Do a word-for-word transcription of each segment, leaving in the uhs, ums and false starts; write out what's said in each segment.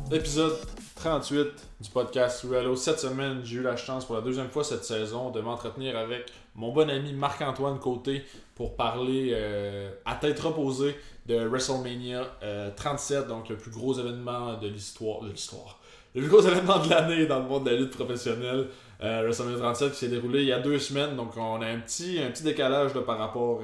Épisode trente-huit du podcast Ruello. Cette semaine, j'ai eu la chance pour la deuxième fois cette saison de m'entretenir avec mon bon ami Marc-Antoine Côté pour parler euh, à tête reposée de WrestleMania euh, trente-sept, donc le plus gros événement de l'histoire. De l'histoire. Le plus gros événement de l'année dans le monde de la lutte professionnelle. Euh, WrestleMania trente-sept qui s'est déroulé il y a deux semaines, donc on a un petit, un petit décalage là, par rapport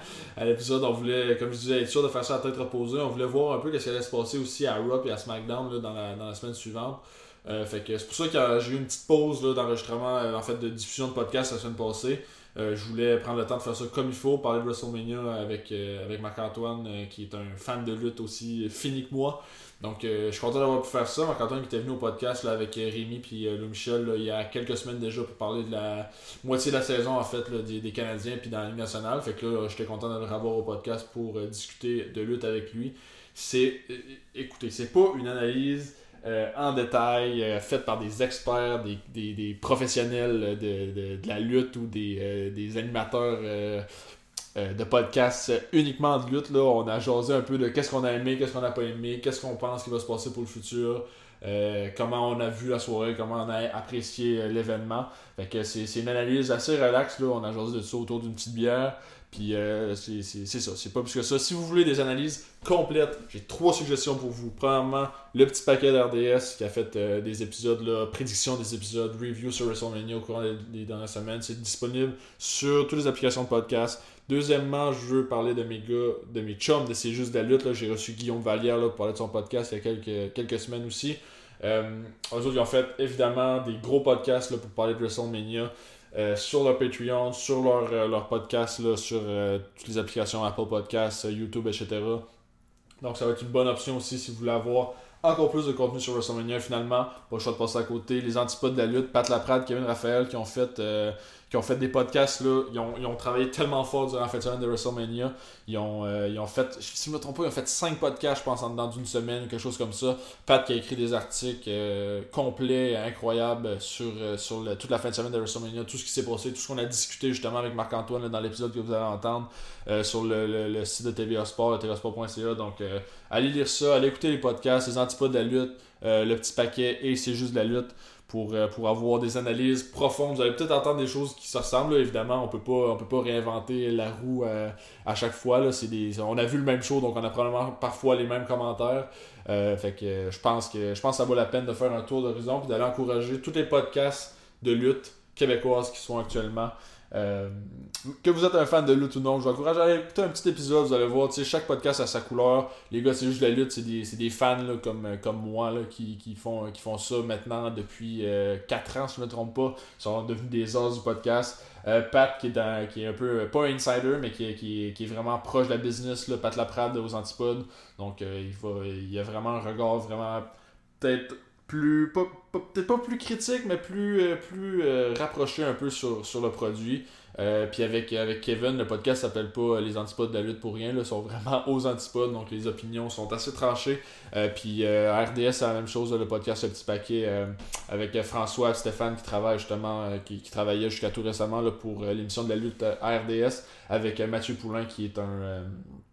à l'épisode. On voulait, comme je disais, être sûr de faire ça à tête reposée. On voulait voir un peu ce qui allait se passer aussi à Raw et à SmackDown là, dans, la, dans la semaine suivante. Euh, fait que c'est pour ça que j'ai eu une petite pause là, d'enregistrement, euh, en fait, de diffusion de podcast la semaine passée. Euh, je voulais prendre le temps de faire ça comme il faut, parler de WrestleMania avec, euh, avec Marc-Antoine, euh, qui est un fan de lutte aussi fini que moi. Donc, euh, je suis content d'avoir pu faire ça. Marc-Antoine qui était venu au podcast là, avec Rémi et euh, Louis Michel là, il y a quelques semaines déjà pour parler de la moitié de la saison en fait là, des, des Canadiens puis dans la Ligue nationale. Fait que là, j'étais content de le revoir au podcast pour euh, discuter de lutte avec lui. C'est, euh, écoutez, c'est pas une analyse euh, en détail euh, faite par des experts, des, des, des professionnels de, de, de la lutte ou des, euh, des animateurs. Euh, Euh, de podcast uniquement de lutte. Là. On a jasé un peu de qu'est-ce qu'on a aimé, qu'est-ce qu'on n'a pas aimé, qu'est-ce qu'on pense qui va se passer pour le futur, euh, comment on a vu la soirée, comment on a apprécié euh, l'événement. Fait que c'est, c'est une analyse assez relaxe. Là. On a jasé de ça autour d'une petite bière. Puis euh, c'est, c'est, c'est ça, c'est pas plus que ça. Si vous voulez des analyses complètes, j'ai trois suggestions pour vous. Premièrement, le petit paquet d'R D S qui a fait euh, des épisodes, là, prédiction des épisodes, review sur WrestleMania au courant des, des dernières semaines. C'est disponible sur toutes les applications de podcast. Deuxièmement, je veux parler de mes gars, de mes chums, de C'est juste de la lutte. Là. J'ai reçu Guillaume Vallière là, pour parler de son podcast il y a quelques, quelques semaines aussi. Euh, eux autres, ils ont fait évidemment des gros podcasts là, pour parler de WrestleMania. Euh, sur leur Patreon, sur leur, euh, leur podcast, là, sur euh, toutes les applications Apple Podcasts, euh, YouTube, et cetera. Donc ça va être une bonne option aussi si vous voulez avoir encore plus de contenu sur WrestleMania. Finalement, pas le choix de passer à côté. Les antipodes de la lutte, Pat Laprade, Kevin Raphaël, qui ont fait, euh, qui ont fait des podcasts. Là. Ils, ont, ils ont travaillé tellement fort durant la fin de semaine de WrestleMania. Ils ont, euh, ils ont fait, si je ne me trompe pas, ils ont fait cinq podcasts, je pense, en dedans d'une semaine, quelque chose comme ça. Pat qui a écrit des articles euh, complets, incroyables sur, euh, sur le, toute la fin de semaine de WrestleMania, tout ce qui s'est passé, tout ce qu'on a discuté justement avec Marc-Antoine là, dans l'épisode que vous allez entendre euh, sur le, le, le site de T V A Sport, T V A sport point C A. Donc, euh, allez lire ça, allez écouter les podcasts, les antipodes de la lutte, euh, le petit paquet et c'est juste de la lutte. Pour, euh, pour avoir des analyses profondes. Vous allez peut-être entendre des choses qui se ressemblent. Là. Évidemment, on peut pas, on peut pas réinventer la roue euh, à chaque fois. Là. C'est des, on a vu le même show, donc on a probablement parfois les mêmes commentaires. Euh, fait que euh, je pense que je pense que ça vaut la peine de faire un tour d'horizon et d'aller encourager tous les podcasts de lutte québécoises qui sont actuellement. Euh, que vous êtes un fan de lutte ou non, je vous encourage à aller écouter un petit épisode. Vous allez voir, chaque podcast a sa couleur. Les gars, c'est juste la lutte, c'est des, c'est des fans là, comme, comme moi là, qui, qui, font, qui font ça maintenant depuis euh, quatre ans, si je ne me trompe pas. Ils sont devenus des os du podcast. Euh, Pat, qui est, dans, qui est un peu, pas un insider, mais qui est, qui est, qui est vraiment proche de la business, là, Pat Laprade aux Antipodes. Donc, euh, il, va, il a vraiment un regard vraiment peut-être. Plus, pas, pas, peut-être pas plus critique, mais plus, euh, plus euh, rapproché un peu sur, sur le produit. Euh, puis avec, avec Kevin, le podcast s'appelle pas Les Antipodes de la lutte pour rien. Ils sont vraiment aux Antipodes, donc les opinions sont assez tranchées. Euh, puis euh, R D S, c'est la même chose, là, le podcast Le Petit Paquet, euh, avec François et Stéphane qui travaillent justement, euh, qui, qui travaillaient jusqu'à tout récemment là, pour euh, l'émission de la lutte à R D S, avec euh, Mathieu Poulain qui est un, euh,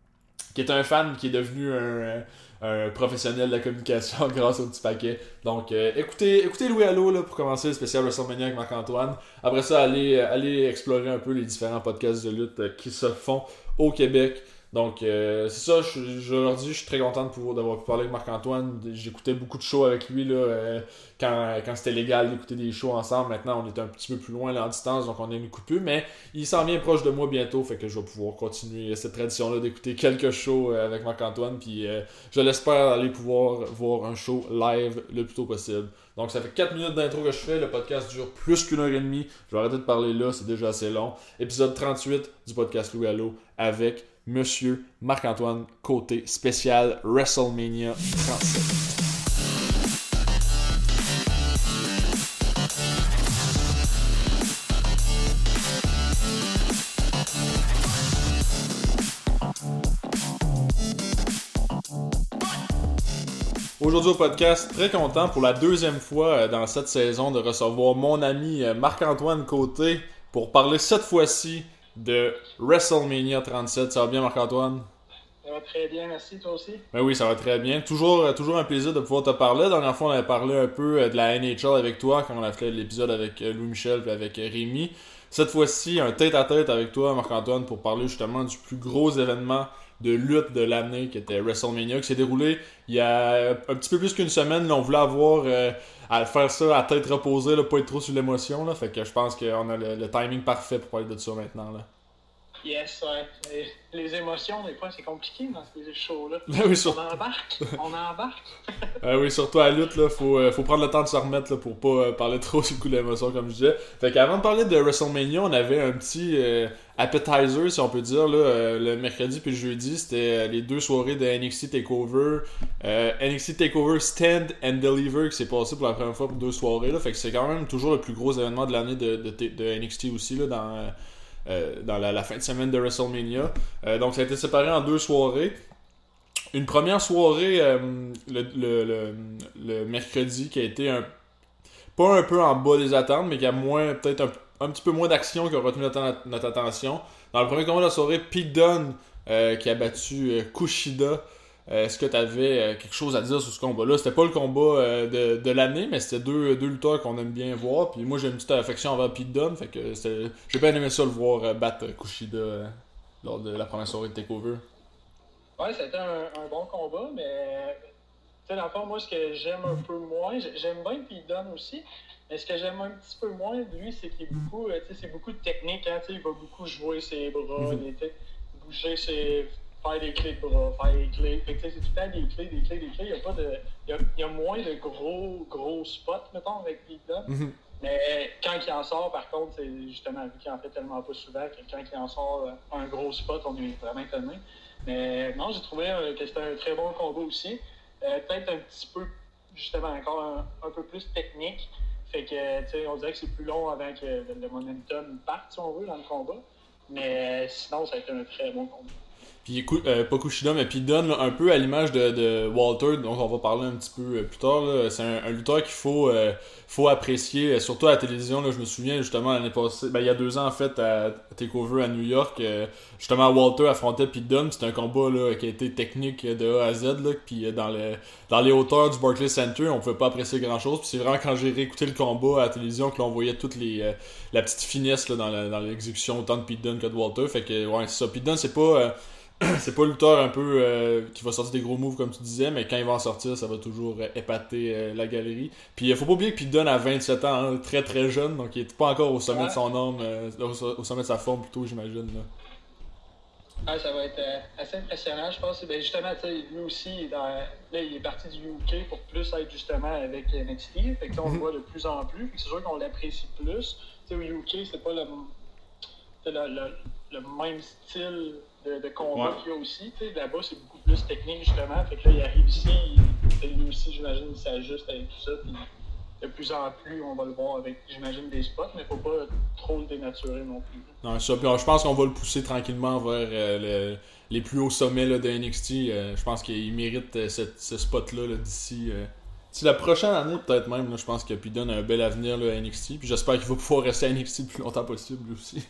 qui est un fan, qui est devenu un... un professionnel de la communication grâce au Petit Paquet. Donc, euh, écoutez, écoutez Louis Allo là, pour commencer le spécial WrestleMania avec Marc-Antoine. Après ça, allez, allez explorer un peu les différents podcasts de lutte euh, qui se font au Québec. Donc, euh, c'est ça, je, je leur dis, je suis très content de pouvoir d'avoir pu parler avec Marc-Antoine. J'écoutais beaucoup de shows avec lui là, euh, quand, quand c'était légal d'écouter des shows ensemble. Maintenant, on est un petit peu plus loin là, en distance, donc on est une coupure. Mais il s'en vient proche de moi bientôt, fait que je vais pouvoir continuer cette tradition-là d'écouter quelques shows euh, avec Marc-Antoine. Puis, euh, je l'espère aller pouvoir voir un show live le plus tôt possible. Donc, ça fait quatre minutes d'intro que je fais. Le podcast dure plus qu'une heure et demie. Je vais arrêter de parler là, c'est déjà assez long. Épisode trente-huit du podcast Louis Allo avec Monsieur Marc-Antoine Côté, spécial WrestleMania trente-sept. Aujourd'hui au podcast, très content pour la deuxième fois dans cette saison de recevoir mon ami Marc-Antoine Côté pour parler cette fois-ci de WrestleMania trente-sept. Ça va bien, Marc-Antoine? Ça va très bien, merci, toi aussi. Ben oui, ça va très bien. Toujours, toujours un plaisir de pouvoir te parler. La dernière fois, on avait parlé un peu de la N H L avec toi quand on a fait l'épisode avec Louis-Michel et avec Rémi. Cette fois-ci, un tête-à-tête avec toi, Marc-Antoine, pour parler justement du plus gros événement de lutte de l'année qui était WrestleMania, qui s'est déroulé il y a un petit peu plus qu'une semaine. Là, on voulait avoir euh, à faire ça à tête reposée, là, pas être trop sur l'émotion. Là, fait que je pense qu'on a le, le timing parfait pour parler de ça maintenant. Là. Yes, ouais. Les, les émotions, des fois, c'est compliqué dans ces shows-là. Ben oui, sur... On embarque, on embarque. Ben oui, surtout à la lutte, là, faut, euh, faut prendre le temps de se remettre là, pour pas euh, parler trop sur le coup d'émotion, comme je disais. Fait qu'avant de parler de WrestleMania, on avait un petit euh, appetizer, si on peut dire, là, euh, le mercredi puis le jeudi. C'était euh, les deux soirées de N X T TakeOver. Euh, N X T TakeOver Stand and Deliver qui s'est passé pour la première fois pour deux soirées. Là. Fait que c'est quand même toujours le plus gros événement de l'année de, de, de, de N X T aussi, là, dans... Euh, Euh, dans la, la fin de semaine de WrestleMania. Euh, donc ça a été séparé en deux soirées. Une première soirée euh, le, le, le, le mercredi qui a été un pas un peu en bas des attentes, mais qui a moins peut-être un, un petit peu moins d'action qui a retenu notre, notre attention. Dans le premier combat de la soirée, Pete Dunne euh, qui a battu euh, Kushida. Euh, est-ce que tu avais euh, quelque chose à dire sur ce combat-là? C'était pas le combat euh, de, de l'année, mais c'était deux, deux lutteurs qu'on aime bien voir. Puis moi, j'ai une petite affection envers Pete Dunne, fait que j'ai bien aimé ça le voir euh, battre Kushida euh, lors de la première soirée de TakeOver. Ouais, c'était un, un bon combat, mais tu sais, dans le fond, moi, ce que j'aime un peu moins, j'aime bien Pete Dunne aussi, mais ce que j'aime un petit peu moins de lui, c'est qu'il est beaucoup, tu sais, c'est beaucoup de technique, hein, tu sais, il va beaucoup jouer ses bras, mm-hmm. il était, bouger ses... faire des clés de bras, faire des clés. Fait que c'est tout le temps des clés, des clés, des clés. Il y a pas de. Il y a, il y a moins de gros, gros spots, mettons, avec Pete Dunne. Mm-hmm. Mais quand il en sort, par contre, c'est justement, vu qu'il en fait tellement pas souvent, que quand il en sort un gros spot, on est vraiment étonné. Mais non, j'ai trouvé que c'était un très bon combat aussi. Euh, peut-être un petit peu, justement, encore un, un peu plus technique. Fait que, tu sais, on dirait que c'est plus long avant que le, le momentum parte, si on veut, dans le combat. Mais sinon, ça a été un très bon combat. Puis euh, pas Kushida, mais Pete Dunne, là, un peu à l'image de, de Walter, dont on va parler un petit peu euh, plus tard. Là. C'est un, un lutteur qu'il faut, euh, faut apprécier, euh, surtout à la télévision. Là, je me souviens justement l'année passée, ben, il y a deux ans en fait, à, à TakeOver à New York, euh, justement Walter affrontait Pete Dunne. C'était un combat là, qui a été technique de A à Z. Là, puis dans, le, dans les hauteurs du Barclays Center, on pouvait pas apprécier grand chose. Puis c'est vraiment quand j'ai réécouté le combat à la télévision que l'on voyait toute les, euh, la petite finesse là, dans, la, dans l'exécution autant de Pete Dunne que de Walter. Fait que ouais, c'est ça. Pete Dunne, c'est pas. Euh, c'est pas le lutteur un peu euh, qui va sortir des gros moves comme tu disais, mais quand il va en sortir, ça va toujours euh, épater euh, la galerie. Puis il faut pas oublier que Pete Dunne a vingt-sept ans, hein, très très jeune, donc il est pas encore au sommet ouais. de son âme, euh, au, au sommet de sa forme plutôt, j'imagine. Là. Ah, ça va être euh, assez impressionnant, je pense. Ben justement, lui aussi, dans, là, il est parti du U K pour plus être justement avec N X T. Fait que, on le voit de plus en plus. C'est sûr qu'on l'apprécie plus. T'sais, au U K, c'est pas le, le, le, le même style de, de combat ouais. qu'il y a aussi. T'sais, là-bas, c'est beaucoup plus technique, justement. Fait que là, il arrive ici, il, lui aussi, j'imagine, il s'ajuste avec tout ça. Puis de plus en plus, on va le voir avec, j'imagine, des spots, mais faut pas trop le dénaturer non plus. Non, ça, puis je pense qu'on va le pousser tranquillement vers euh, le, les plus hauts sommets là, de N X T. Euh, je pense qu'il mérite euh, ce, ce spot-là là, d'ici... Euh, d'ici la prochaine année, peut-être même. Là, je pense que Pete Dunne a un bel avenir là, à N X T. Puis j'espère qu'il va pouvoir rester à N X T le plus longtemps possible, lui aussi.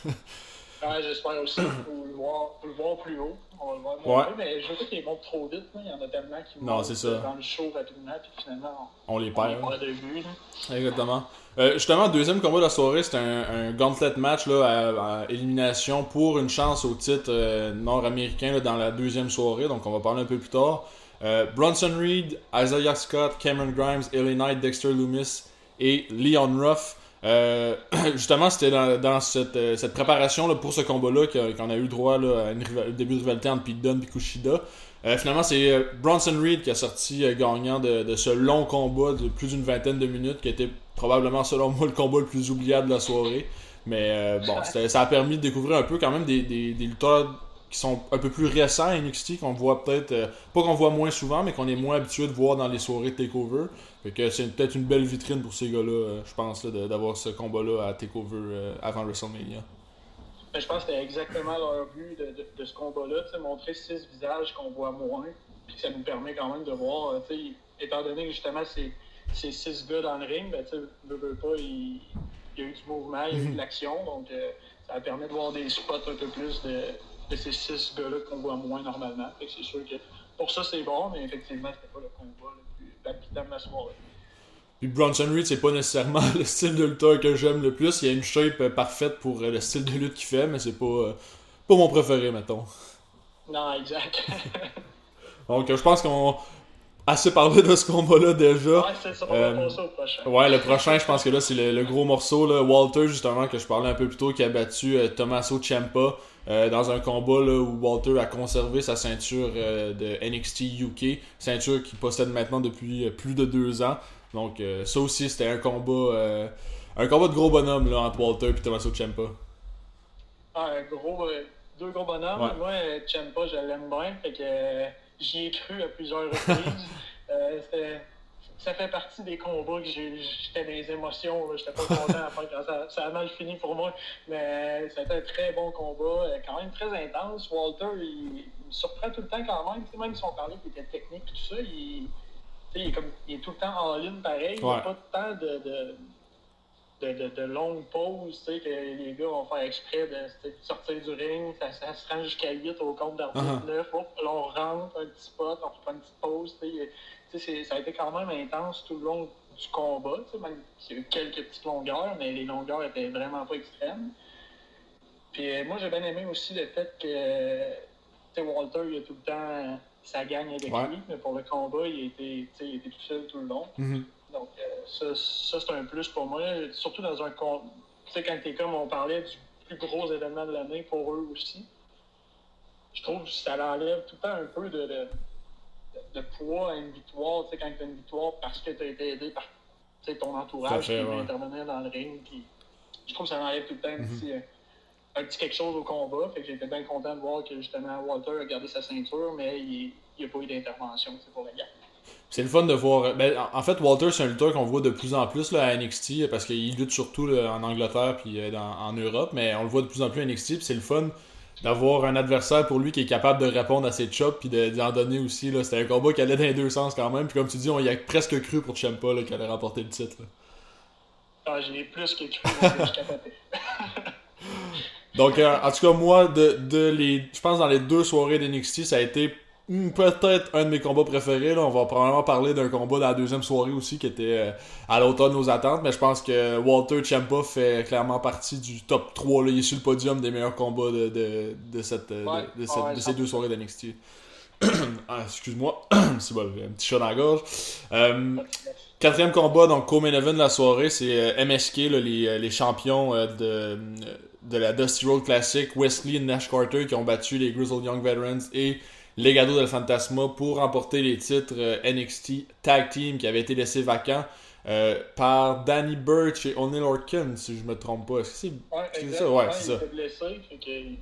Ouais, j'espère aussi pour le voir, pour le voir plus haut. On va le voir moins ouais. Mais je veux pas qu'il monte trop vite. Là. Il y en a tellement qui montent dans le show rapidement. Puis finalement, on, on les perd. On les perd de vue. Là. Exactement. Euh, justement, deuxième combat de la soirée, c'était un, un gauntlet match là, à, à élimination pour une chance au titre euh, nord-américain là, dans la deuxième soirée. Donc on va parler un peu plus tard. Euh, Bronson Reed, Isaiah Scott, Cameron Grimes, L A Knight, Dexter Lumis et Leon Ruff. Euh, justement, c'était dans, dans cette, euh, cette préparation là, pour ce combat-là qu'on a eu le droit là, à un début de rivalité entre Pete Dunne et Kushida. Euh, finalement, c'est euh, Bronson Reed qui a sorti euh, gagnant de, de ce long combat de plus d'une vingtaine de minutes, qui a été probablement, selon moi, le combat le plus oubliable de la soirée. Mais euh, bon, ça a permis de découvrir un peu quand même des, des, des lutteurs qui sont un peu plus récents à N X T, qu'on voit peut-être, euh, pas qu'on voit moins souvent, mais qu'on est moins habitué de voir dans les soirées de TakeOver. Fait que c'est peut-être une belle vitrine pour ces gars-là, euh, je pense, là, de, d'avoir ce combat-là à TakeOver euh, avant WrestleMania. Mais je pense que c'était exactement leur but de, de, de ce combat-là, montrer six visages qu'on voit moins, puis ça nous permet quand même de voir, euh, étant donné que justement c'est, c'est six gars dans le ring, ben, tu sais, veux, veux pas, il, il y a eu du mouvement, il y a eu de l'action, donc euh, ça permet de voir des spots un peu plus de, de ces six gars-là qu'on voit moins normalement. Fait que c'est sûr que pour ça, c'est bon, mais effectivement, c'était pas le combat le plus palpitant de la soirée. Puis Bronson Reed, c'est pas nécessairement le style de lutteur que j'aime le plus. Il a une shape parfaite pour le style de lutte qu'il fait, mais c'est pas, euh, pas mon préféré, mettons. Non, exact. Donc, je pense qu'on a assez parlé de ce combat-là déjà. Ouais, c'est ça, on va passer au prochain. Ouais, le prochain, je pense que là, c'est le, le gros morceau. Là. Walter, justement, que je parlais un peu plus tôt, qui a battu euh, Tommaso Ciampa euh, dans un combat là, où Walter a conservé sa ceinture euh, de N X T U K, ceinture qu'il possède maintenant depuis euh, plus de deux ans. Donc, euh, ça aussi, c'était un combat euh, un combat de gros bonhomme là, entre Walter et Tommaso Ciampa. Ah, un gros, euh, deux gros bonhommes. Ouais. Moi, Ciampa, je l'aime bien. Fait que euh, j'y ai cru à plusieurs reprises. euh, ça fait partie des combats que j'ai, j'étais dans les émotions. Là. J'étais pas content à faire quand ça, ça a mal fini pour moi. Mais c'était un très bon combat, euh, quand même très intense. Walter, il, il me surprend tout le temps quand même. T'sais, même si on parlait qu'il était technique et tout ça, il, il, est comme, il est tout le temps en ligne pareil. Il n'y a Ouais. pas tant de, de, de, de, de longues pauses que les gars vont faire exprès de, de sortir du ring. Ça, ça se rend jusqu'à huit au compte d'arbitre neuf. Uh-huh. Là, on rentre un petit spot, on reprend une petite pause. C'est, ça a été quand même intense tout le long du combat. Même s'il y a eu quelques petites longueurs, mais les longueurs étaient vraiment pas extrêmes. Puis euh, moi, j'ai bien aimé aussi le fait que Walter, il a tout le temps sa gang avec ouais. lui, mais pour le combat, il était, il était tout seul tout le long. Mm-hmm. Donc, euh, ça, ça, c'est un plus pour moi. Surtout dans un combat. Tu sais, quand t'es comme on parlait du plus gros événement de l'année pour eux aussi, je trouve que ça l'enlève tout le temps un peu de. de de poids à une victoire, tu sais, quand tu as une victoire parce que tu as été aidé par ton entourage fait, qui ouais. veut intervenir dans le ring. Puis, je trouve que ça enlève tout le temps un, mm-hmm. petit, un petit quelque chose au combat. Fait que j'étais bien content de voir que justement Walter a gardé sa ceinture, mais il n'y a pas eu d'intervention pour la gagne. C'est le fun de voir. Ben, en fait, Walter, c'est un lutteur qu'on voit de plus en plus là, à N X T parce qu'il lutte surtout là, en Angleterre puis dans, en Europe, mais on le voit de plus en plus à N X T. Puis c'est le fun d'avoir un adversaire pour lui qui est capable de répondre à ses chops puis de, d'en donner aussi. Là. C'était un combat qui allait dans les deux sens quand même. Puis comme tu dis, on y a presque cru pour Ciampa là, qu'il allait remporter le titre. Là. Ah, j'y ai plus que cru, je suis capoté. Donc, euh, en tout cas, moi, de, de les, je pense dans les deux soirées d'N X T, ça a été hmm, peut-être un de mes combats préférés. Là. On va probablement parler d'un combat dans la deuxième soirée aussi qui était euh, à l'automne de nos attentes. Mais je pense que Walter Ciampa fait clairement partie du top trois. Là. Il est sur le podium des meilleurs combats de, de, de, cette, ouais. de, de, cette, ouais, de ces deux soirées d'N X T. ah, excuse-moi, c'est bon, un petit chat dans la gorge. Euh, quatrième combat, donc co-main event de la soirée, c'est euh, M S K, là, les, les champions euh, de, de la Dusty Road Classic, Wesley et Nash Carter qui ont battu les Grizzled Young Veterans et Legado del Fantasma pour remporter les titres euh, N X T Tag Team qui avaient été laissés vacants euh, par Danny Burch et Oney Lorcan, si je me trompe pas. Est-ce que c'est, ouais, c'est ça? Ouais, c'est il ça. était blessé, fait qu'il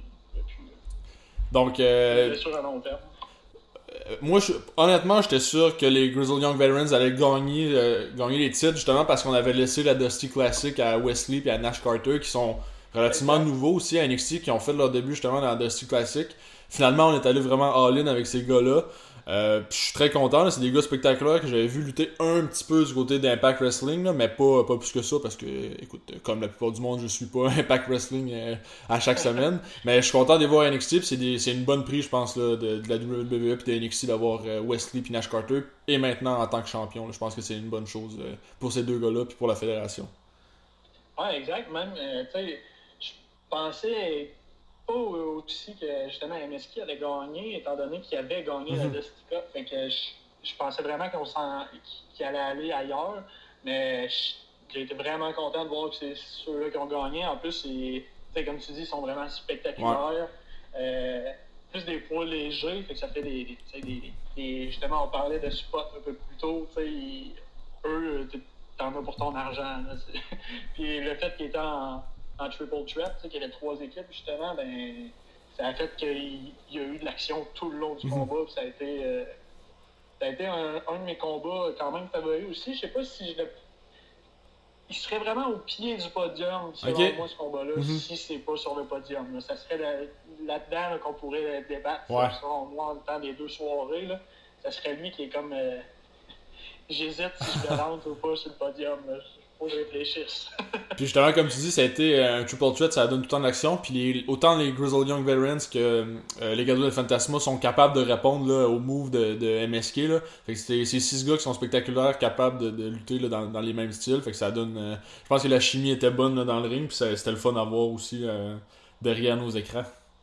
donc, euh, blessure à long terme. Moi, je, honnêtement, j'étais sûr que les Grizzled Young Veterans allaient gagner, euh, gagner les titres, justement parce qu'on avait laissé la Dusty Classic à Wesley et à Nash Carter, qui sont relativement exact. nouveaux aussi à N X T, qui ont fait leur début justement dans la Dusty Classic. Finalement, on est allé vraiment all-in avec ces gars-là. Euh, je suis très content, là, c'est des gars spectaculaires que j'avais vu lutter un petit peu du côté d'Impact Wrestling, là, mais pas, pas plus que ça, parce que, écoute, comme la plupart du monde, je suis pas Impact Wrestling euh, à chaque semaine. Mais je suis content de les voir à N X T, c'est, des, c'est une bonne prise, je pense, là, de, de la W W E et de N X T d'avoir euh, Wesley et Nash Carter, et maintenant en tant que champion. Là, je pense que c'est une bonne chose euh, pour ces deux gars-là et pour la fédération. Ouais, exact. Même, euh, tu sais, je pensais pas aussi que justement M S K allait gagner, étant donné qu'il avait gagné mm-hmm. la Dusty Cup. Fait que je, je pensais vraiment qu'on s'en, qu'il allait aller ailleurs. Mais je, j'ai été vraiment content de voir que c'est ceux-là qui ont gagné. En plus, c'est, comme tu dis, ils sont vraiment spectaculaires. Ouais. Euh, plus des poids légers, fait que ça fait des, des, des, des. Justement, on parlait de spots un peu plus tôt. Ils, eux, t'en as pour ton argent. Puis le fait qu'ils étaient en. en triple threat, tu sais, qu'il y avait trois équipes, justement, ben, ça a fait qu'il y a eu de l'action tout le long du mm-hmm. combat, puis ça a été, euh, ça a été un, un de mes combats quand même favoris aussi. Je sais pas si je le... Il serait vraiment au pied du podium, selon okay. moi, ce combat-là, mm-hmm. si c'est pas sur le podium. Là. Ça serait là, là-dedans là, qu'on pourrait débattre, ouais. selon moi, le temps des deux soirées. Là. Ça serait lui qui est comme... Euh... J'hésite si je le rentre ou pas sur le podium. Là. faut que je réfléchisse. Puis justement, comme tu dis, ça a été un triple threat, ça donne tout le temps de l'action. Puis les, autant les Grizzled Young Veterans que euh, les Legado del Fantasma sont capables de répondre là, aux moves de, de M S K. Là. Fait que c'est ces six gars qui sont spectaculaires, capables de, de lutter là, dans, dans les mêmes styles. Fait que ça donne. Euh, je pense que la chimie était bonne là, dans le ring. Puis ça, c'était le fun à voir aussi euh, derrière nos écrans.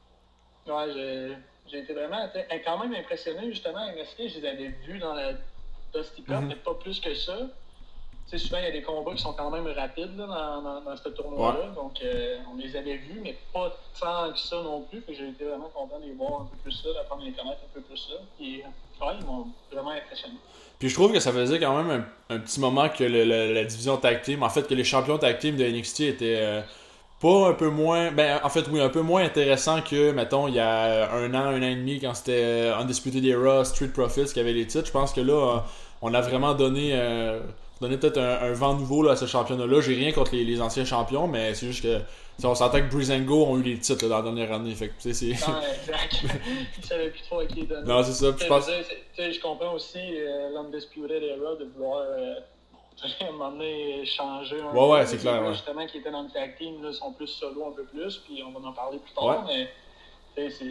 Ouais, j'ai, j'ai été vraiment quand même impressionné. Justement, M S K, je les avais vus dans la Dusty Cup, mm-hmm. mais pas plus que ça. Tu sais, souvent, il y a des combats qui sont quand même rapides là, dans, dans, dans ce tournoi-là. Ouais. Donc, euh, on les avait vus, mais pas tant que ça non plus. Fait que j'ai été vraiment content de les voir un peu plus ça, d'apprendre à les connaître un peu plus ça. Puis, ouais, ils m'ont vraiment impressionné. Puis je trouve que ça faisait quand même un, un petit moment que le, le, la division tag team, en fait, que les champions tag team de N X T étaient euh, pas un peu moins... Ben, en fait, oui, un peu moins intéressants que, mettons, il y a un an, un an et demi, quand c'était Undisputed Era, Street Profits qui avait les titres. Je pense que là, on a vraiment donné... Euh, donner peut-être un, un vent nouveau là, à ce championnat-là. J'ai rien contre les, les anciens champions, mais c'est juste que on s'entend que Breeze and Go ont eu les titres là, dans la dernière année. Fait que, c'est... Non, exact. Ils savaient plus trop à qui les donner. Non, c'est ça. Je, pense... je comprends aussi euh, l'Undisputed Era de vouloir euh, à un moment donné changer un ouais, peu. Ouais, peu. C'est clair. Ouais. Justement, qui étaient dans le tag team, là, sont plus solo un peu plus, puis on va en parler plus tard, ouais. mais c'est...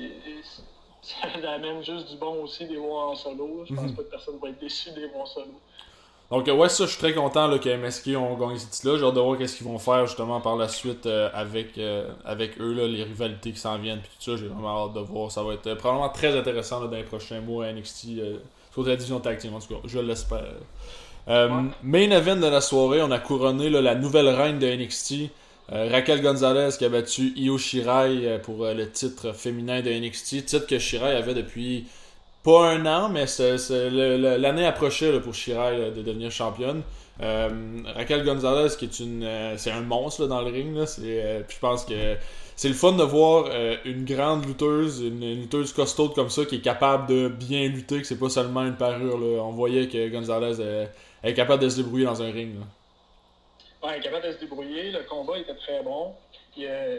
c'est la même juste du bon aussi des voir en solo. Je pense mm-hmm. pas que personne va être déçu des voir en solo. Donc ouais, ça je suis très content là, que M S K ont gagné ce titre-là. J'ai hâte de voir qu'est-ce qu'ils vont faire justement par la suite euh, avec, euh, avec eux, là, les rivalités qui s'en viennent puis tout ça. J'ai vraiment hâte de voir. Ça va être euh, probablement très intéressant là, dans les prochains mois à N X T. Euh, sur la division tag team en tout cas, je l'espère. Euh, ouais. Main event de la soirée, on a couronné là, la nouvelle reine de N X T. Euh, Raquel Gonzalez qui a battu Io Shirai euh, pour euh, le titre féminin de N X T. Titre que Shirai avait depuis... Pas un an, mais c'est, c'est le, le, l'année approchait là, pour Shirai là, de devenir championne. Euh, Raquel Gonzalez, qui est une, euh, c'est un monstre là, dans le ring. Là, c'est, euh, puis je pense que c'est le fun de voir euh, une grande lutteuse, une, une lutteuse costaude comme ça, qui est capable de bien lutter, que c'est pas seulement une parure. Là. On voyait que Gonzalez euh, est capable de se débrouiller dans un ring. Là. Ouais, elle est capable de se débrouiller. Le combat était très bon. Puis, euh,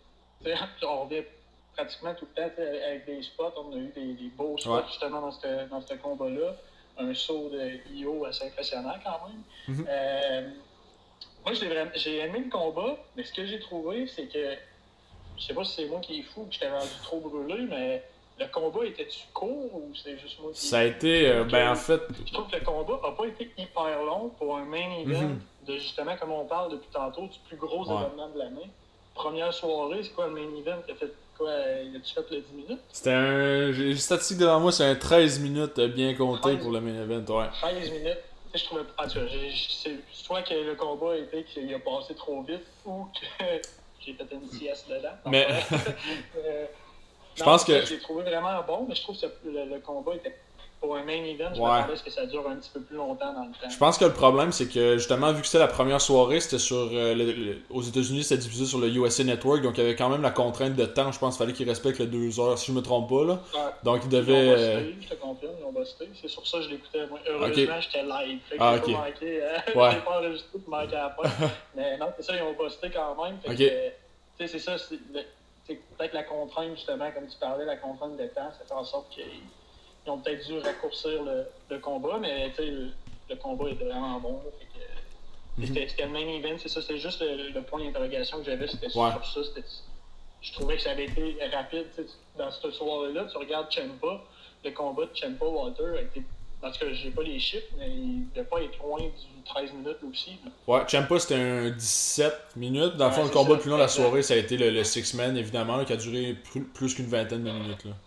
on revient pratiquement tout le temps avec des spots. On a eu des, des beaux spots ouais. justement dans ce dans ce combat-là. Un saut de Io assez impressionnant quand même. Mm-hmm. Euh, moi, j'ai, vraiment, j'ai aimé le combat, mais ce que j'ai trouvé, c'est que je sais pas si c'est moi qui est fou, que j'étais rendu trop brûlé, mais le combat était-tu court ou c'est juste moi qui... Ça a été, euh, ben en fait... Je trouve que le combat a pas été hyper long pour un main event mm-hmm. de justement, comme on parle depuis tantôt, du plus gros ouais. événement de l'année. Première soirée, c'est quoi le main event qui a fait quoi? Il a-tu fait le dix minutes? C'était un... J'ai les statistiques devant moi, c'est un treize minutes bien compté treize... pour le main event, ouais. treize minutes. Tu sais, je trouvais... Ah, tu vois, j'ai... c'est soit que le combat était qu'il a passé trop vite ou que j'ai fait une sieste dedans. Mais... euh, je pense que... Je l'ai trouvé vraiment bon, mais je trouve que le, le combat était... Pour un main event, je ouais. m'attendais à ce que ça dure un petit peu plus longtemps dans le temps. Je pense que le problème, c'est que justement, vu que c'était la première soirée, c'était sur euh, le, le, aux États-Unis, c'était diffusé sur le U S A Network, donc il y avait quand même la contrainte de temps. Je pense qu'il fallait qu'ils respectent les deux heures, si je me trompe pas. Là. Ouais. Donc ils devaient. Ils ont busté, euh... je te confirme, ils ont busté. C'est sur ça que je l'écoutais. Moi. Heureusement, okay. j'étais live. Fait que ah, j'ai okay. pas manqué. Hein. Ouais. j'ai pas enregistré pour manquer à la fin. Mais non, c'est ça, ils ont busté quand même. Fait okay. que, tu sais, c'est ça. C'est, le, c'est peut-être la contrainte, justement, comme tu parlais, la contrainte de temps, ça fait en sorte qu'ils. Ils ont peut-être dû raccourcir le, le combat, mais le, le combat était vraiment bon. Fait que, mm-hmm. c'était, c'était le main event, c'est ça. C'était juste le, le point d'interrogation que j'avais, c'était ouais. sur ça. C'était, je trouvais que ça avait été rapide. Dans cette soirée-là, tu regardes Ciampa, le combat de Ciampa-Walter a été... En tout cas, j'ai pas les chiffres, mais il ne devait pas être loin du treize minutes aussi. Là. Ouais, Ciampa, c'était un dix-sept minutes. Dans le ouais, fond, le combat ça, le plus long de la soirée, ça a été le, le six-man, évidemment, là, qui a duré plus, plus qu'une vingtaine de minutes. Là.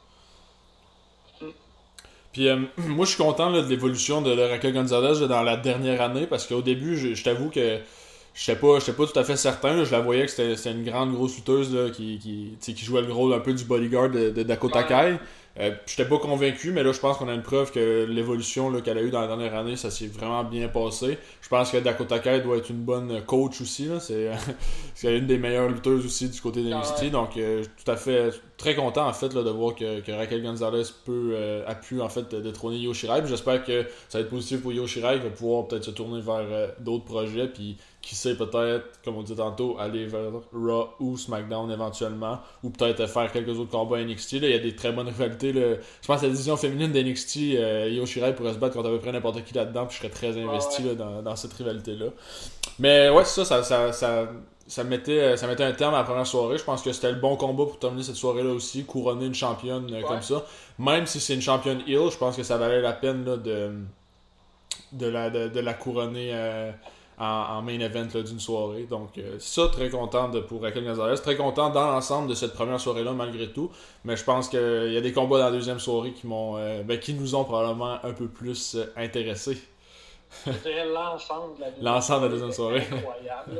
Puis euh, moi je suis content là, de l'évolution de, de Raquel Gonzalez là, dans la dernière année parce qu'au début je, je t'avoue que je n'étais pas, pas tout à fait certain. Là, je la voyais que c'était, c'était une grande grosse lutteuse là, qui, qui, qui jouait le rôle un peu du bodyguard de, de Dakota Kai. Euh, j'étais pas convaincu, mais là je pense qu'on a une preuve que l'évolution là, qu'elle a eue dans la dernière année, ça s'est vraiment bien passé. Je pense que Dakota Kai doit être une bonne coach aussi. Là. C'est, c'est une des meilleures lutteuses aussi du côté de N X T. Donc euh, tout à fait très content en fait là, de voir que, que Raquel Gonzalez peut euh, a pu en fait détrôner Io Shirai. Puis j'espère que ça va être positif pour Io Shirai, qui va pouvoir peut-être se tourner vers euh, d'autres projets. Puis qui sait peut-être, comme on dit tantôt, aller vers Raw ou SmackDown éventuellement, ou peut-être faire quelques autres combats à N X T. Là. Il y a des très bonnes rivalités. Là. Je pense que la division féminine d'N X T, euh, Io Shirai pourrait se battre contre à peu près n'importe qui là-dedans, puis je serais très investi ah ouais. là, dans, dans cette rivalité-là. Mais ouais, c'est ça, ça, ça, ça, ça, mettait, ça mettait un terme à la première soirée. Je pense que c'était le bon combat pour terminer cette soirée-là aussi, couronner une championne euh, Ouais. comme ça. Même si c'est une championne heel, je pense que ça valait la peine là, de, de, la, de, de la couronner euh, en, en main event là, d'une soirée. Donc, euh, ça, très content de, pour Raquel Gonzalez. Très content dans l'ensemble de cette première soirée-là, malgré tout. Mais je pense qu'il y a des combats dans la deuxième soirée qui m'ont euh, ben, qui nous ont probablement un peu plus euh, intéressés. Je dirais l'ensemble de la deuxième L'ensemble de la deuxième soirée. Incroyable. Là.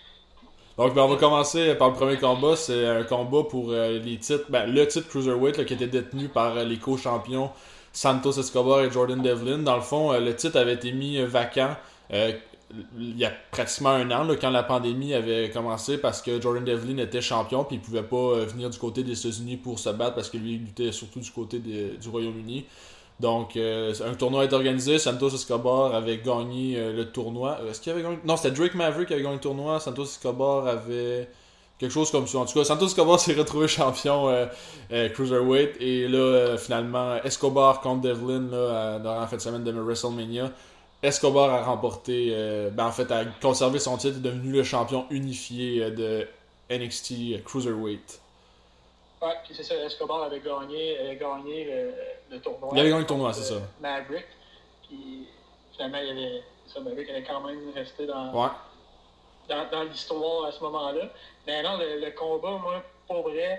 Donc, ben, on va commencer par le premier combat. C'est un combat pour euh, les titres. Ben, le titre Cruiserweight là, qui était détenu par euh, les co-champions Santos Escobar et Jordan Devlin. Dans le fond, euh, le titre avait été mis euh, vacant euh, il y a pratiquement un an, là, quand la pandémie avait commencé, parce que Jordan Devlin était champion puis il pouvait pas euh, venir du côté des États-Unis pour se battre parce que lui, il luttait surtout du côté des- du Royaume-Uni. Donc, euh, un tournoi a été organisé. Santos Escobar avait gagné euh, le tournoi. Euh, Est-ce qu'il avait gagné... Non, c'était Drake Maverick qui avait gagné le tournoi. Santos Escobar avait quelque chose comme ça. En tout cas, Santos Escobar s'est retrouvé champion euh, euh, Cruiserweight. Et là, euh, finalement, Escobar contre Devlin là, euh, dans la fin de semaine de WrestleMania. Escobar a remporté, euh, ben en fait, a conservé son titre et est devenu le champion unifié euh, de N X T Cruiserweight. Ouais, puis c'est ça, Escobar avait gagné, avait gagné le, le tournoi. Il avait gagné le tournoi, c'est ça. Maverick. Puis finalement, il avait, ça, Maverick allait quand même rester dans, Ouais. dans, dans l'histoire à ce moment-là. Mais non, le, le combat, moi, pour vrai,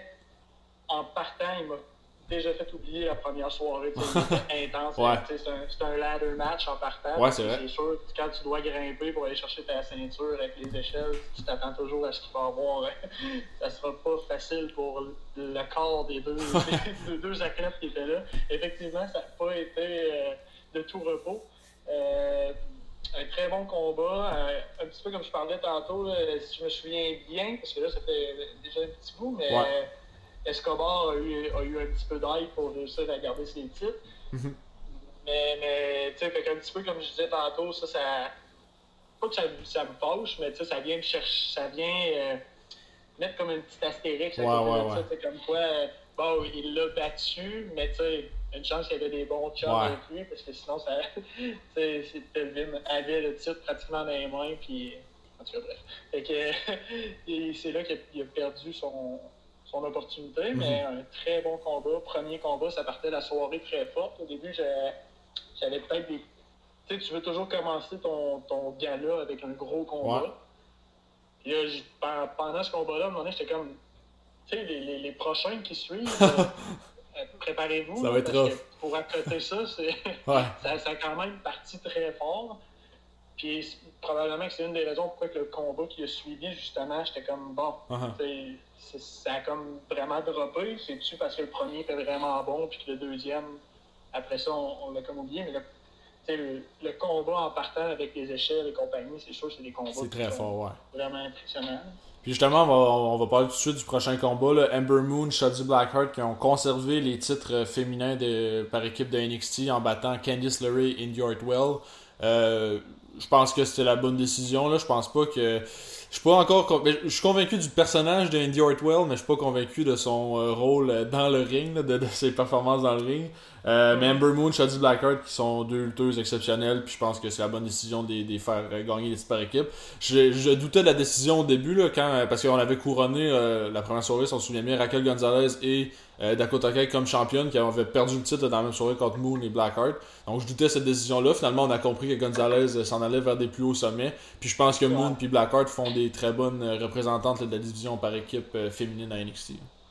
en partant, il m'a déjà fait oublier la première soirée. C'était intense. Ouais. C'est un, c'est un ladder match en partant. Ouais, c'est vrai. C'est sûr, quand tu dois grimper pour aller chercher ta ceinture avec les échelles, tu t'attends toujours à ce qu'il va y avoir. Ça sera pas facile pour le corps des deux, des deux athlètes qui étaient là. Effectivement, ça n'a pas été euh, de tout repos. Euh, un très bon combat, euh, un petit peu comme je parlais tantôt, là, si je me souviens bien, parce que là, ça fait déjà un petit bout, mais Ouais. Escobar a eu, a eu un petit peu d'aide pour réussir à garder ses titres. Mm-hmm. Mais, mais tu sais, fait qu'un petit peu comme je disais tantôt, ça, ça pas que ça, ça me fâche, mais tu sais, ça vient me chercher, ça vient euh, mettre comme une petite astérix à Ouais, côté ouais, de ouais. ça, tu sais, comme quoi, euh, bon, il l'a battu, mais tu sais, une chance qu'il y avait des bons chums Ouais. avec lui, parce que sinon, ça, tu sais, Devlin avait le titre pratiquement dans les mains, puis, en tout cas, bref. Fait que, et c'est là qu'il a, il a perdu son, son opportunité, Mm-hmm. mais un très bon combat, premier combat, ça partait de la soirée très forte. Au début, j'avais, j'avais peut-être des... Tu sais, tu veux toujours commencer ton, ton gala avec un gros combat. Ouais. Puis là, j'ai- pen- pendant ce combat-là, à un moment donné, j'étais comme, tu sais, les, les, les prochains qui suivent, euh, euh, préparez-vous. Ça va là, être parce rough. que pour accoter ça, c'est, Ouais. ça, ça a quand même parti très fort. Puis c'est- probablement que c'est une des raisons pourquoi que le combat qui a suivi, justement, j'étais comme, bon, Uh-huh. tu sais, c'est- ça a comme vraiment droppé. C'est-tu parce que le premier était vraiment bon, puis que le deuxième, après ça, on, on l'a comme oublié. Mais le, tu sais, le, le combat en partant avec les échelles et compagnie, c'est sûr que c'est des combats C'est qui très sont fort, ouais. vraiment impressionnants. Puis justement, on va, on va parler tout de suite du prochain combat. Là. Ember Moon, Shotzi Blackheart qui ont conservé les titres euh, féminins de, par équipe de N X T en battant Candice LeRae et Indy Hartwell. Euh, je pense que c'était la bonne décision. Là. Je pense pas que... Je suis pas encore... con- Je suis convaincu du personnage de Indy Hartwell, mais je suis pas convaincu de son euh, rôle euh, dans le ring, là, de, de ses performances dans le ring. Euh, mais Ember Moon, Shotzi Blackheart qui sont deux lutteuses exceptionnelles, puis je pense que c'est la bonne décision de les faire euh, gagner les titres par équipe. Je, je doutais de la décision au début, là, quand, euh, parce qu'on avait couronné euh, la première soirée, si on se souvient bien, Raquel Gonzalez et euh, Dakota Kai comme championne, qui avaient perdu le titre là, dans la même soirée contre Moon et Blackheart. Donc je doutais de cette décision-là. Finalement, on a compris que Gonzalez euh, s'en allait vers des plus hauts sommets. Puis je pense que Moon et Blackheart font des très bonnes euh, représentantes là, de la division par équipe euh, féminine à N X T.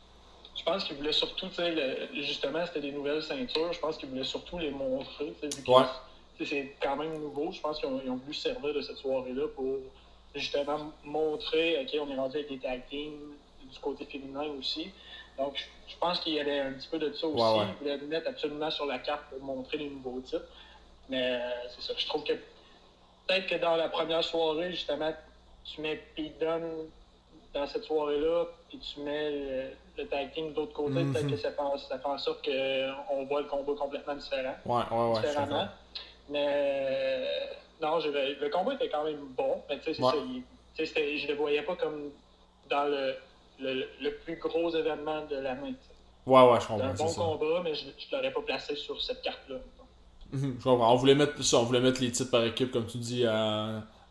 Je pense qu'ils voulaient surtout, tu sais, le- justement, c'était des nouvelles ceintures. Je pense qu'ils voulaient surtout les montrer, tu sais, vu que Ouais. tu sais, c'est quand même nouveau. Je pense qu'ils ont, ils ont voulu se servir de cette soirée-là pour justement montrer, OK, on est rendu avec des tag teams du côté féminin aussi. Donc, je, je pense qu'il y avait un petit peu de ça aussi. Ouais, ouais. Ils voulaient le mettre absolument sur la carte pour montrer les nouveaux titres. Mais euh, c'est ça. Je trouve que peut-être que dans la première soirée, justement, tu mets Pete Dunne dans cette soirée-là, puis tu mets le, le tag team de l'autre côté, Mm-hmm. peut-être que ça fait, ça fait en sorte qu'on voit le combat complètement différent. Ouais, ouais, ouais. différemment. Mais euh, non, je, le combat était quand même bon, mais tu sais, c'est Ouais. ça. Il, tu sais, c'était- je le voyais pas comme dans le, le, le plus gros événement de l'année. tu sais. Ouais, ouais, je C'était comprends. un c'est bon ça. combat, mais je ne l'aurais pas placé sur cette carte-là. Mhm, je comprends. On voulait mettre ça, on voulait mettre les titres par équipe, comme tu dis, à,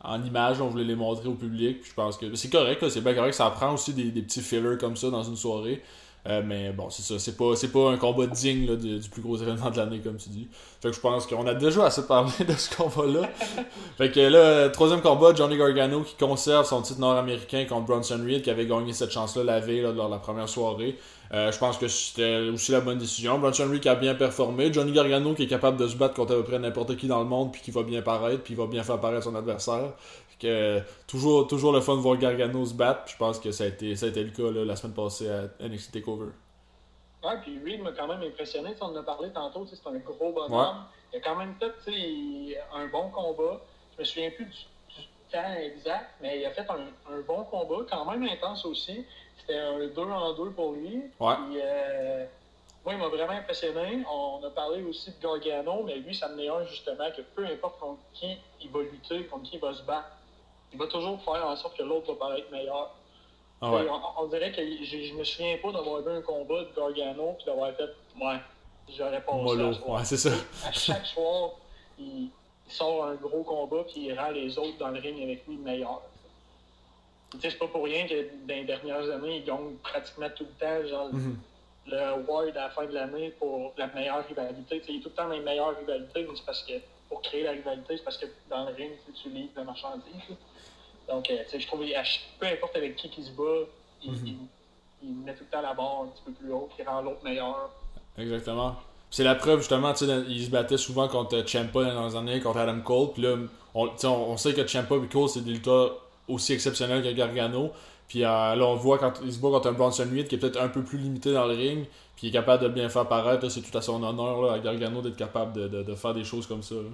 en images, on voulait les montrer au public. Puis je pense que c'est correct, là, c'est bien correct. Ça prend aussi des, des petits fillers comme ça dans une soirée. Euh, mais bon, c'est ça. C'est pas, c'est pas un combat digne là, du, du plus gros événement de l'année, comme tu dis. Fait que je pense qu'on a déjà assez parlé de ce combat-là. Fait que là, troisième combat, Johnny Gargano qui conserve son titre nord-américain contre Bronson Reed qui avait gagné cette chance-là la veille là, lors de la première soirée. Euh, je pense que c'était aussi la bonne décision. Bronson Reed qui a bien performé. Johnny Gargano qui est capable de se battre contre à peu près n'importe qui dans le monde puis qui va bien paraître puis il va bien faire paraître son adversaire. Fait que, euh, toujours, toujours le fun de voir Gargano se battre. Puis je pense que ça a été, ça a été le cas là, la semaine passée à N X T TakeOver. Ouais, puis Reed m'a quand même impressionné. On en a parlé tantôt, c'est un gros bonhomme. Ouais. Il a quand même fait un bon combat. Je me souviens plus du, du temps exact, mais il a fait un, un bon combat, quand même intense aussi. C'était un deux en deux pour lui. Ouais. Puis, euh, moi, il m'a vraiment impressionné. On a parlé aussi de Gargano, mais lui, ça en est un justement que peu importe contre qui il va lutter, contre qui il va se battre, il va toujours faire en sorte que l'autre va paraître meilleur. Ah ouais. on, on dirait que je, je me souviens pas d'avoir vu un combat de Gargano et d'avoir fait ouais, j'aurais passé Mollo. à soir. Ouais, c'est ça. À chaque soir, il, il sort un gros combat puis il rend les autres dans le ring avec lui meilleur. C'est pas pour rien que dans les dernières années, il gagne pratiquement tout le temps genre, mm-hmm. le award à la fin de l'année pour la meilleure rivalité. T'sais, il est tout le temps dans les meilleures rivalités, mais c'est parce que pour créer la rivalité, c'est parce que dans le ring, tu livres la marchandise. Donc, euh, je trouve que peu importe avec qui il se bat, il, mm-hmm. il, il met tout le temps la barre un petit peu plus haut, qui rend l'autre meilleur. Exactement. C'est la preuve, justement, il se battait souvent contre Ciampa dans les années, contre Adam Cole. Puis là, on, on, on sait que Ciampa et Cole, c'est des lutteurs aussi exceptionnels que Gargano. Puis euh, là, on voit quand il se bat contre un Bronson Reed qui est peut-être un peu plus limité dans le ring, puis il est capable de bien faire paraître. Là, c'est tout à son honneur là, à Gargano d'être capable de, de, de faire des choses comme ça. Là.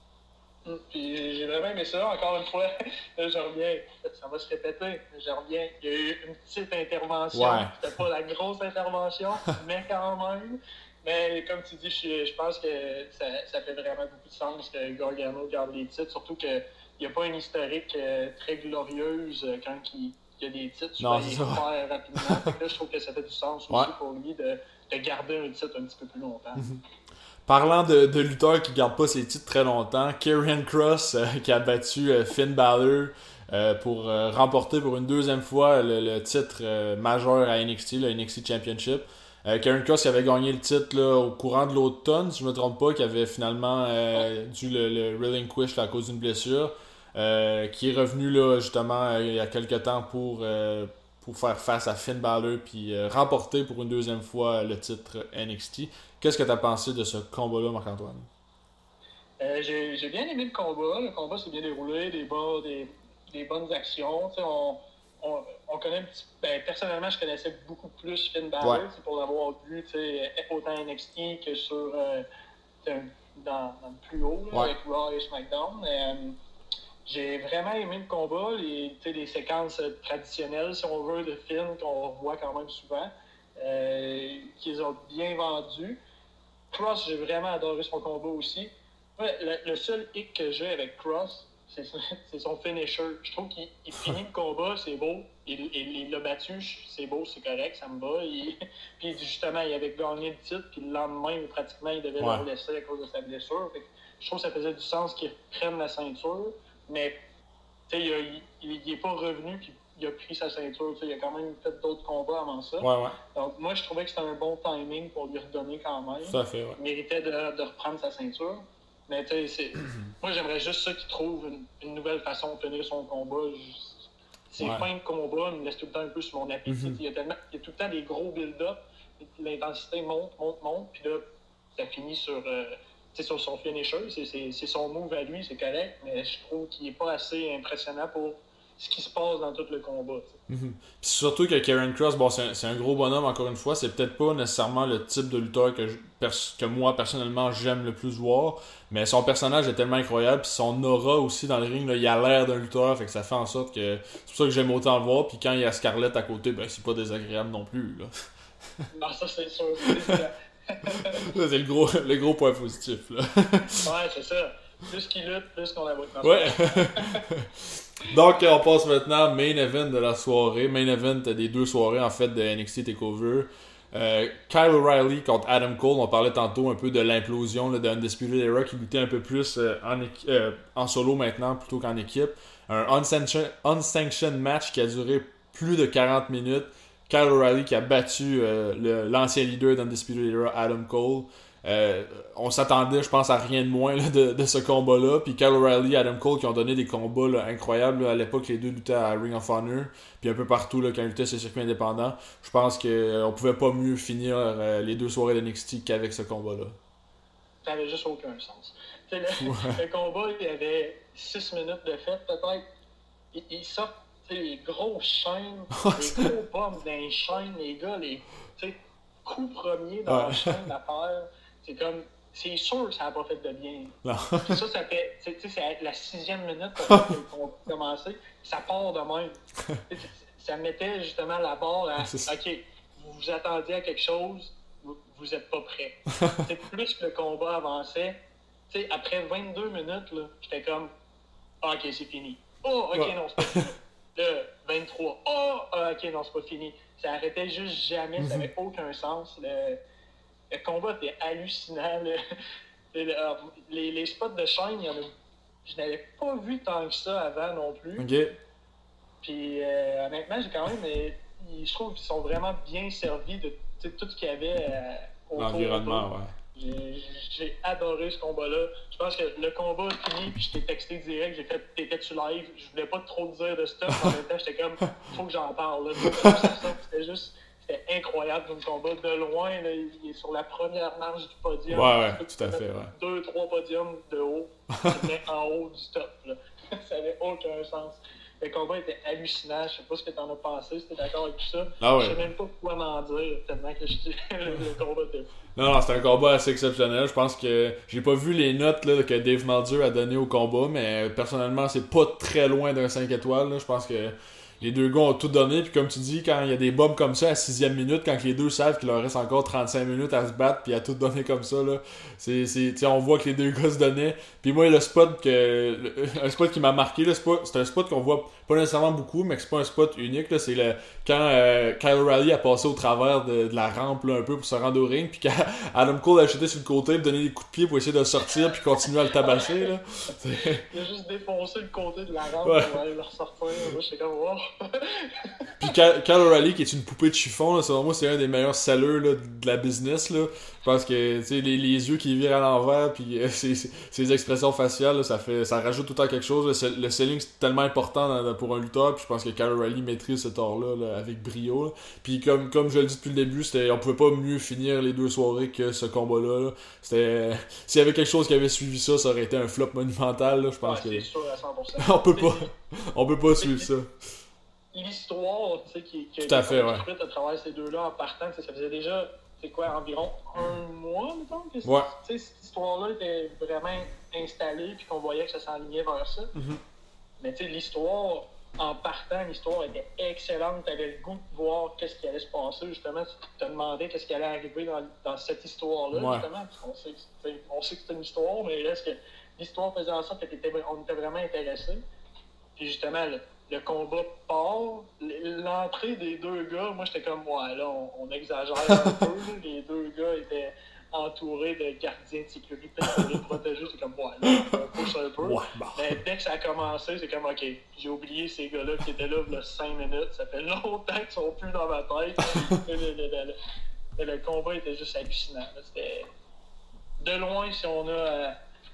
Puis j'ai vraiment aimé ça, encore une fois, là je reviens, ça va se répéter, je reviens, il y a eu une petite intervention, ouais. C'était pas la grosse intervention, mais quand même, mais comme tu dis, je, je pense que ça, ça fait vraiment beaucoup de sens que Gargano garde les titres, surtout qu'il n'y a pas une historique très glorieuse quand il, il y a des titres, tu non, peux les faire rapidement, donc là je trouve que ça fait du sens aussi ouais. pour lui de, de garder un titre un petit peu plus longtemps. Parlant de, de lutteurs qui ne gardent pas ses titres très longtemps, Karrion Kross euh, qui a battu euh, Finn Balor euh, pour euh, remporter pour une deuxième fois le, le titre euh, majeur à N X T, le N X T Championship. Euh, Karrion Kross qui avait gagné le titre là, au courant de l'automne, si je ne me trompe pas, qui avait finalement euh, dû le, le relinquish là, à cause d'une blessure, euh, qui est revenu là, justement euh, il y a quelques temps pour, euh, pour faire face à Finn Balor puis euh, remporter pour une deuxième fois le titre N X T. Qu'est-ce que tu as pensé de ce combat-là, Marc-Antoine? Euh, j'ai, j'ai bien aimé le combat. Le combat s'est bien déroulé, des, bas, des, des bonnes actions. On, on, on connaît un petit, ben, personnellement, je connaissais beaucoup plus Finn Balor ouais. pour l'avoir vu autant N X T que sur euh, dans, dans le plus haut, là, ouais. avec Raw et SmackDown. Euh, j'ai vraiment aimé le combat, les, les séquences traditionnelles, si on veut, de Finn qu'on revoit quand même souvent, euh, qu'ils ont bien vendues. Kross, j'ai vraiment adoré son combat aussi. Ouais, le, le seul hic que j'ai avec Kross, c'est, c'est son finisher. Je trouve qu'il il finit le combat, c'est beau. Il, il, il l'a battu, c'est beau, c'est correct, ça me va. Il, puis justement, il avait gagné le titre, puis le lendemain, pratiquement, il devait ouais. le laisser à cause de sa blessure. Fait que je trouve que ça faisait du sens qu'il prenne la ceinture, mais il n'est pas revenu, puis il a pris sa ceinture. Il a quand même fait d'autres combats avant ça. Ouais, ouais. Donc, moi, je trouvais que c'était un bon timing pour lui redonner quand même. Tout à fait, ouais. Il méritait de, de reprendre sa ceinture. Mais tu sais, c'est... moi, j'aimerais juste ça qu'il trouve une, une nouvelle façon de tenir son combat. Ses ouais. fins de combat me laissent tout le temps un peu sur mon appétit. Mm-hmm. Il, y a tellement... il y a tout le temps des gros build-up. L'intensité monte, monte, monte. Puis là, ça finit sur, euh, sur son finisher. C'est, c'est, c'est son move à lui, c'est correct. Mais je trouve qu'il n'est pas assez impressionnant pour ce qui se passe dans tout le combat. Mm-hmm. Puis surtout que Karrion Kross, bon, c'est un, c'est un gros bonhomme, encore une fois. C'est peut-être pas nécessairement le type de lutteur que, je, pers- que moi, personnellement, j'aime le plus voir. Mais son personnage est tellement incroyable. Puis son aura aussi dans le ring, là, il a l'air d'un lutteur. Fait que ça fait en sorte que c'est pour ça que j'aime autant le voir. Puis quand il y a Scarlett à côté, ben c'est pas désagréable non plus. Là. Non, ça c'est sûr. C'est le gros, le gros point positif. Là. Ouais, c'est ça. Plus qu'il lutte, plus qu'on la voit. Ouais. Donc, on passe maintenant au main event de la soirée. Main event des deux soirées, en fait, de N X T TakeOver. Euh, Kyle O'Reilly contre Adam Cole, on parlait tantôt un peu de l'implosion là, de Undisputed Era qui luttait un peu plus euh, en, équi- euh, en solo maintenant plutôt qu'en équipe. Un unsanctioned, unsanctioned match qui a duré plus de quarante minutes. Kyle O'Reilly qui a battu euh, le, l'ancien leader d'Undisputed Era, Adam Cole. Euh, on s'attendait, je pense, à rien de moins là, de, de ce combat-là. Puis Kyle O'Reilly et Adam Cole qui ont donné des combats là, incroyables. Là. À l'époque, les deux luttaient à Ring of Honor. Puis un peu partout là, quand ils luttaient sur les circuits indépendants. Je pense qu'on euh, pouvait pas mieux finir euh, les deux soirées de N X T qu'avec ce combat-là. Ça avait juste aucun sens. Le, ouais. le combat, il y avait six minutes de fête, peut-être. Ils, ils sortent les grosses chaînes, les gros pommes dans les chaînes, les gars, les coups premiers dans ouais. la chaîne d'affaires. C'est comme, c'est sûr que ça n'a pas fait de bien. Non. ça, ça fait, tu sais, c'est la sixième minute qu'on a commencé, ça part de même. ça mettait justement la barre à, ok, vous vous attendiez à quelque chose, vous n'êtes pas prêts. plus que le combat avançait, tu sais, après vingt-deux minutes, là, j'étais comme, ah, ok, c'est fini. Oh, ok, ouais. non, c'est pas fini. Là, vingt-trois. Oh, ah, ok, non, c'est pas fini. Ça arrêtait juste jamais, ça n'avait aucun sens. Le, le combat était hallucinant. Le, le, les, les spots de chaîne, il y en a, je n'avais pas vu tant que ça avant non plus. Ok. Puis, euh, honnêtement, j'ai quand même. Euh, je trouve qu'ils sont vraiment bien servis de tout ce qu'il y avait euh, autour. L'environnement, ouais. J'ai, j'ai adoré ce combat-là. Je pense que le combat a fini, puis je t'ai texté direct, j'ai fait t'étais-tu live? Je voulais pas trop te dire de stuff, en même temps, j'étais comme, faut que j'en parle. Là. C'était juste, c'était incroyable comme combat. De loin, là, il est sur la première marche du podium. Ouais, ouais, tout à fait, ouais. Deux, trois podiums de haut, c'était en haut du top. Là. Ça avait aucun sens. Le combat était hallucinant. Je sais pas ce que t'en as pensé, si t'es d'accord avec tout ça. Ah ouais. Je sais même pas quoi m'en dire, tellement que je le, le combat était fou. Non, non, c'était un combat assez exceptionnel. Je pense que j'ai pas vu les notes là, que Dave Meltzer a donné au combat, mais personnellement, c'est pas très loin d'un cinq étoiles. Là. Je pense que les deux gars ont tout donné. Puis comme tu dis, quand il y a des bombes comme ça à sixième minute, quand les deux savent qu'il leur reste encore trente-cinq minutes à se battre puis à tout donner comme ça, là, c'est, c'est, on voit que les deux gars se donnaient. Puis moi, le spot que le, un spot qui m'a marqué, là, c'est, pas, c'est un spot qu'on voit pas nécessairement beaucoup, mais que c'est pas un spot unique. Là, c'est le, quand euh, Kyle O'Reilly a passé au travers de, de la rampe là, un peu pour se rendre au ring, puis qu'Adam Cole a acheté sur le côté pour donner des coups de pied pour essayer de sortir puis continuer à le tabasser. Là. Il a juste défoncé le côté de la rampe ouais. pour aller le ressortir. Moi, j'étais comme wow. Puis Kyle O'Reilly qui est une poupée de chiffon, là, selon moi c'est un des meilleurs sellers là, de la business. Là. Je pense que les, les yeux qui virent à l'envers puis euh, ses, ses expressions faciales, là, ça fait ça rajoute tout le temps quelque chose. Le, le selling c'est tellement important dans, pour un lutteur, puis je pense que Kyle O'Reilly maîtrise cet art-là là, avec brio. Là. Puis comme, comme je le dis depuis le début, c'était, on pouvait pas mieux finir les deux soirées que ce combat-là. Là. C'était, s'il y avait quelque chose qui avait suivi ça, ça aurait été un flop monumental. Là, je pense ouais, que c'est sûr à cent pour cent. on peut pas, on peut pas suivre ça. L'histoire, tu sais, qui, qui a été ouais. à travers ces deux-là en partant, ça faisait déjà, c'est quoi, environ un mois, mettons, que ouais. cette histoire-là était vraiment installée, puis qu'on voyait que ça s'enlignait vers ça. Mm-hmm. Mais tu sais, l'histoire, en partant, l'histoire était excellente. Tu avais le goût de voir qu'est-ce qui allait se passer, justement. Tu te demandais qu'est-ce qui allait arriver dans, dans cette histoire-là, ouais. justement. On sait, que, on sait que c'est une histoire, mais est-ce que l'histoire faisait en sorte qu'on était vraiment intéressés? Puis justement, le, le combat part, l'entrée des deux gars, moi j'étais comme, ouais, là, on, on exagère un peu. Les deux gars étaient entourés de gardiens de sécurité pour les protéger. C'est comme, ouais, là, on pousse un peu. Ouais, bon. Mais dès que ça a commencé, c'est comme, ok, j'ai oublié ces gars-là qui étaient là il y a cinq minutes. Ça fait longtemps qu'ils sont plus dans ma tête. le, le, le, le, le combat était juste hallucinant. C'était de loin, si on a à,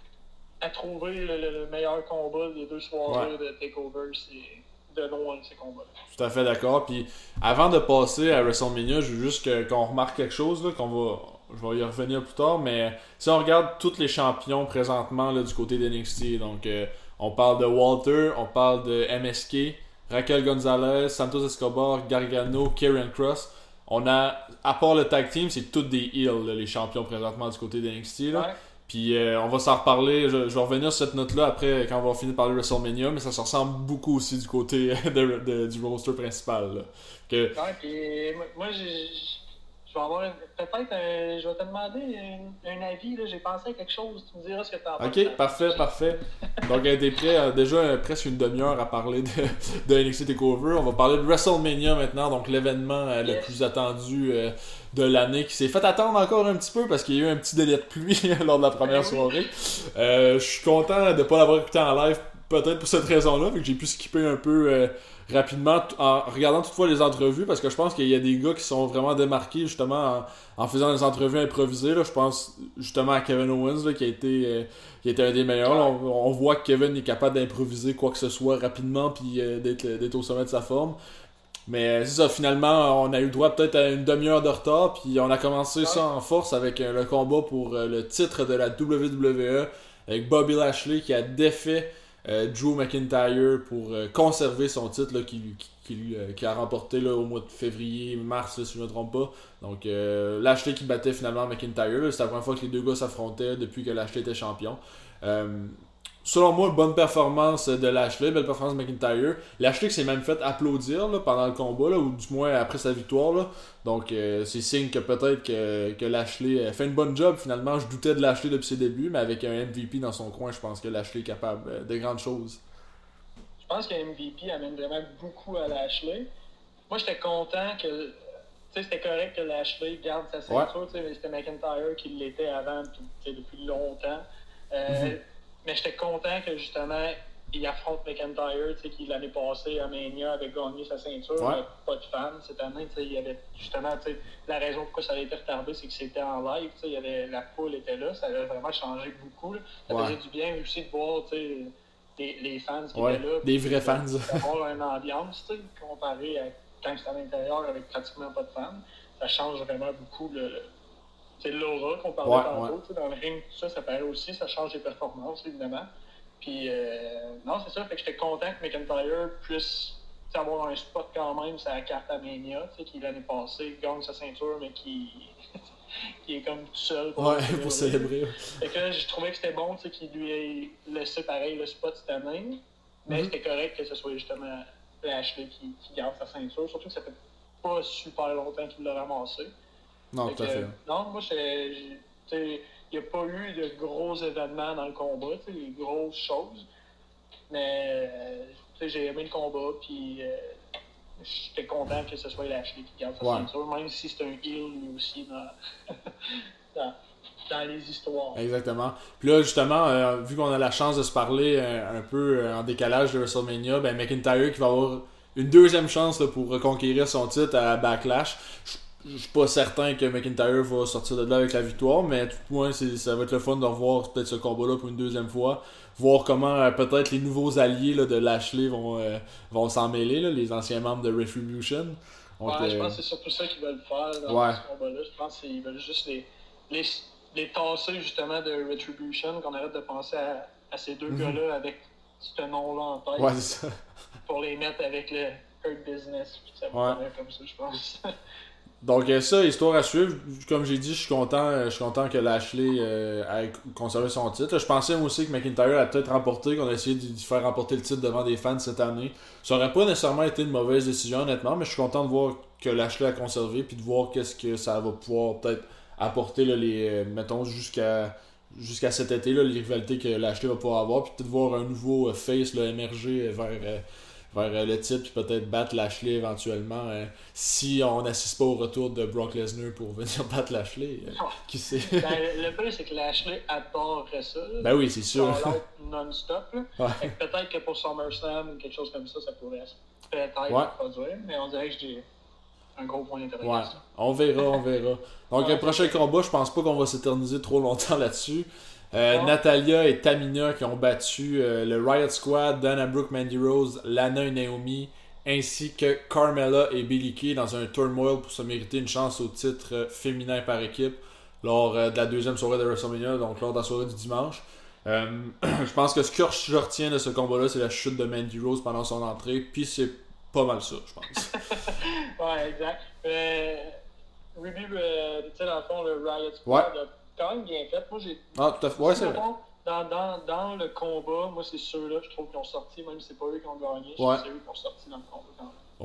à trouver le, le meilleur combat des deux soirées ouais. de TakeOver, c'est de loin ces combats-là. Tout à fait d'accord. Puis avant de passer à WrestleMania, je veux juste que, qu'on remarque quelque chose, là, qu'on va, je vais y revenir plus tard, mais si on regarde tous les champions présentement là, du côté d'N X T, donc euh, on parle de Walter, on parle de M S K, Raquel Gonzalez, Santos Escobar, Gargano, Karrion Kross. On a, à part le tag team, c'est tous des heels, là, les champions présentement du côté d'N X T. Là. Ouais. Puis euh, on va s'en reparler, je, je vais revenir sur cette note-là après quand on va finir de parler de WrestleMania, mais ça se ressemble beaucoup aussi du côté de, de, du roster principal. Là. Que... Ouais, puis moi, j'ai, vais avoir une- peut-être un, je vais te demander un, un avis, là, j'ai pensé à quelque chose, tu me diras ce que tu en penses. Ok, parfait, parfait. Donc, t'es prêt, euh, déjà euh, presque une demi-heure à parler de, de N X T TakeOver. On va parler de WrestleMania maintenant, donc l'événement euh, Yes. le plus attendu euh, de l'année qui s'est fait attendre encore un petit peu parce qu'il y a eu un petit délai de pluie lors de la première Ben oui. soirée. Euh, Je suis content de ne pas l'avoir écouté en live, peut-être pour cette raison-là, vu que j'ai pu skipper un peu euh, rapidement t- en regardant toutefois les entrevues parce que je pense qu'il y a des gars qui sont vraiment démarqués justement en, en faisant des entrevues improvisées. Là. Je pense justement à Kevin Owens là, qui a été euh, qui a été un des meilleurs. Là. On, on voit que Kevin est capable d'improviser quoi que ce soit rapidement puis euh, d'être, d'être au sommet de sa forme. Mais euh, c'est ça, finalement, on a eu le droit peut-être à une demi-heure de retard, puis on a commencé ouais. ça en force avec euh, le combat pour euh, le titre de la W W E avec Bobby Lashley qui a défait euh, Drew McIntyre pour euh, conserver son titre là, qui, qui, qui, euh, qui a remporté là, au mois de février, mars, là, si je ne me trompe pas. Donc euh, Lashley qui battait finalement McIntyre. Là, c'était la première fois que les deux gars s'affrontaient depuis que Lashley était champion. Euh, Selon moi, bonne performance de Lashley, belle performance de McIntyre. Lashley qui s'est même fait applaudir là, pendant le combat, là, ou du moins après sa victoire. Là. Donc euh, c'est signe que peut-être que, que Lashley fait une bonne job finalement. Je doutais de Lashley depuis ses débuts, mais avec un M V P dans son coin, je pense que Lashley est capable de grandes choses. Je pense qu'un M V P amène vraiment beaucoup à Lashley. Moi j'étais content que. Tu sais, c'était correct que Lashley garde sa ceinture, ouais. C'était McIntyre qui l'était avant puis, depuis longtemps. Euh, mm-hmm. Mais j'étais content que justement il affronte McIntyre, qui l'année passée à Mania avait gagné sa ceinture, ouais. mais pas de fans cette année. Il y avait justement la raison pourquoi ça avait été retardé, c'est que c'était en live. Il y avait, la foule était là, ça avait vraiment changé beaucoup. Là. Ça ouais. faisait du bien aussi de voir les, les fans qui ouais. étaient là. Des vrais fans. Avoir une ambiance comparé à quand c'était à l'intérieur avec pratiquement pas de fans. Ça change vraiment beaucoup le. C'est l'aura qu'on parlait ouais, tantôt, ouais. dans le ring, tout ça, ça paraît aussi, ça change les performances, évidemment. Puis, euh, non, c'est ça, fait que j'étais content que McIntyre puisse avoir un spot quand même sur la carte à Mania, qui l'année passée gagne sa ceinture, mais qui, qui est comme tout seul pour, ouais, célébrer. pour célébrer. Fait que là, je trouvais que c'était bon qu'il lui ait laissé pareil le spot cette année, mais mm-hmm. c'était correct que ce soit justement Lashley qui, qui garde sa ceinture, surtout que ça fait pas super longtemps qu'il l'a ramassé. Non, tout à fait. Non, moi, il n'y a pas eu de gros événements dans le combat, des grosses choses. Mais j'ai aimé le combat, puis euh, j'étais content que ce soit Lashley qui garde sa ouais. ceinture, même si c'est un heel lui aussi dans, dans, dans les histoires. Exactement. Puis là, justement, euh, vu qu'on a la chance de se parler euh, un peu euh, en décalage de WrestleMania, ben McIntyre qui va avoir une deuxième chance là, pour reconquérir son titre à Backlash. Je Je suis pas certain que McIntyre va sortir de là avec la victoire, mais tout moins ça va être le fun de revoir peut-être ce combat-là pour une deuxième fois. Voir comment euh, peut-être les nouveaux alliés là, de Lashley vont, euh, vont s'en mêler, là, les anciens membres de Retribution. Donc, ouais, euh... je pense que c'est surtout ça qu'ils veulent faire dans ouais. ce combat-là. Je pense qu'ils veulent juste les, les, les tasser justement de Retribution, qu'on arrête de penser à, à ces deux mm-hmm. gars-là avec ce nom-là en tête. Ouais, c'est ça. Pour les mettre avec le Hurt Business. Ça va ouais. comme ça, je pense. Donc ça, histoire à suivre. Comme j'ai dit, je suis content, je suis content que Lashley euh, ait conservé son titre. Je pensais moi aussi que McIntyre a peut-être remporté, qu'on a essayé de faire remporter le titre devant des fans cette année. Ça aurait pas nécessairement été une mauvaise décision honnêtement, mais je suis content de voir que Lashley a conservé puis de voir qu'est-ce que ça va pouvoir peut-être apporter là, les, euh, mettons jusqu'à jusqu'à cet été là, les rivalités que Lashley va pouvoir avoir, puis peut-être voir un nouveau euh, face là, émerger vers euh, vers le titre, puis peut-être battre Lashley éventuellement. Euh, si on n'assiste pas au retour de Brock Lesnar pour venir battre Lashley, euh, qui sait. Ben, le plus, c'est que Lashley adorerait ça. Là. Ben oui, c'est sûr. Ça va être non-stop. Ouais. Peut-être que pour SummerSlam ou quelque chose comme ça, ça pourrait peut-être ouais. produire, mais on dirait que j'ai un gros point d'interrogation. Ouais. On verra, on verra. Donc, ouais, le prochain combat, je pense pas qu'on va s'éterniser trop longtemps là-dessus. Euh, ouais. Natalya et Tamina qui ont battu euh, le Riot Squad, Dana Brooke, Mandy Rose, Lana et Naomi, ainsi que Carmella et Billie Kay dans un turmoil pour se mériter une chance au titre euh, féminin par équipe lors euh, de la deuxième soirée de WrestleMania, donc lors de la soirée du dimanche. Euh, je pense que ce que je retiens de ce combat-là, c'est la chute de Mandy Rose pendant son entrée, puis c'est pas mal ça, je pense. Ouais, exact. Euh, Ruby, euh, tu sais, dans le fond, le Riot Squad ouais. a quand même bien fait. Moi, j'ai. Ah, tout à fait. Ouais, c'est vrai. Dans, dans, dans le combat, moi, c'est ceux-là, je trouve qu'ils ont sorti, même si c'est pas eux qui ont gagné, ouais. c'est eux qui ont sorti dans le combat quand même. Ouais.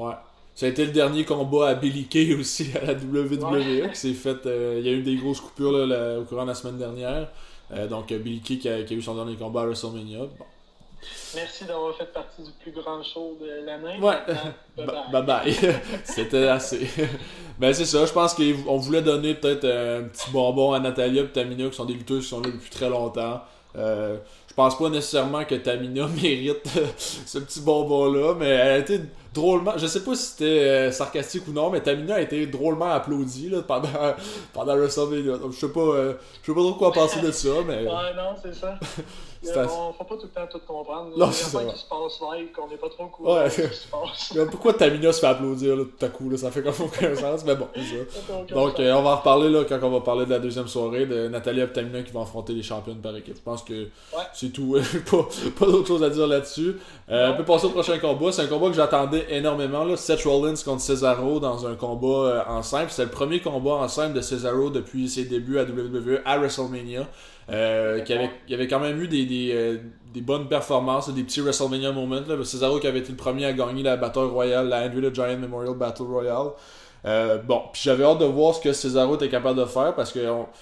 Ça a été le dernier combat à Billy Kay aussi à la W W E, ouais. qui s'est fait. Euh, il y a eu des grosses coupures là, la, au courant de la semaine dernière. Euh, donc Billy Kay qui a, qui a eu son dernier combat à WrestleMania. Bon. Merci d'avoir fait partie du plus grand show de l'année. Ouais. Bye bye. bye, bye. C'était assez. Ben c'est ça, je pense qu'on voulait donner peut-être un petit bonbon à Natalya et Tamina qui sont des lutteuses qui sont là depuis très longtemps. Euh, je pense pas nécessairement que Tamina mérite ce petit bonbon-là, mais elle a été drôlement. Je sais pas si c'était euh, sarcastique ou non, mais Tamina a été drôlement applaudie là, pendant, pendant WrestleMania. Donc je sais pas, euh, je sais pas trop quoi penser de ça, mais. Ouais, non, c'est ça. C'est euh, on faut pas tout le temps tout comprendre. Non, il y a c'est pas ça. qui se passe live, qu'on n'est pas trop cool ouais. de ce qui se passe. Pourquoi Tamina se fait applaudir là, tout à coup, là, ça fait comme aucun sens, mais bon, c'est ça. ça Donc euh, on va en reparler là, quand on va parler de la deuxième soirée de Natalya et Tamina qui vont affronter les championnes par équipe. Je pense que ouais. c'est tout. pas pas d'autre chose à dire là-dessus. Euh, on peut passer au prochain combat. C'est un combat que j'attendais énormément. Là. Seth Rollins contre Cesaro dans un combat euh, en simple. C'est le premier combat en simple de Cesaro depuis ses débuts à W W E à WrestleMania. Euh, qui avait, il y avait quand même eu des, des, euh, des bonnes performances, des petits WrestleMania moments. Là. Cesaro qui avait été le premier à gagner la Battle Royale, la Andre the Giant Memorial Battle Royale. Euh, bon, puis j'avais hâte de voir ce que Cesaro était capable de faire parce que on,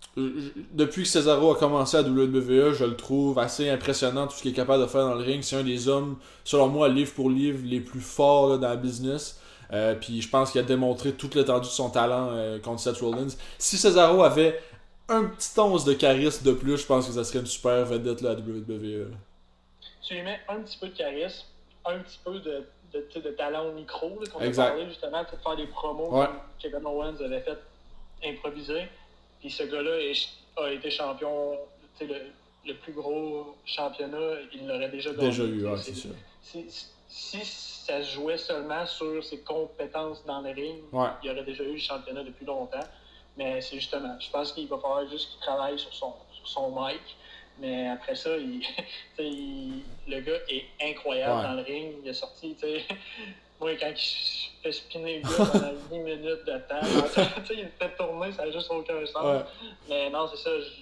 depuis que Cesaro a commencé à W W E, je le trouve assez impressionnant tout ce qu'il est capable de faire dans le ring. C'est un des hommes, selon moi, livre pour livre, les plus forts là, dans le business. Euh, puis je pense qu'il a démontré toute l'étendue de son talent euh, contre Seth Rollins. Si Cesaro avait un petit once de charisme de plus, je pense que ça serait une super vedette là, à W W E. Tu lui mets un petit peu de charisme, un petit peu de, de, de, de talent au micro, là, qu'on exact. a parlé justement, de faire des promos ouais. comme Kevin Owens avait fait improviser. Puis ce gars-là est, a été champion, le, le plus gros championnat, il l'aurait déjà gagné. Déjà eu, ouais, c'est sûr. Si, si ça se jouait seulement sur ses compétences dans le ring, ouais. il aurait déjà eu le championnat depuis longtemps. Mais c'est justement, je pense qu'il va falloir juste qu'il travaille sur son, sur son mic. Mais après ça, il, il, le gars est incroyable ouais. dans le ring. Il est sorti, tu sais. Moi, quand il fait spinner le gars pendant dix minutes de temps, il le fait tourner, ça n'a juste aucun sens. Ouais. Mais non, c'est ça. Je...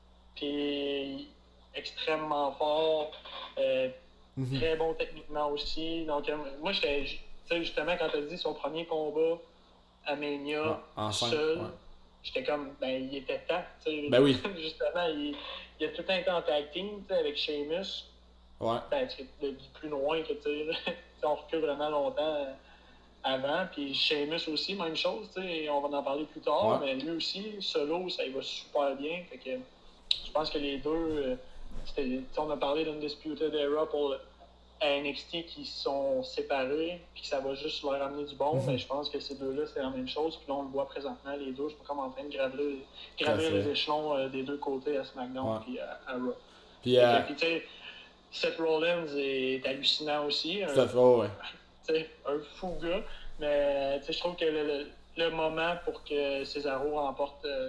Puis, extrêmement fort, euh, mm-hmm. très bon techniquement aussi. Donc, euh, moi, j'étais, tu sais, justement, quand tu as dit son premier combat à Mania, ouais, enfin, seul, ouais. j'étais comme, ben, il était temps. Ben oui. Justement, il, il a tout le temps été en tag team, avec Sheamus. Ouais. Ben, de plus loin que, tu sais, on recule vraiment longtemps avant. Puis Sheamus aussi, même chose, tu sais, on va en parler plus tard, ouais. mais lui aussi, solo, ça il va super bien. Fait que je pense que les deux, c'était, on a parlé d'Undisputed Era pour à N X T qui sont séparés, puis que ça va juste leur amener du bon, mm-hmm. mais je pense que ces deux-là, c'est la même chose. Puis là, on le voit présentement, les deux, je suis comme en train de graver, graver les échelons euh, des deux côtés à SmackDown ouais. puis à, à Raw. Puis, euh... puis tu sais, Seth Rollins est hallucinant aussi. Tout à fait, ouais. T'sais, un fou gars, mais je trouve que le, le, le moment pour que Cesaro remporte euh,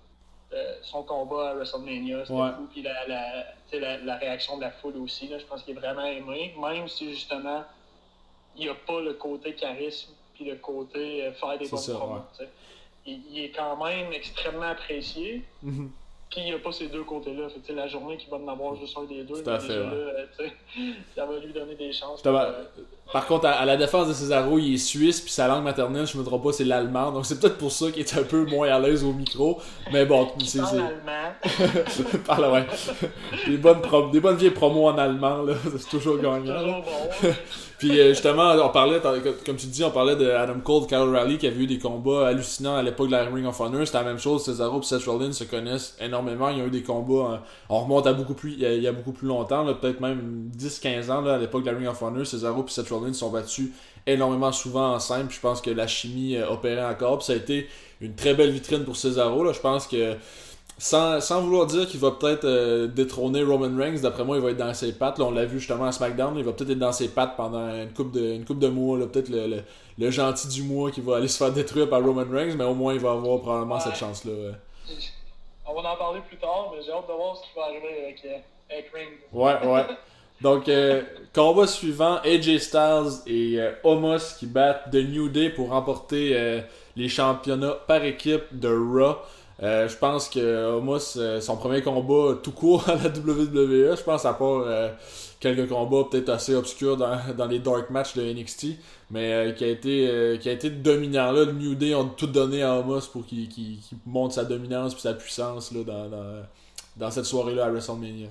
euh, son combat à WrestleMania, c'était ouais. fou. Puis la, la, la, la réaction de la foule aussi, là, je pense qu'il est vraiment aimé, même si justement il n'y a pas le côté charisme puis le côté euh, faire des bonnes promos. Ouais. Il, il est quand même extrêmement apprécié. Mm-hmm. Puis il n'y a pas ces deux côtés-là. Fait que, la journée qu'il va en avoir juste un des deux, Tout à fait, déjà, ouais. là, ça va lui donner des chances. Pour, euh... Par contre, à, à la défense de Cesaro, il est suisse, puis sa langue maternelle, je ne me trompe pas, c'est l'allemand. Donc c'est peut-être pour ça qu'il est un peu moins à l'aise au micro. Mais bon, il c'est. Parle c'est... allemand. Parle, ouais. Des bonnes, prom... des bonnes vieilles promos en allemand, là. C'est toujours gagnant. C'est toujours bon. Puis euh, justement, on parlait, comme tu dis, on parlait de Adam Cole, Kyle O'Reilly qui avait eu des combats hallucinants à l'époque de la Ring of Honor. C'était la même chose. Cesaro et Seth Rollins se connaissent énormément. Ils ont eu des combats. Hein. On remonte à beaucoup plus, il y a, il y a beaucoup plus longtemps, là, peut-être même dix à quinze ans là, à l'époque de la Ring of Honor. Cesaro et Seth Rollins sont battus énormément souvent en simple. Je pense que la chimie euh, opérait encore. Puis ça a été une très belle vitrine pour Cesaro. Là. Je pense que Sans, sans vouloir dire qu'il va peut-être euh, détrôner Roman Reigns, d'après moi, il va être dans ses pattes. Là, on l'a vu justement à SmackDown, il va peut-être être dans ses pattes pendant une couple de, une couple de mois. Là, peut-être le, le, le gentil du mois qui va aller se faire détruire par Roman Reigns, mais au moins il va avoir probablement ouais. cette chance-là. Ouais. On va en parler plus tard, mais j'ai hâte de voir ce qui va arriver avec, avec Reigns. Ouais, ouais. Donc, euh, combat suivant, A J Styles et euh, Omos qui battent The New Day pour remporter euh, les championnats par équipe de Raw. Euh, je pense que Omos, euh, son premier combat tout court à la W W E, je pense à part euh, quelques combats peut-être assez obscurs dans, dans les dark matchs de N X T, mais euh, qui a été euh, qui a été dominant là. Le New Day ont tout donné à Omos pour qu'il, qu'il, qu'il montre sa dominance et sa puissance là, dans, dans, dans cette soirée-là à WrestleMania.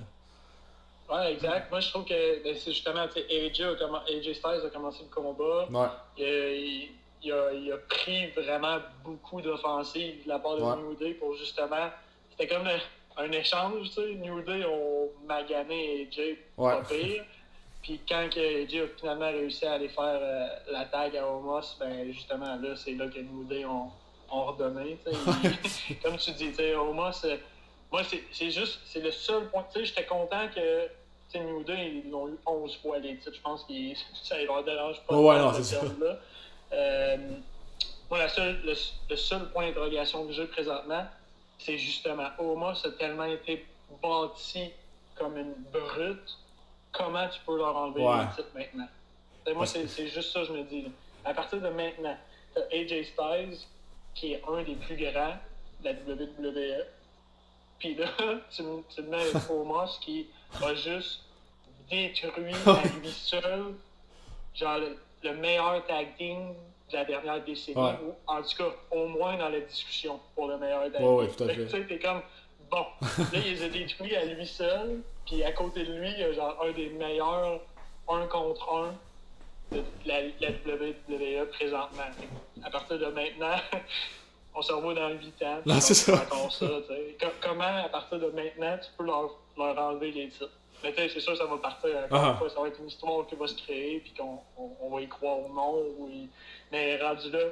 Ouais, exact. Moi, je trouve que ben, c'est justement, tu sais, A J, a comm- A J Styles a commencé le combat. Ouais. Il, il, a, il a pris vraiment beaucoup d'offensives de la part de Ouais. New Day pour justement. C'était comme un, un échange, tu sais. New Day ont magané A J Ouais. pas pire. Puis quand que A J a finalement réussi à aller faire euh, la tag à Omos, ben justement là, c'est là que New Day ont, ont redonné. tu sais. Comme tu dis, tu sais, Omos, euh, moi, c'est, c'est juste, c'est le seul point. Tu sais, j'étais content que. Tu sais, New Day, ils ont eu onze fois les titres. Je pense que ça ne leur dérange pas. Oh, ouais, de non, faire c'est ce ça. terme-là. Euh, moi, la seule, le, le seul point d'interrogation que j'ai présentement, c'est justement Omos a tellement été bâti comme une brute. Comment tu peux leur enlever Ouais. les titres maintenant? Et moi, c'est, c'est juste ça que je me dis. Là. À partir de maintenant, tu as A J Styles, qui est un des plus grands de la W W E. Puis là, tu, tu le mets avec Omos qui a juste détruit à lui seul, genre le, le meilleur tag team de la dernière décennie, Ouais. ou en tout cas, au moins dans la discussion pour le meilleur tag team. Ouais, ouais, tout à fait. Tu sais, t'es comme, bon, là, il les a détruits à lui seul, puis à côté de lui, il y a genre un des meilleurs un contre un de la, la W W E présentement. À partir de maintenant, on se revoit dans huit ans. Non, c'est ça. Encore ça Com- comment, à partir de maintenant, tu peux leur, leur enlever les titres? Mais tu sais, c'est sûr que ça va partir. Encore Ah. une fois, ça va être une histoire qui va se créer, puis qu'on on, on va y croire ou non. Ou y... Mais rendu là,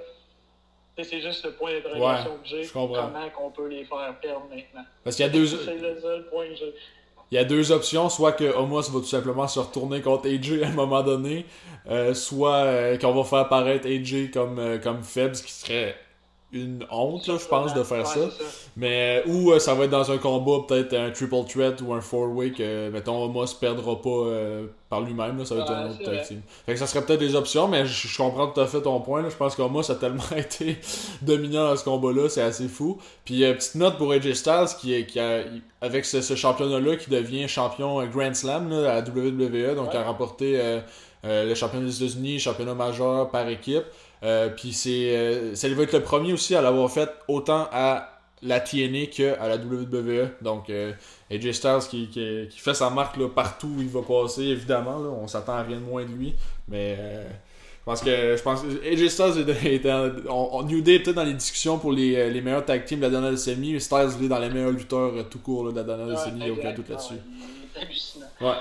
tu sais, c'est juste le point d'interrogation Ouais, que j'ai. je comprends. Comment qu'on peut les faire perdre maintenant? Parce qu'il y a deux, C'est le seul point que j'ai. il y a deux options, soit que Omos va tout simplement se retourner contre A J à un moment donné, euh, soit euh, qu'on va faire apparaître A J comme, euh, comme faible, ce qui serait une honte, là, je pense, de faire Ouais, ça. c'est ça. Mais ou euh, ça va être dans un combat, peut-être un triple threat ou un four-way que, mettons, Omos perdra pas euh, par lui-même, là, ça va être Ouais, un autre c'est tag vrai. team. Fait que ça serait peut-être des options, mais je, je comprends tout à fait ton point. Là. Je pense qu'Omos a tellement été dominant dans ce combat-là, c'est assez fou. Puis euh, petite note pour A J Styles, qui, est, qui a, avec ce, ce championnat-là, qui devient champion Grand Slam là, à la W W E, donc Ouais. a remporté euh, euh, le championnat des États-Unis, championnat majeur par équipe. Euh, puis c'est, euh, ça va être le premier aussi à l'avoir fait autant à la T N A qu'à la W W E. Donc euh, A J Styles qui, qui, qui fait sa marque là, partout où il va passer, évidemment. Là, on s'attend à rien de moins de lui. Mais euh, je pense que je pense que A J Styles était, était en- on, on- New Day était dans les discussions pour les, les meilleurs tag teams de la dernière décennie. Mais Styles il est dans les meilleurs lutteurs euh, tout court là, de la dernière décennie, il n'y a aucun exact. doute là-dessus. Ouais, il est hallucinant. Ouais.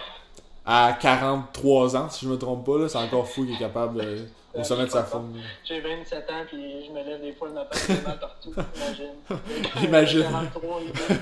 À quarante-trois ans, si je me trompe pas, là, c'est encore fou qu'il est capable euh, au sommet de sa forme. J'ai vingt-sept ans puis je me lève des fois le matin, j'ai mal partout, imagine. Imagine. quarante-trois,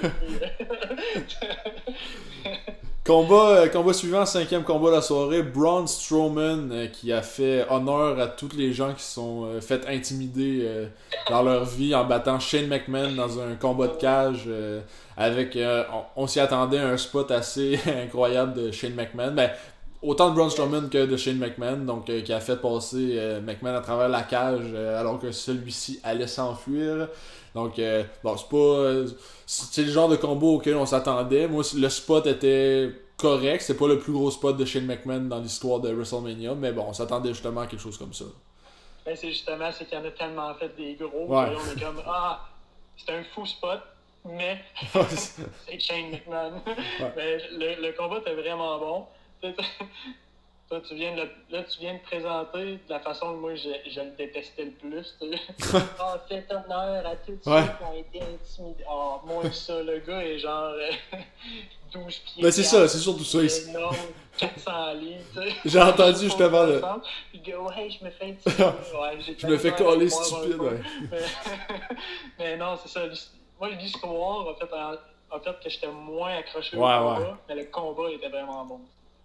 il est- Combat, euh, combat suivant, cinquième combat de la soirée, Braun Strowman euh, qui a fait honneur à tous les gens qui se sont euh, fait intimider euh, dans leur vie en battant Shane McMahon dans un combat de cage euh, avec, euh, on, on s'y attendait à un spot assez incroyable de Shane McMahon. Ben, autant de Braun Strowman que de Shane McMahon, donc euh, qui a fait passer euh, McMahon à travers la cage euh, alors que celui-ci allait s'enfuir. Donc, euh, bon, c'est pas. Euh, c'est le genre de combo auquel on s'attendait. Moi, le spot était correct. C'est pas le plus gros spot de Shane McMahon dans l'histoire de WrestleMania, mais bon, on s'attendait justement à quelque chose comme ça. Ben, c'est justement, c'est qu'il y en a tellement fait des gros, Ouais. qu'on est comme, ah, c'est un fou spot, mais c'est Shane McMahon. Ouais. Mais le, le combat était vraiment bon. Toi, tu viens de le, là, tu viens de présenter de la façon que moi, je, je le détestais le plus. Tu sais. Ah, faites honneur à tous ceux Ouais. qui ont été intimidés. Ah, moins ça, le gars est genre euh, douze pieds. Ben, c'est ça, c'est surtout ça. Il il- est énorme, quatre cents livres, tu sais. J'ai entendu justement le- Puis le gars, ouais, je me fais intimider. Ouais, j'ai Je me fais tellement coller voir un stupide, peu. ouais. Mais, mais non, c'est ça. l'his- Moi, l'histoire a fait, en, a fait que j'étais moins accroché Ouais, au combat, ouais. mais le combat était vraiment bon.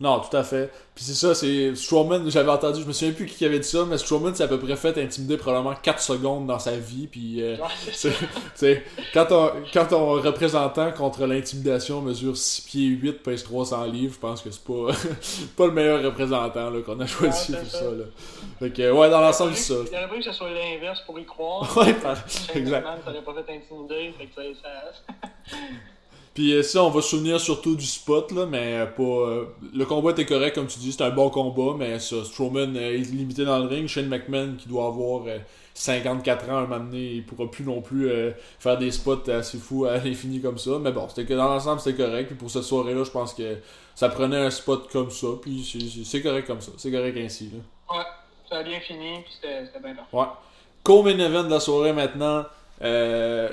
Non, tout à fait. Puis c'est ça, c'est Strowman, j'avais entendu, je me souviens plus qui avait dit ça, mais Strowman s'est à peu près fait intimider probablement quatre secondes dans sa vie. Puis euh, Ouais, c'est c'est, c'est, quand, ton, quand ton représentant contre l'intimidation mesure six pieds huit, pèse trois cents livres, je pense que c'est pas, pas le meilleur représentant là, qu'on a choisi Ouais, pour c'est ça. ça. Là. Fait que, ouais, dans l'ensemble, c'est ça. Il aurait fallu que ce soit l'inverse pour y croire. Ouais, par- Shane exact. McMahon t'aurait pas fait intimider, fait que ça... ça... Puis euh, ça, on va se souvenir surtout du spot, là, mais euh, pas... euh, le combat était correct, comme tu dis, c'était un bon combat, mais ça, Strowman euh, est limité dans le ring. Shane McMahon, qui doit avoir euh, cinquante-quatre ans, un moment donné, il pourra plus non plus euh, faire des spots assez fous à l'infini comme ça. Mais bon, c'était que dans l'ensemble, c'était correct. Puis pour cette soirée-là, je pense que ça prenait un spot comme ça, puis c'est, c'est- c'est correct comme ça. C'est correct ainsi, là. Ouais, ça a bien fini, puis c'était c'était bien parfait. Ouais. Co-main event de la soirée maintenant. Euh...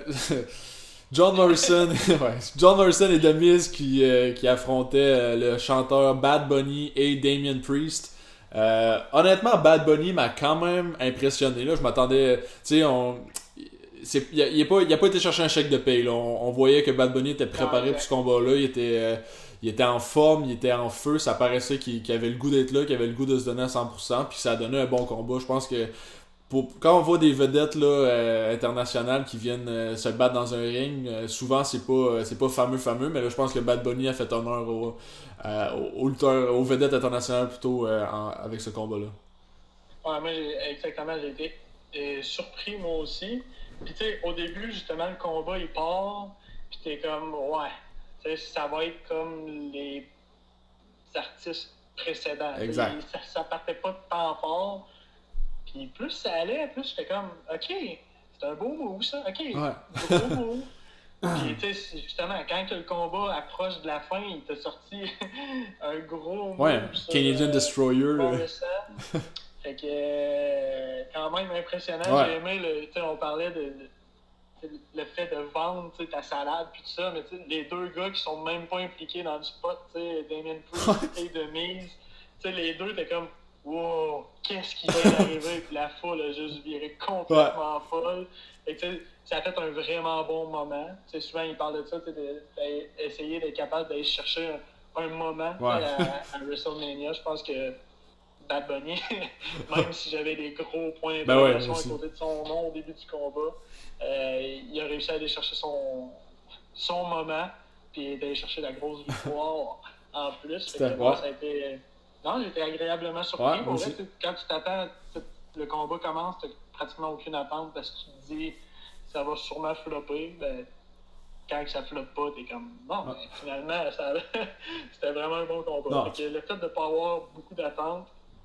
John Morrison, ouais, John Morrison et The Miz qui, euh, qui affrontaient euh, le chanteur Bad Bunny et Damien Priest. Euh, honnêtement, Bad Bunny m'a quand même impressionné. Là, je m'attendais, tu sais, on, c'est, il, a, il, a pas, il a pas été chercher un chèque de paye. Là. On, on voyait que Bad Bunny était préparé Ah, pour ce combat-là. Il était, euh, il était en forme, il était en feu. Ça paraissait qu'il, qu'il avait le goût d'être là, qu'il avait le goût de se donner à cent pour cent. Puis ça a donné un bon combat. Je pense que pour, quand on voit des vedettes là, euh, internationales qui viennent euh, se battre dans un ring, euh, souvent c'est pas euh, c'est pas fameux fameux, mais là je pense que Bad Bunny a fait honneur au, euh, aux, aux lutteurs- aux vedettes internationales plutôt euh, en- avec ce combat-là. Ouais, moi, j'ai, exactement, j'ai été euh, surpris, moi aussi. Puis, tu sais, au début, justement, le combat, il part, puis t'es comme, ouais, tu sais, ça va être comme les artistes précédents. Exact. Et ça, ça partait pas de temps fort. Puis, plus ça allait, plus j'étais comme, OK, c'est un beau move, ça, OK, Ouais. c'est un beau move. Puis, tu sais, justement, quand que le combat approche de la fin, il t'a sorti un gros move. Ouais, sur, Canadian euh, Destroyer. euh, Morrison. Fait que, euh, quand même impressionnant. Ouais. J'ai aimé, le, tu sais, on parlait de, de- le fait de vendre, tu sais, ta salade puis tout ça, mais tu sais, les deux gars qui sont même pas impliqués dans le spot, tu sais, Damien Priest et The Miz, tu sais, les deux, t'es comme, wow, qu'est-ce qui vient d'arriver? Puis la foule a juste viré complètement folle. Fait que, tu sais, ça a fait un vraiment bon moment. Tu sais, souvent, ils parlent de ça, tu sais, de- d'essayer d'être capable d'aller chercher un, un moment tu sais, Ouais. à, à WrestleMania. Je pense que Bad Bunny, même si j'avais des gros points Ben ouais, d'interrogation moi à aussi. côté de son nom au début du combat, euh, il a réussi à aller chercher son, son moment, puis d'aller chercher la grosse victoire en plus. Fait que, C'était- moi, ouais. ça a été... Non, j'étais agréablement surpris. Ouais, moi Pour vrai, aussi. tu- quand tu t'attends, tu- le combat commence, tu n'as pratiquement aucune attente parce que tu te dis ça va sûrement flopper. Ben, quand que ça floppe pas, t'es comme non, Ouais. mais finalement, ça... c'était vraiment un bon combat. Non. Fait que le fait de ne pas avoir beaucoup d'attente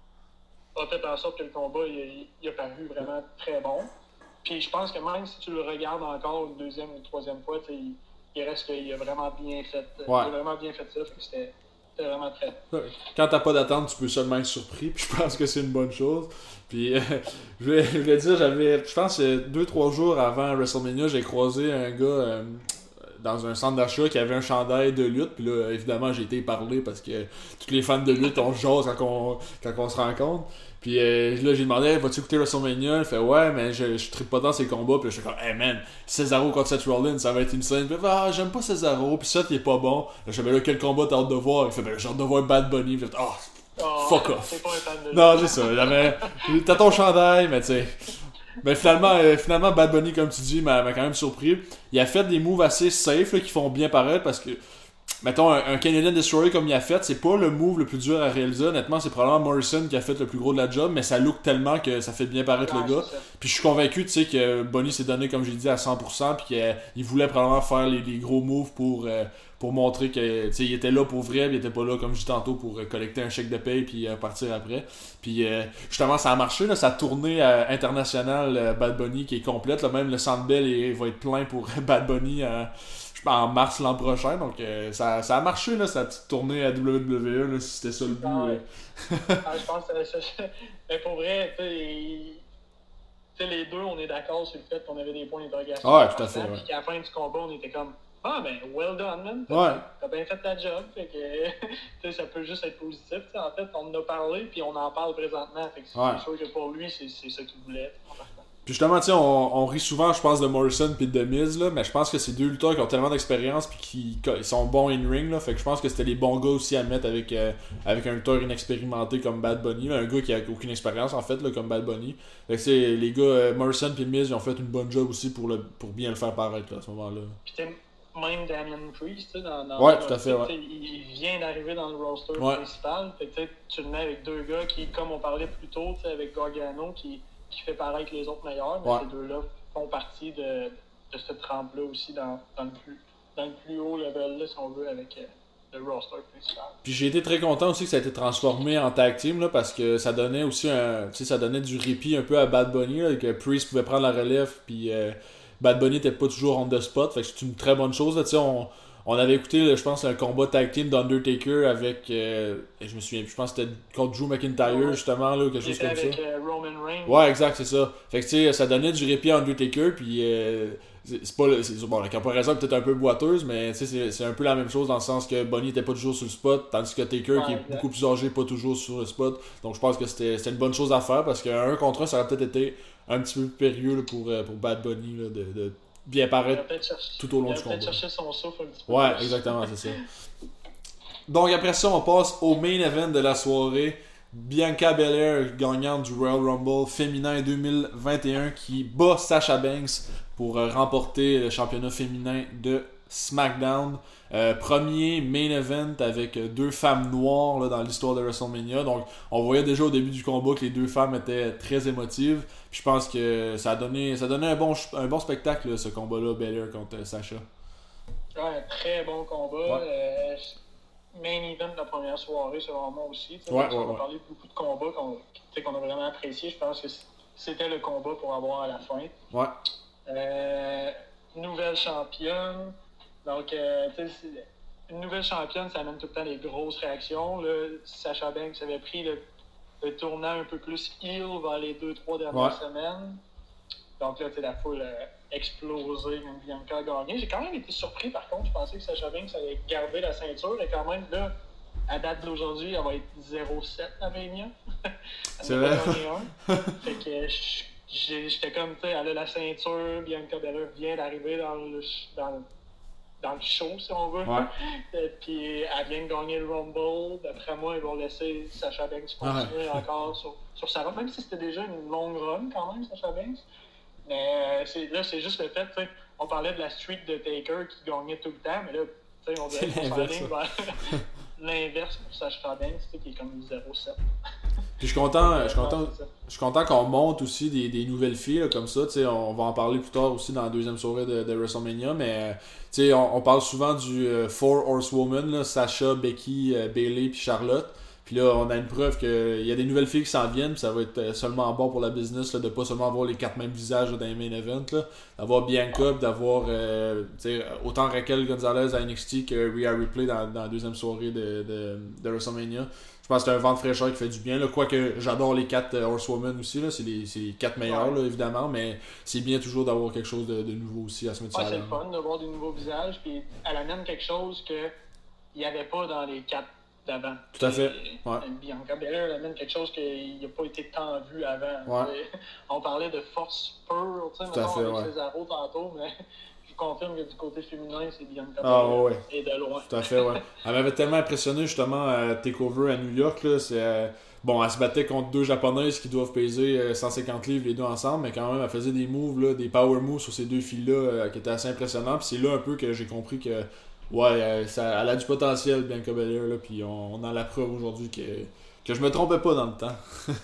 a fait en sorte que le combat il, il a paru vraiment très bon. Puis je pense que même si tu le regardes encore une deuxième ou une troisième fois, tu sais, il, il reste qu'il a vraiment bien fait. Ouais. Il a vraiment bien fait ça. Fait que c'était, c'était vraiment très. Quand t'as pas d'attente, tu peux seulement être surpris, puis je pense que c'est une bonne chose. Puis, euh, je voulais je voulais dire, j'avais, je pense, que deux trois jours avant WrestleMania, j'ai croisé un gars euh, dans un centre d'achat qui avait un chandail de lutte, puis là, évidemment, j'ai été parler parce que tous les fans de lutte, on se jase quand on, quand on se rencontre. Puis euh, là, j'ai demandé, vas-tu écouter WrestleMania? Il fait, ouais, mais je, je trippe pas dans ces combats. Puis là, je fais comme, hey man, Cesaro contre Seth Rollins, ça va être une scène. Puis il fait, ah, j'aime pas Cesaro. Puis Seth, il est pas bon. Là, je fais, ben là, quel combat t'as hâte de voir? Il fait, ben j'ai hâte de voir Bad Bunny. Puis je fais, ah, Oh, fuck off. C'est pas un fan de non, c'est ça. J'avais, t'as ton chandail, mais tu sais. Mais finalement, euh, finalement, Bad Bunny, comme tu dis, m'a, m'a quand même surpris. Il a fait des moves assez safe là, qui font bien paraître parce que, mettons, un, un Canadian Destroyer comme il a fait, c'est pas le move le plus dur à réaliser. Honnêtement, c'est probablement Morrison qui a fait le plus gros de la job, mais ça look tellement que ça fait bien paraître Ouais, le gars. c'est ça. Puis je suis convaincu, tu sais, que Bunny s'est donné, comme j'ai dit, à cent pour cent, puis qu'il voulait probablement faire les, les gros moves pour, euh, pour montrer que, tu sais, il était là pour vrai, puis il était pas là, comme je dis tantôt, pour euh, collecter un chèque de paye puis euh, partir après. Puis euh, justement, ça a marché, là, sa tournée euh, internationale euh, Bad Bunny qui est complète, là, même le Centre Bell il, il va être plein pour Bad Bunny euh, je sais pas, en mars l'an prochain, donc euh, ça, ça a marché, là, sa petite tournée à W W E, là, si c'était ça le but. Ah ouais. euh. Ah, je pense que ça- ça- mais pour vrai, tu sais, il- tu sais, les deux, on est d'accord sur le fait qu'on avait des points d'interrogation. Ah ouais, tout à fait, importants, ouais. Puis qu'à la fin du combat, on était comme ah, ben, well done, man. T'as, Ouais. t'as bien fait ta job. Fait que, tu sais, ça peut juste être positif. Tu sais, en fait, on en a parlé, puis on en parle présentement. Fait que c'est Ouais. sûr que pour lui, c'est, c'est ça qu'il voulait. En partant. Puis justement, tu sais, on, on rit souvent, je pense, de Morrison puis de Miz, là, mais je pense que c'est deux lutteurs qui ont tellement d'expérience puis qui, qui sont bons in-ring, là, fait que je pense que c'était les bons gars aussi à mettre avec, euh, avec un lutteur inexpérimenté comme Bad Bunny, là, un gars qui a aucune expérience en fait, là, comme Bad Bunny. Fait que c'est les gars, euh, Morrison puis Miz, ils ont fait une bonne job aussi pour, le, pour bien le faire paraître là, à ce moment-là. Puis même Damian Priest, tu sais, dans, dans ouais, le, tout à fait, ouais. il vient d'arriver dans le roster ouais. principal, fait que tu le mets avec deux gars qui, comme on parlait plus tôt, avec Gargano, qui qui fait paraître les autres meilleurs, mais ouais. ces deux-là font partie de, de cette trempe-là aussi dans, dans, le plus, dans le plus haut level, là, si on veut, avec euh, le roster principal. Puis j'ai été très content aussi que ça a été transformé en tag team, là, parce que ça donnait aussi un, tu sais, ça donnait du répit un peu à Bad Bunny, là, que Priest pouvait prendre la relève, puis euh, Bad Bunny n'était pas toujours on the spot, fait que c'est une très bonne chose, tu sais, on... On avait écouté, je pense, un combat tag team d'Undertaker avec, euh, je me souviens plus, je pense que c'était contre Drew McIntyre, ouais. justement, là, quelque chose comme avec, ça. Euh, Roman Reigns. Ouais, exact, c'est ça. Fait que, tu sais, ça donnait du répit à Undertaker, puis euh, c'est, c'est pas, c'est, bon, la comparaison est peut-être un peu boiteuse, mais tu sais, c'est, c'est un peu la même chose dans le sens que Bunny était pas toujours sur le spot, tandis que Taker, ouais, qui est exact. beaucoup plus âgé, pas toujours sur le spot. Donc, je pense que c'était, c'était une bonne chose à faire, parce qu'un contre un, ça aurait peut-être été un petit peu périlleux là, pour, pour Bad Bunny, là, de, de bien paraître tout au long du combat. Il a peut-être cherché son souffle un petit peu. Ouais, plus. Exactement, c'est ça. Donc après ça, on passe au main event de la soirée. Bianca Belair, gagnante du Royal Rumble féminin deux mille vingt et un, qui bat Sasha Banks pour euh, remporter le championnat féminin de SmackDown. Euh, premier main event avec deux femmes noires là, dans l'histoire de WrestleMania. Donc on voyait déjà au début du combat que les deux femmes étaient très émotives. Puis je pense que ça a donné, ça a donné un, bon, un bon spectacle là, ce combat-là, Belair contre euh, Sasha. Ouais, très bon combat. Ouais. Euh, main event de la première soirée, c'est vraiment aussi. Ouais, ouais, on a ouais. parlé de beaucoup de combats qu'on, qu'on a vraiment apprécié. Je pense que c'était le combat pour avoir à la fin. Ouais. Euh, nouvelle championne. Donc, euh, tu sais, une nouvelle championne, ça amène tout le temps des grosses réactions. Là, Sasha Banks avait pris le, le tournant un peu plus heel vers les deux, trois dernières ouais. semaines. Donc là, tu sais, la foule a explosé, même Bianca a gagné. J'ai quand même été surpris, par contre. Je pensais que Sasha Banks allait garder la ceinture. Et quand même, là, à date d'aujourd'hui, elle va être zéro sept à Mania. C'est vrai. Fait que j'étais comme, tu sais, elle a la ceinture. Bianca Belair vient d'arriver dans le... Dans le dans le show, si on veut. Ouais. Et puis, elle vient de gagner le Rumble. D'après moi, ils vont laisser Sasha Banks continuer ouais. encore sur, sur sa run, même si c'était déjà une longue run quand même, Sasha Banks. Mais euh, c'est, là, c'est juste le fait, tu sais, on parlait de la streak de Taker qui gagnait tout le temps, mais là, tu sais, on dirait qu'on s'enligne vers l'inverse pour Sasha Banks, tu sais, qui est comme zéro sept. Puis je suis content, je suis content, je suis content qu'on monte aussi des, des nouvelles filles là, comme ça. T'sais, on va en parler plus tard aussi dans la deuxième soirée de, de WrestleMania. Mais t'sais, on, on parle souvent du euh, Four Horsewomen, là, Sasha, Becky, euh, Bayley puis Charlotte. Puis là, on a une preuve qu'il y a des nouvelles filles qui s'en viennent. Puis ça va être seulement bon pour la business là, de pas seulement avoir les quatre mêmes visages là, dans les main events. Là, d'avoir Bianca, d'avoir euh, autant Raquel Gonzalez à N X T que Rhea Ripley dans, dans la deuxième soirée de, de, de WrestleMania. Je pense que c'est un vent de fraîcheur qui fait du bien. Là. Quoique j'adore les quatre euh, Horsewomen aussi. Là. C'est, les, c'est les quatre meilleurs, ouais. là, évidemment. Mais c'est bien toujours d'avoir quelque chose de, de nouveau aussi à se mettre ouais, sur c'est le fun d'avoir des nouveaux visages. Puis elle amène quelque chose qu'il n'y avait pas dans les quatre d'avant. Tout à fait. Ouais. Bianca Belair elle amène quelque chose qui n'a pas été tant vu avant. Ouais. On parlait de force pure, tu sais, Tout à fait, avec ouais. Cesaro tantôt, mais je confirme que du côté féminin, c'est Bianca ah, Belair ouais. et de loin. Tout à fait, ouais. Elle m'avait tellement impressionné justement à TakeOver à New York. Là, c'est, euh, bon, elle se battait contre deux japonaises qui doivent peser euh, cent cinquante livres les deux ensemble, mais quand même, elle faisait des moves, là, des power moves sur ces deux filles-là euh, qui étaient assez impressionnants. Puis c'est là un peu que j'ai compris que ouais, euh, ça, elle a du potentiel, Bianca Belair, là, puis on, on a la preuve aujourd'hui que, que je me trompais pas dans le temps.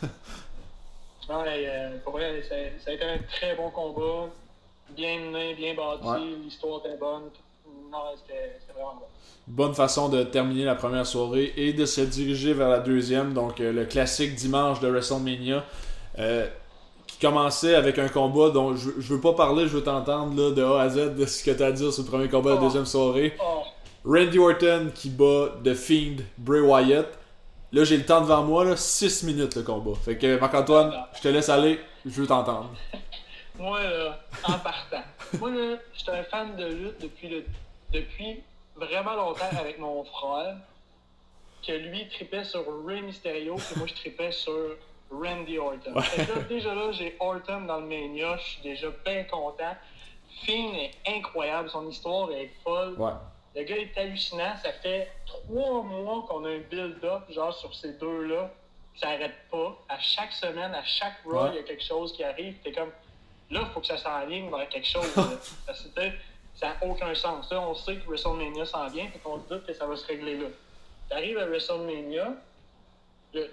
ouais, euh, pour vrai, ça, ça a été un très bon combat. Bien mené, bien bâti, ouais. L'histoire était bonne. Non, c'était, c'était vraiment bon. Bonne façon de terminer la première soirée et de se diriger vers la deuxième. Donc, euh, le classique dimanche de WrestleMania euh, qui commençait avec un combat dont je, je veux pas parler, je veux t'entendre là, de A à Z de ce que tu as à dire sur le premier combat oh. de la deuxième soirée. Oh. Randy Orton qui bat The Fiend, Bray Wyatt. Là, j'ai le temps devant moi, là, six minutes le combat. Fait que Marc-Antoine, je te laisse aller, je veux t'entendre. Moi, là, en partant, moi, là, j'étais un fan de lutte depuis, le, depuis vraiment longtemps avec mon frère, que lui tripait sur Rey Mysterio, que moi, je tripais sur Randy Orton. Ouais. Fait que là, déjà là, j'ai Orton dans le Mania, je suis déjà bien content. Fiend est incroyable, son histoire est folle. Ouais. Le gars est hallucinant, ça fait trois mois qu'on a un build-up genre sur ces deux-là. Ça n'arrête pas. À chaque semaine, à chaque Raw, il Ouais. y a quelque chose qui arrive. T'es comme, là, il faut que ça s'enligne vers quelque chose. Là. Ça, c'était, ça n'a aucun sens. Là, on sait que WrestleMania s'en vient, et qu'on se doute que ça va se régler là. T'arrives à WrestleMania, le,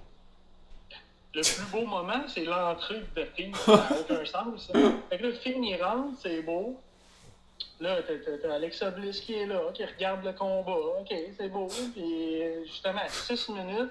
le plus beau moment, c'est l'entrée de Fiend. Ça n'a aucun sens. Là. Fait que là, Fiend, il rentre, c'est beau. Là, t'as, t'as, t'as Alexa Bliss qui est là, qui regarde le combat. OK, c'est beau. Puis, justement, à six minutes,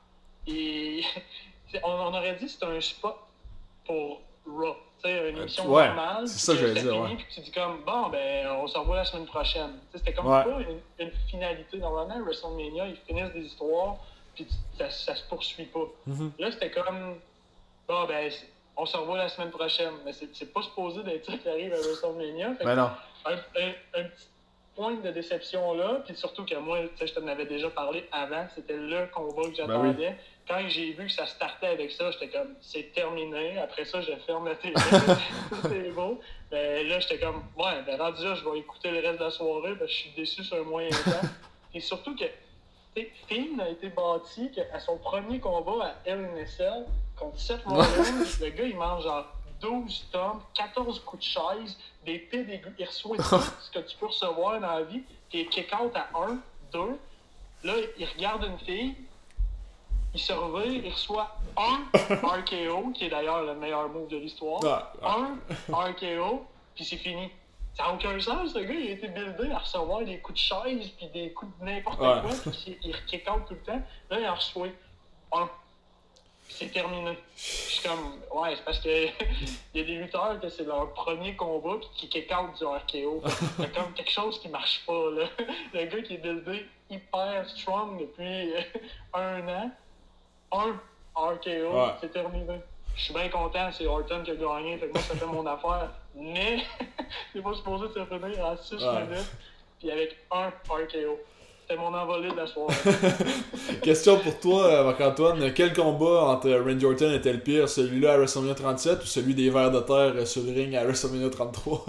et on, on aurait dit que c'était un spot pour Raw. Tu sais, une émission ouais, normale. C'est ça que j'allais dire, fini, ouais. Puis tu dis comme, bon, ben, on se revoit la semaine prochaine. Tu sais, c'était comme ouais. pas une, une finalité. Normalement, WrestleMania, ils finissent des histoires, puis ça, ça se poursuit pas. Mm-hmm. Là, c'était comme, bon, ben, on se revoit la semaine prochaine. Mais c'est, c'est pas supposé d'être ça qui arrive à WrestleMania. Fait ben non. Un, un, un petit point de déception là, puis surtout que moi, tu sais, je t'en avais déjà parlé avant, c'était le combat que j'attendais. Ben oui. Quand j'ai vu que ça startait avec ça, j'étais comme, c'est terminé. Après ça, je ferme la télé. C'est beau. Mais là, j'étais comme, ouais, ben rendu là, je vais écouter le reste de la soirée, parce que je suis déçu sur un moyen temps. Et surtout que, tu sais, Fiend a été bâti à son premier combat à L N S L contre Seth Rollins. Le gars, il mange genre douze tombes, quatorze coups de chaise, des pieds, des il reçoit tout ce que tu peux recevoir dans la vie, qui est kick-out à un, deux. Là, il regarde une fille, il se revient, il reçoit un R K O, qui est d'ailleurs le meilleur move de l'histoire. Ah, ah. Un R K O, puis c'est fini. Ça n'a aucun sens, ce gars, il a été buildé à recevoir des coups de chaise, puis des coups de n'importe ouais. quoi, puis il kick-out tout le temps. Là, il en reçoit un. C'est terminé. Je suis comme, ouais, c'est parce que il y a des lutteurs que c'est leur premier combat qui kick-out du R K O. C'est comme quelque chose qui marche pas, là. Le gars qui est buildé hyper strong depuis un an, un R K O, ouais. C'est terminé. Je suis bien content, c'est Orton qui a gagné, fait que moi ça fait mon affaire. Mais c'est pas supposé se finir en six ouais. minutes, puis avec un R K O. C'est mon envolée de la soirée. Question pour toi, Marc-Antoine. Quel combat entre Randy Orton était le pire? Celui-là à WrestleMania trente-sept ou celui des vers de terre sur le ring à WrestleMania trente-trois?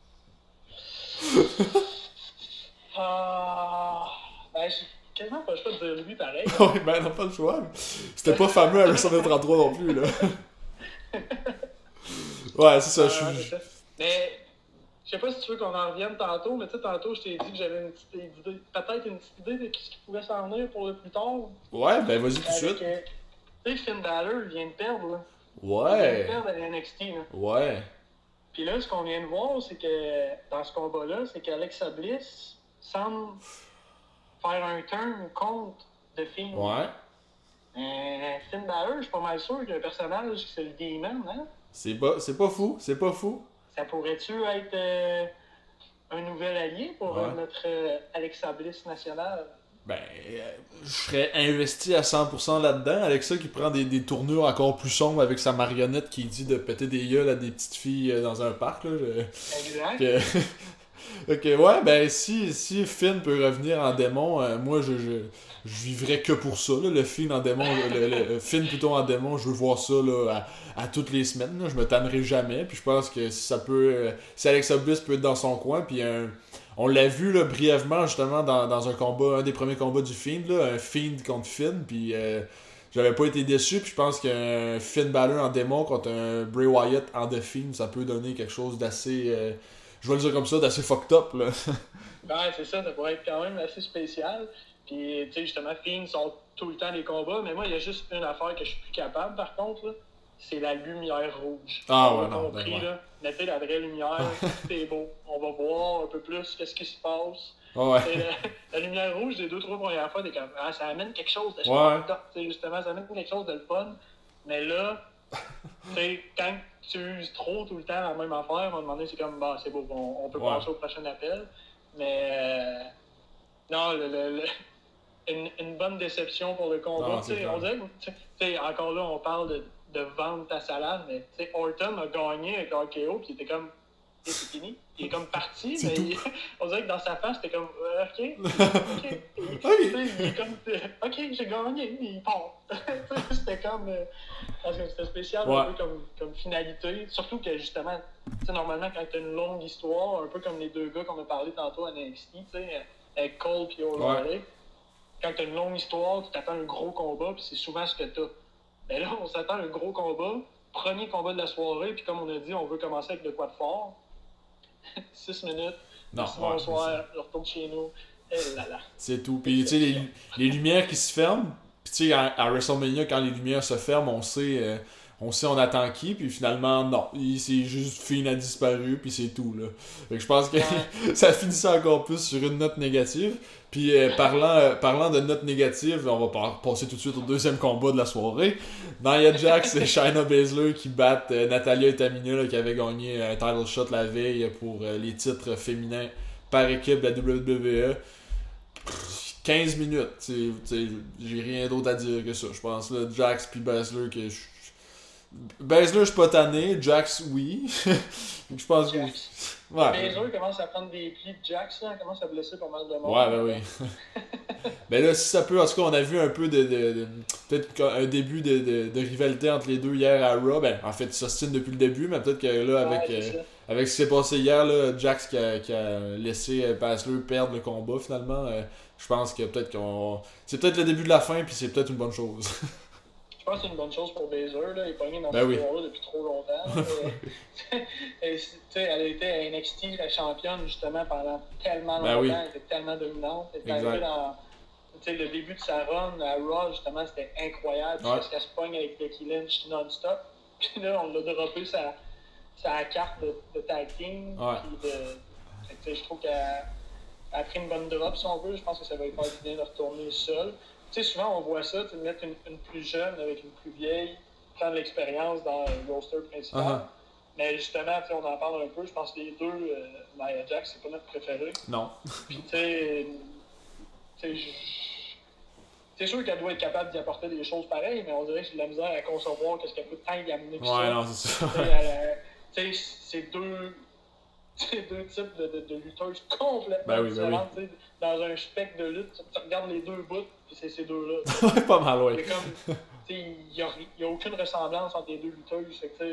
Ah... uh, ben, j'ai quasiment pas le choix de dire lui pareil. Oui, ben non, pas le choix. C'était pas fameux à WrestleMania trente-trois non plus, là. Ouais, c'est ça. Euh, je suis... Mais... Je sais pas si tu veux qu'on en revienne tantôt, mais tu sais, tantôt, je t'ai dit que j'avais une petite idée, peut-être une petite idée de ce qui pouvait s'en venir pour le plus tard. Ouais, ben vas-y tout de suite. Euh, tu sais, Finn Balor, il vient de perdre, là. Ouais. Il vient de perdre à N X T, là. Ouais. Puis là, ce qu'on vient de voir, c'est que, dans ce combat-là, c'est qu'Alexa Bliss semble faire un turn contre de Finn. Ouais. Euh, Finn Balor, je suis pas mal sûr qu'il y a un personnage qui c'est le Demon, hein? C'est pas, c'est pas fou, c'est pas fou. Ça pourrait-tu être euh, un nouvel allié pour ouais. euh, notre euh, Alexa Bliss nationale? Ben, euh, je serais investi à cent pour cent là-dedans. Alexa qui prend des, des tournures encore plus sombres avec sa marionnette qui dit de péter des gueules à des petites filles euh, dans un parc. Là, je... Exact. Que... ok, ouais, ben si, si Finn peut revenir en démon, euh, moi je, je, je vivrais que pour ça. Là, le Finn en démon, le, le, le Finn plutôt en démon, je veux voir ça là, à, à toutes les semaines. Là. Je me tannerai jamais. Puis je pense que si ça peut. Euh, si Alexa Bliss peut être dans son coin, puis un. On l'a vu là, brièvement justement dans, dans un combat, un des premiers combats du Fiend, là, un Fiend contre Finn, puis euh, j'avais pas été déçu, puis je pense qu'un Finn Balor en démon contre un Bray Wyatt en The Fiend, ça peut donner quelque chose d'assez, euh, je vais le dire comme ça, d'assez fucked up là. Ouais, c'est ça, ça pourrait être quand même assez spécial. Puis tu sais justement, Fiend sort tout le temps des combats, mais moi il y a juste une affaire que je suis plus capable par contre là. C'est la lumière rouge. Ah on ouais, a non, compris, ben ouais. là. Mettez la vraie lumière, c'est beau. On va voir un peu plus qu'est-ce qui se passe. Ouais. La, la lumière rouge, les deux, trois premières fois, t'es comme, ah, ça amène quelque chose de ouais. top, justement, ça amène quelque chose de le fun. Mais là, quand tu uses trop tout le temps la même affaire, à un moment donné, c'est comme, bah, c'est beau, on, on peut ouais. passer au prochain appel. Mais, euh, non, le, le, le, une, une bonne déception pour le combat. Non, on dirait que, encore là, on parle de de vendre ta salade, mais tu sais, Orton a gagné avec R K O, puis il était comme, Et c'est fini. Il est comme parti, mais il, on dirait que dans sa face, c'était comme euh, OK. OK. Et, Oui. il est comme euh, OK, j'ai gagné. Il part. C'était comme. Euh, parce que c'était spécial, Ouais. un peu comme, comme finalité. Surtout que justement, normalement, quand tu as une longue histoire, un peu comme les deux gars qu'on a parlé tantôt à N X T, avec Cole et O'Reilly, ouais. Quand tu as une longue histoire, tu t'attends un gros combat, puis c'est souvent ce que tu as. Mais là, on s'attend à un gros combat. Premier combat de la soirée, puis comme on a dit, on veut commencer avec de quoi de fort. six minutes. Non, merci, ouais, bonsoir, je retourne chez nous. Et là là. C'est tout. Puis tu sais, les, les lumières qui se ferment, puis tu sais, à, à WrestleMania, quand les lumières se ferment, on sait, euh, on sait on attend qui, puis finalement, non. Il s'est juste Fiend a disparu, puis c'est tout, là. Fait que je pense que ouais. Ça finissait encore plus sur une note négative. Puis euh, parlant, euh, parlant de note négative, on va par- passer tout de suite au deuxième combat de la soirée. Nia Jax et Shayna Baszler qui battent euh, Natalya et Tamina là, qui avait gagné un title shot la veille pour euh, les titres féminins par équipe de la W W E. quinze minutes, t'sais, t'sais, j'ai rien d'autre à dire que ça. Je pense là, Jax puis Baszler que je... Baszler, je suis pas tanné, Jax, oui. Je pense que. Ouais. Baszler commence à prendre des plis de Jax, là, commence à blesser pas mal de monde. Ouais, ben oui. Ben là, si ça peut, en tout cas, on a vu un peu de. de, de peut-être un début de, de, de rivalité entre les deux hier à Raw. Ben, en fait, ils s'ostinent depuis le début, mais peut-être que là, avec, ouais, euh, avec ce qui s'est passé hier, là, Jax qui a, qui a laissé Baszler perdre le combat finalement, euh, je pense que peut-être qu'on. C'est peut-être le début de la fin, puis c'est peut-être une bonne chose. Je pense que c'est une bonne chose pour Baszler, là. Il est pogné dans ben ce oui. là depuis trop longtemps. Et, elle a été à N X T la championne justement pendant tellement longtemps, ben oui. Elle était tellement dominante. Elle était arrivée dans le début de sa run à Raw, justement, c'était incroyable. Ouais. Parce qu'elle se pogne avec Becky Lynch non-stop. Puis là, on l'a droppé sa, sa carte de, de tag team. Ouais. Puis de, je trouve qu'elle a pris une bonne drop si on veut. Je pense que ça va lui faire du bien de retourner seule. Tu sais, souvent, on voit ça, tu mettre une, une plus jeune avec une plus vieille, prendre l'expérience dans le roster principal. Uh-huh. Mais justement, tu sais, on en parle un peu. Je pense que les deux, euh, Nia Jax, c'est pas notre préféré. Non. Puis, tu sais, c'est sûr qu'elle doit être capable d'y apporter des choses pareilles, mais on dirait que j'ai de la misère à concevoir qu'est-ce qu'elle peut tant y amener. Ouais, ça. Non, c'est ça. Tu sais, c'est deux. C'est deux types de, de, de lutteuses complètement ben oui, différentes. Ben oui. Dans un spectre de lutte, tu, tu regardes les deux bouts, puis c'est ces deux-là. Pas mal, oui. Il n'y a, a aucune ressemblance entre les deux lutteuses. Fait que,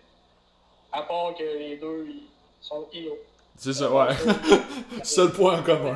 à part que les deux ils sont heal. C'est ça, ouais. Seul point en commun.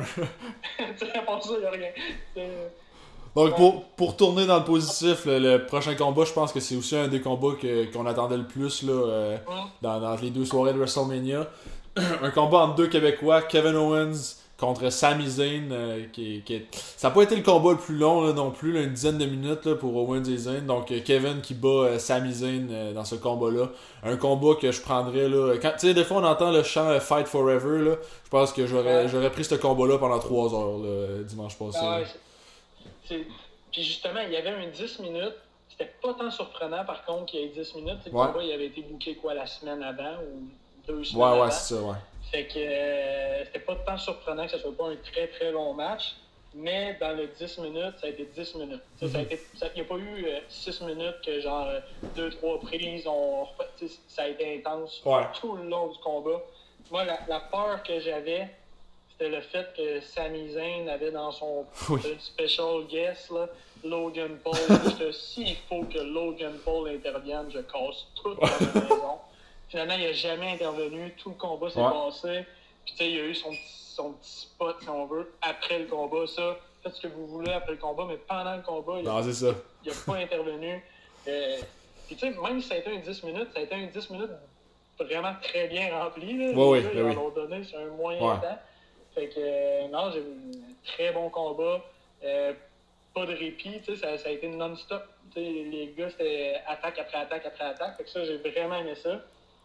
À part ça, il n'y a rien. T'sais, donc, pour, pour tourner dans le positif, le, le prochain combat, je pense que c'est aussi un des combats que, qu'on attendait le plus là, euh, ouais. dans, dans les deux soirées de WrestleMania. Un combat entre deux Québécois, Kevin Owens contre Sami Zayn. Euh, qui, qui, ça n'a pas été le combat le plus long là, non plus, là, une dizaine de minutes là, pour Owens et Zayn. Donc, euh, Kevin qui bat euh, Sami Zayn euh, dans ce combat-là. Un combat que je prendrais. Là, quand, tu sais, des fois, on entend le chant euh, Fight Forever. Là, je pense que j'aurais, ouais. j'aurais pris ce combat-là pendant trois heures là, dimanche passé. Ah ouais, c'est... C'est... Puis justement, il y avait un dix minutes. C'était pas tant surprenant, par contre, qu'il y ait dix minutes. Le ouais. combat, il avait été booké quoi, la semaine avant ou deux semaines ouais, avant. Ouais, c'est ça, ouais. Fait que euh, c'était pas tant surprenant que ce soit pas un très très long match. Mais dans le dix minutes, ça a été dix minutes. Mm-hmm. Ça a été, ça, il n'y a pas eu euh, six minutes que genre deux trois prises, on, ça a été intense ouais. tout le long du combat. Moi, la, la peur que j'avais, c'était le fait que Sami Zayn avait dans son oui. special guest, là, Logan Paul. J'étais, s'il faut que Logan Paul intervienne, je casse toute la maison. Finalement, il n'a jamais intervenu. Tout le combat s'est ouais. passé. Puis, tu sais, il a eu son petit, son petit spot, si on veut, après le combat. Ça, faites ce que vous voulez après le combat, mais pendant le combat, il n'a pas intervenu. Euh, puis, tu sais, même si ça a été un dix minutes, ça a été un dix minutes vraiment très bien rempli. Là. Ouais, gars, oui, ils oui. l'ont donné sur un moyen ouais. temps. Fait que, euh, non, j'ai eu un très bon combat. Euh, pas de répit, tu sais, ça, ça a été non-stop. Tu sais, les gars, c'était attaque après attaque après attaque. Fait que ça, j'ai vraiment aimé ça.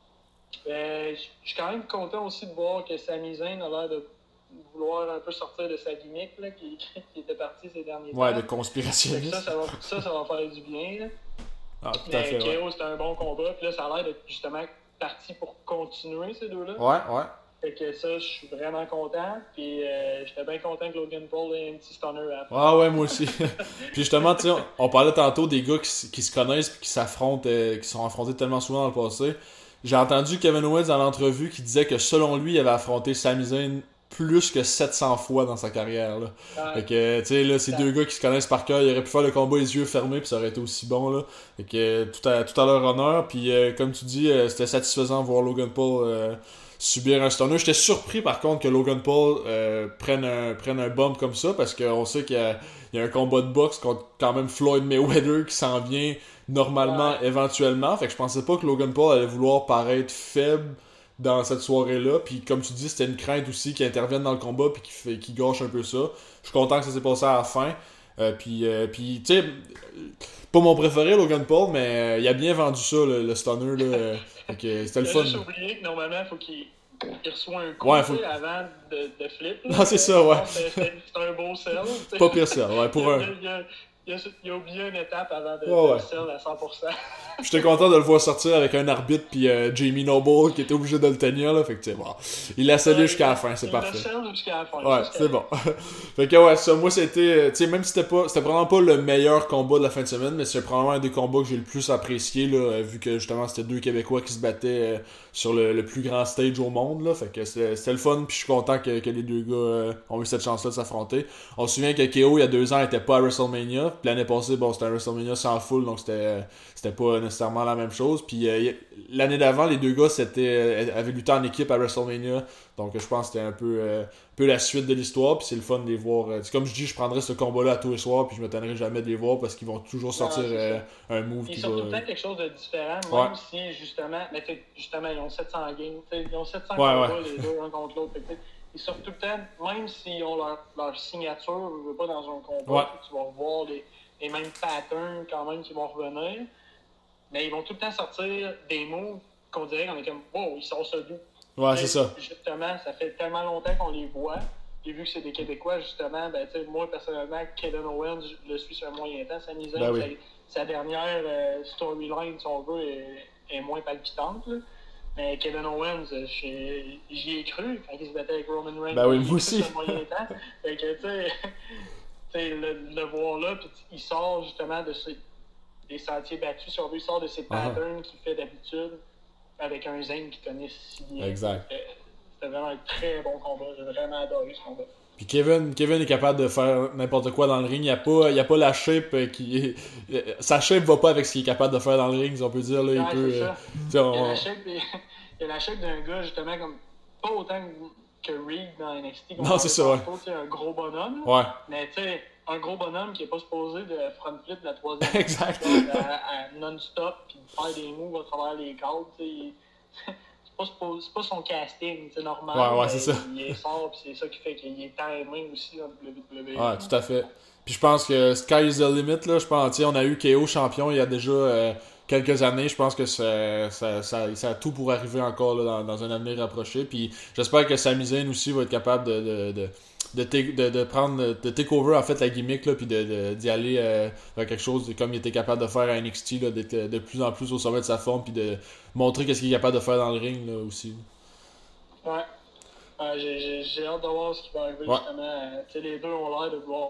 Euh, je suis quand même content aussi de voir que Sami Zayn a l'air de vouloir un peu sortir de sa gimmick là, qui, qui était parti ces derniers temps. Ouais, de conspirationniste. Ça, ça va, ça, ça va faire du bien. Là. Ah, tout mais à fait. K O, ouais. c'était un bon combat. Puis là, ça a l'air d'être justement parti pour continuer ces deux-là. Ouais, ouais. Fait que ça, je suis vraiment content. Puis euh, j'étais bien content que Logan Paul ait un petit stunner à la fin. Ah ouais, moi aussi. Puis justement, tu sais, on, on parlait tantôt des gars qui, qui se connaissent et qui s'affrontent, euh, qui sont affrontés tellement souvent dans le passé. j'ai entendu Kevin Owens dans l'entrevue qui disait que selon lui, il avait affronté Sami Zayn plus que sept cents fois dans sa carrière. Là. Ouais. Fait que, tu sais, là, c'est deux gars qui se connaissent par cœur. Ils auraient pu faire le combat les yeux fermés, puis ça aurait été aussi bon. Là. Fait que, tout à, tout à leur honneur. Puis, euh, comme tu dis, euh, c'était satisfaisant de voir Logan Paul euh, subir un stunner. J'étais surpris, par contre, que Logan Paul euh, prenne, un, prenne un bump comme ça, parce qu'on sait qu'il y a, il y a un combat de boxe contre quand même Floyd Mayweather qui s'en vient normalement, ouais. éventuellement. Fait que je pensais pas que Logan Paul allait vouloir paraître faible dans cette soirée-là, puis comme tu dis, c'était une crainte aussi qui intervienne dans le combat puis qui fait qui gâche un peu ça. Je suis content que ça s'est passé à la fin. Euh, puis, euh, puis tu sais, pas mon préféré Logan Paul, mais euh, il a bien vendu ça, le, le stunner, là. Euh, que c'était le fun. Il a juste oublié que normalement, il faut qu'il il reçoit un coup ouais, faut... avant de, de flip. Là. Non, c'est ça, ouais. C'est un beau sell. Pas pire sell, ouais, pour un... Il a, il, a, il a oublié une étape avant de, ouais, de ouais. sell à cent pour cent. J'étais content de le voir sortir avec un arbitre puis euh, Jamie Noble qui était obligé de le tenir, là, fait que tu sais, bon, il l'a scellé ouais, jusqu'à la fin, c'est il parfait. Il l'a scellé jusqu'à la fin. Ouais, c'est bon. Fait que ouais, ça, moi c'était, tu sais, même si c'était pas, c'était probablement pas le meilleur combat de la fin de semaine, mais c'est probablement un des combats que j'ai le plus apprécié, là, vu que justement c'était deux Québécois qui se battaient euh, sur le, le plus grand stage au monde, là, fait que c'était, c'était le fun, puis je suis content que, que les deux gars euh, ont eu cette chance-là de s'affronter. On se souvient que K O il y a deux ans était pas à WrestleMania, puis l'année passée, bon, c'était un WrestleMania sans foule, donc c'était, c'était pas nécessairement la même chose. Puis euh, l'année d'avant, les deux gars c'était, euh, avaient lutté en équipe à WrestleMania. Donc je pense que c'était un peu, euh, un peu la suite de l'histoire. Puis c'est le fun de les voir. Euh, comme je dis, je prendrais ce combat-là à tous les soirs. Puis je m'étonnerais jamais de les voir parce qu'ils vont toujours sortir euh, un move. Ils qui sortent va... tout le temps quelque chose de différent. Même ouais. si justement, mais justement, ils ont sept cents games. Ils ont sept cents ouais, combats ouais. les deux un contre l'autre. Ils sortent tout le temps, même s'ils ont leur, leur signature, pas dans un combat, ouais. tu vas voir les, les mêmes patterns quand même qui vont revenir. Mais ils vont tout le temps sortir des moves qu'on dirait qu'on est comme « Wow, ils sortent ça d'où? » Ouais, c'est ça. Justement, ça fait tellement longtemps qu'on les voit. Et vu que c'est des Québécois, justement, ben, moi, personnellement, Kevin Owens, je le suis sur un moyen temps. Sa mise ben oui. sa, sa dernière euh, storyline, si on veut, est, est moins palpitante. Là. Mais Kevin Owens, j'y ai cru quand il se battait avec Roman Reigns. Ben oui, moi aussi. Sur un moyen temps. Fait que, tu sais, le, le voir là, puis il sort justement de ses, des sentiers battus, si on veut, il sort de ses patterns uh-huh. qu'il fait d'habitude avec un Zayn qu'il connaît si bien. Exact. C'était vraiment un très bon combat. J'ai vraiment adoré ce combat. Puis Kevin, Kevin est capable de faire n'importe quoi dans le ring. Il n'y a pas, il y a pas la shape qui... Sa shape va pas avec ce qu'il est capable de faire dans le ring, si on peut dire. Là, ouais, il peut, c'est euh, ça. on... Il y a la shape, il y a la shape d'un gars, justement, comme pas autant que Reed dans N X T. Non, c'est ça, ouais. C'est un gros bonhomme. Ouais. Mais tu sais, un gros bonhomme qui n'est pas supposé de front flip de la troisième exact. à, à non-stop, puis de faire des moves à travers les cadres, tu sais. C'est pas, c'est pas son casting, c'est normal. Ouais, ouais, c'est ça. Il est fort, puis c'est ça qui fait qu'il est timé aussi dans le W W E. Ouais, tout à fait. Puis je pense que Sky is the limit, là. Je pense, on a eu K O champion il y a déjà euh, quelques années. Je pense que ça, ça, ça, ça a tout pour arriver encore là, dans, dans un avenir rapproché. Puis j'espère que Sami Zayn aussi va être capable de. de, de De, take, de, de prendre de take over en fait la gimmick là, puis de, de, d'y aller euh, vers quelque chose comme il était capable de faire à N X T là, d'être de plus en plus au sommet de sa forme puis de montrer qu'est-ce qu'il est capable de faire dans le ring là, aussi. Ouais, ouais j'ai, j'ai, j'ai hâte de voir ce qui va arriver ouais. justement. Euh, les deux ont l'air de vouloir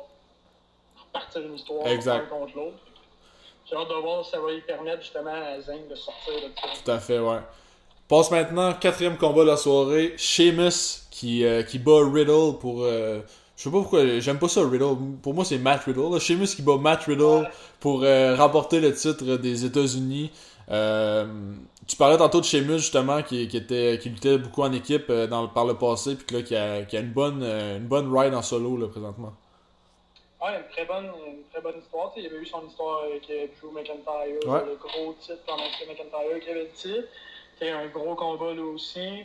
repartir une histoire exact. l'un contre l'autre. J'ai hâte de voir si ça va lui permettre justement à Zayn de sortir de ça. Tout à fait, ouais. Passe maintenant, quatrième combat de la soirée, Sheamus qui, euh, qui bat Riddle pour... Euh, je sais pas pourquoi, j'aime pas ça Riddle, pour moi c'est Matt Riddle. Là. Sheamus qui bat Matt Riddle ouais. pour euh, remporter le titre des États-Unis. Euh, tu parlais tantôt de Sheamus justement qui, qui, était, qui luttait beaucoup en équipe euh, dans, par le passé puis là, qui, a, qui a une bonne, euh, une bonne ride en solo là, présentement. Ouais, une très bonne, une très bonne histoire. T'sais, il y avait eu son histoire avec Drew McIntyre, ouais. le gros titre pendant que McIntyre qui avait le titre. C'était un gros combat là aussi.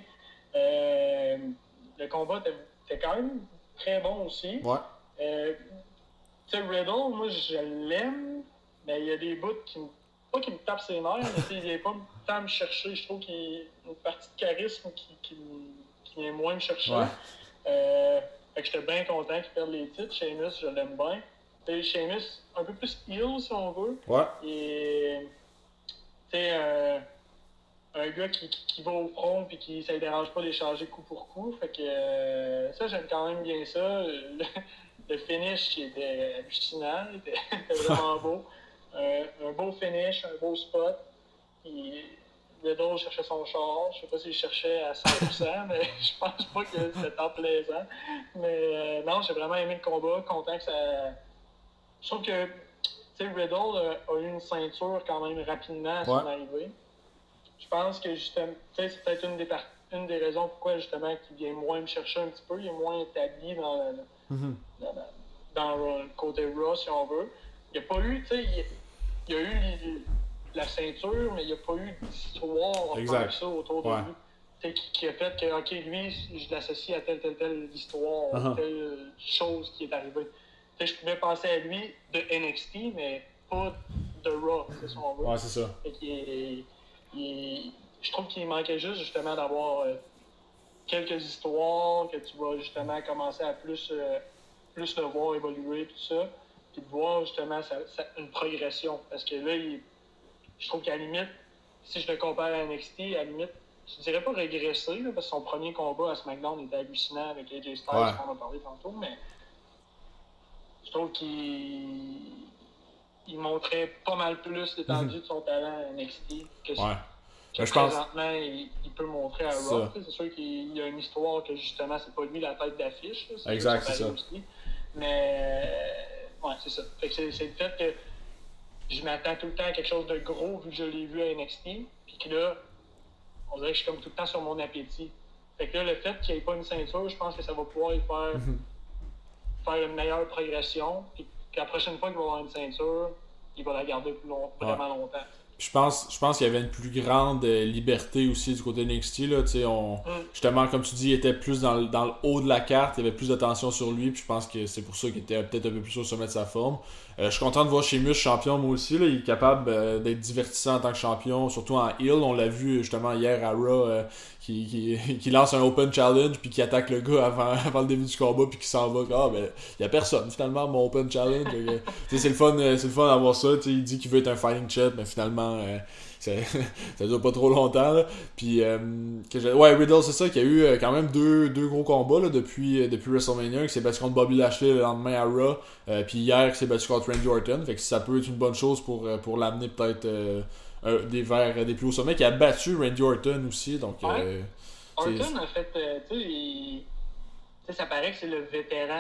Euh, le combat était, était quand même très bon aussi. Ouais. Euh, tu sais, Riddle, moi je l'aime, mais il y a des bouts qui me. Pas qu'il me tape ses nerfs, mais il vient pas tant me chercher. Je trouve qu'il y a une partie de charisme qui, qui, qui vient moins me chercher. Ouais. Euh, fait que j'étais bien content qu'il perde les titres. Sheamus, je l'aime bien. Et Sheamus, un peu plus heel si on veut. Ouais. Et tu sais, euh, un gars qui, qui, qui va au front et qui ça ne dérange pas d'échanger coup pour coup. Fait que euh, ça, j'aime quand même bien ça. Le, le finish qui était hallucinant, il était, était vraiment beau. Euh, un beau finish, un beau spot. Puis, Riddle cherchait son char. Je sais pas s'il cherchait à cent pour cent, mais je pense pas que c'était tant plaisant. Mais euh, non, j'ai vraiment aimé le combat. Content que ça. Je trouve que Riddle a, a eu une ceinture quand même rapidement à son ouais. arrivée. Je pense que justement, c'est peut-être une des, par... une des raisons pourquoi justement qu'il vient moins me chercher un petit peu. Il est moins établi dans, le... mm-hmm. dans, dans, dans le côté Raw, si on veut. Il n'y a pas eu, tu sais, il, il y a eu les, la ceinture, mais il n'y a pas eu d'histoire comme ça autour de ouais. lui. Qui, qui a fait que, ok, lui, je l'associe à telle, telle, telle histoire, uh-huh. telle chose qui est arrivée. T'sais, je pouvais penser à lui de N X T, mais pas de Raw, c'est son veut. Ouais, c'est ça. Fait qu'il est, il, je trouve qu'il manquait juste justement d'avoir euh, quelques histoires que tu vas justement commencer à plus, euh, plus le voir évoluer, tout ça. Puis de voir justement sa, sa, une progression. Parce que là, il, je trouve qu'à la limite, si je le compare à N X T, à la limite, je dirais pas régresser, là, parce que son premier combat à SmackDown était hallucinant avec A J Styles, ouais. on en a parlé tantôt, mais je trouve qu'il il montrait pas mal plus l'étendue mm-hmm. de son talent à N X T que, ouais. que je présentement pense... il, il peut montrer à Raw. C'est sûr qu'il y a une histoire que justement c'est pas lui la tête d'affiche. Là, c'est exact, c'est ça. Aussi. Mais ouais, c'est ça. Fait que c'est, c'est le fait que je m'attends tout le temps à quelque chose de gros vu que je l'ai vu à N X T. Puis que là, on dirait que je suis comme tout le temps sur mon appétit. Fait que là, le fait qu'il n'y ait pas une ceinture, je pense que ça va pouvoir lui faire, mm-hmm. faire une meilleure progression. Puis que la prochaine fois qu'il va avoir une ceinture, il va la garder plus long, vraiment ouais. longtemps. Je pense, je pense qu'il y avait une plus grande liberté aussi du côté de N X T. Là, on, mm. Justement, comme tu dis, il était plus dans le, dans le haut de la carte. Il y avait plus d'attention sur lui. Puis je pense que c'est pour ça qu'il était peut-être un peu plus au sommet de sa forme. Euh, je suis content de voir Sheamus champion, moi aussi. Là. Il est capable euh, d'être divertissant en tant que champion, surtout en heel. On l'a vu justement hier à Raw, euh, qui, qui, qui lance un Open Challenge puis qui attaque le gars avant, avant le début du combat puis qui s'en va. Ah, ben, il n'y a personne finalement, mon Open Challenge. euh, c'est, le fun, c'est le fun d'avoir ça. Il dit qu'il veut être un fighting champ, mais finalement, euh, ça, ça dure pas trop longtemps. Là. Puis, euh, que je... ouais, Riddle, c'est ça, qui a eu euh, quand même deux, deux gros combats là, depuis, euh, depuis WrestleMania, qui s'est battu contre Bobby Lashley le lendemain à Raw, euh, puis hier, qui s'est battu contre Randy Orton. Fait que ça peut être une bonne chose pour, pour l'amener peut-être euh, euh, des vers des plus hauts sommets, qui a battu Randy Orton aussi. Donc, ouais. euh, Orton, en fait, euh, tu sais, il... ça paraît que c'est le vétéran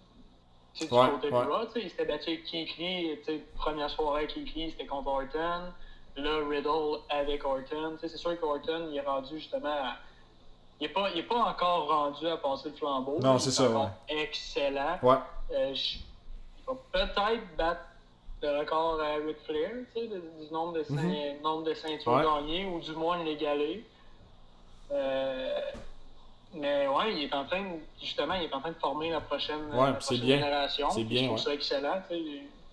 du, du ouais, côté ouais. de Raw. Il s'était battu avec Keith Lee, première soirée avec Keith Lee, c'était contre Orton. Là, Riddle avec Orton. C'est sûr qu'Orton, il est rendu justement à... Il n'est pas, pas encore rendu à passer le flambeau. Non, c'est ça, ouais. Excellent. Ouais. Euh, je... Il va peut-être battre le record à Ric Flair, tu sais, du nombre de, mm-hmm. nombre de ceintures ouais. gagnées, ou du moins l'égaler. Euh... Mais ouais, il est en train, justement, il est en train de former la prochaine, ouais, la prochaine c'est bien. génération. C'est bien, je trouve ouais. ça excellent, tu sais.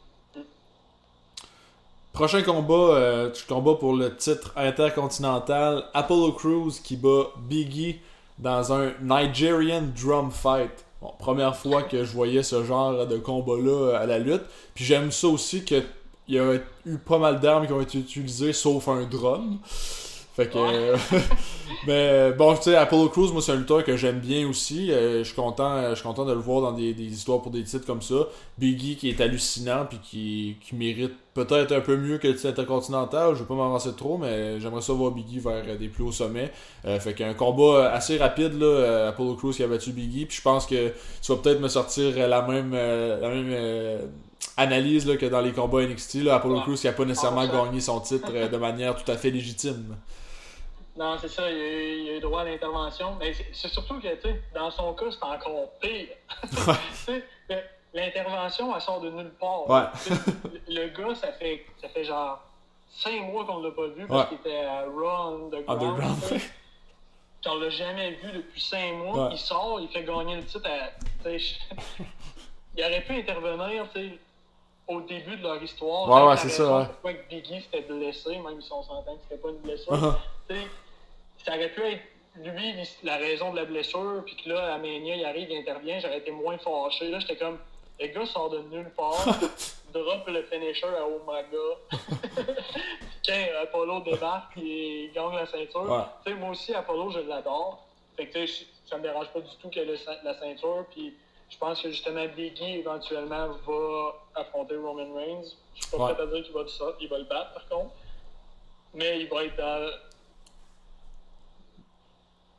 Prochain combat, euh, combat pour le titre intercontinental. Apollo Crews qui bat Biggie dans un Nigerian Drum Fight. Bon, première fois que je voyais ce genre de combat-là à la lutte. Puis j'aime ça aussi qu'il y a eu pas mal d'armes qui ont été utilisées, sauf un drum. Fait que... Euh, mais bon, tu sais, Apollo Crews, moi, c'est un lutteur que j'aime bien aussi. Euh, je suis content, je suis content de le voir dans des, des histoires pour des titres comme ça. Biggie qui est hallucinant puis qui, qui mérite peut-être un peu mieux que le titre intercontinental. Je vais pas m'avancer trop, mais j'aimerais ça voir Biggie vers des plus hauts sommets. Euh, fait qu'un combat assez rapide, là, Apollo Crews qui a battu Biggie. Puis je pense que tu vas peut-être me sortir la même, euh, la même euh, analyse là, que dans les combats N X T. Là, Apollo ouais. Crews qui n'a pas nécessairement oh, gagné son titre euh, de manière tout à fait légitime. Non, c'est ça, il a, il a eu droit à l'intervention. Mais c'est, c'est surtout que, tu sais, dans son cas, c'est encore pire. Tu sais, l'intervention, elle sort de nulle part. Ouais. Le, le gars, ça fait, ça fait genre cinq mois qu'on l'a pas vu parce ouais. qu'il était à Raw Underground. Underground. Puis on l'a jamais vu depuis cinq mois. Ouais. Il sort, il fait gagner le titre à... Tu sais, il aurait pu intervenir, tu sais, au début de leur histoire. Ouais, ouais, c'est ça. Ouais. Pourquoi que Biggie s'était blessé, même si on s'entend que c'était pas une blessure. Uh-huh. Tu sais, ça aurait pu être lui la raison de la blessure, puis que là, à Mania, il arrive, il intervient, j'aurais été moins fâché. Là, j'étais comme, le gars sort de nulle part, drop le finisher à Omega. Quand Apollo débarque, il gagne la ceinture. Ouais. Tu sais, moi aussi, Apollo, je l'adore. Fait que tu sais, ça me dérange pas du tout qu'il ait la ceinture, puis je pense que justement Biggie éventuellement va affronter Roman Reigns. Je suis pas ouais. prêt à dire qu'il va, il va le battre par contre. Mais il va être dans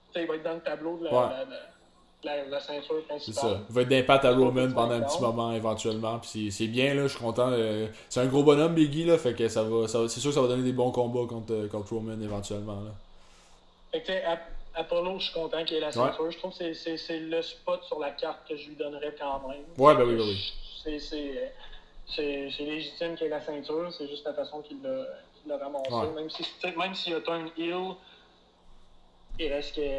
il va être dans le tableau de la, ouais. la, la, la, la ceinture principale. C'est ça. Il va être d'impact à Roman pendant un petit moment éventuellement. Puis c'est, c'est bien, là, je suis content. Euh, c'est un gros bonhomme, Biggie, là, fait que ça va, ça va, c'est sûr que ça va donner des bons combats contre, contre Roman éventuellement. Là. Fait que tu sais, Apollo, je suis content qu'il ait la ceinture. Ouais. Je trouve que c'est, c'est, c'est le spot sur la carte que je lui donnerais quand même. Ouais, ben oui, ben oui. C'est, c'est, c'est, c'est légitime qu'il ait la ceinture, c'est juste la façon qu'il l'a, qu'il l'a ramassé. Ouais. Même, si, même s'il a turn heel, il reste que.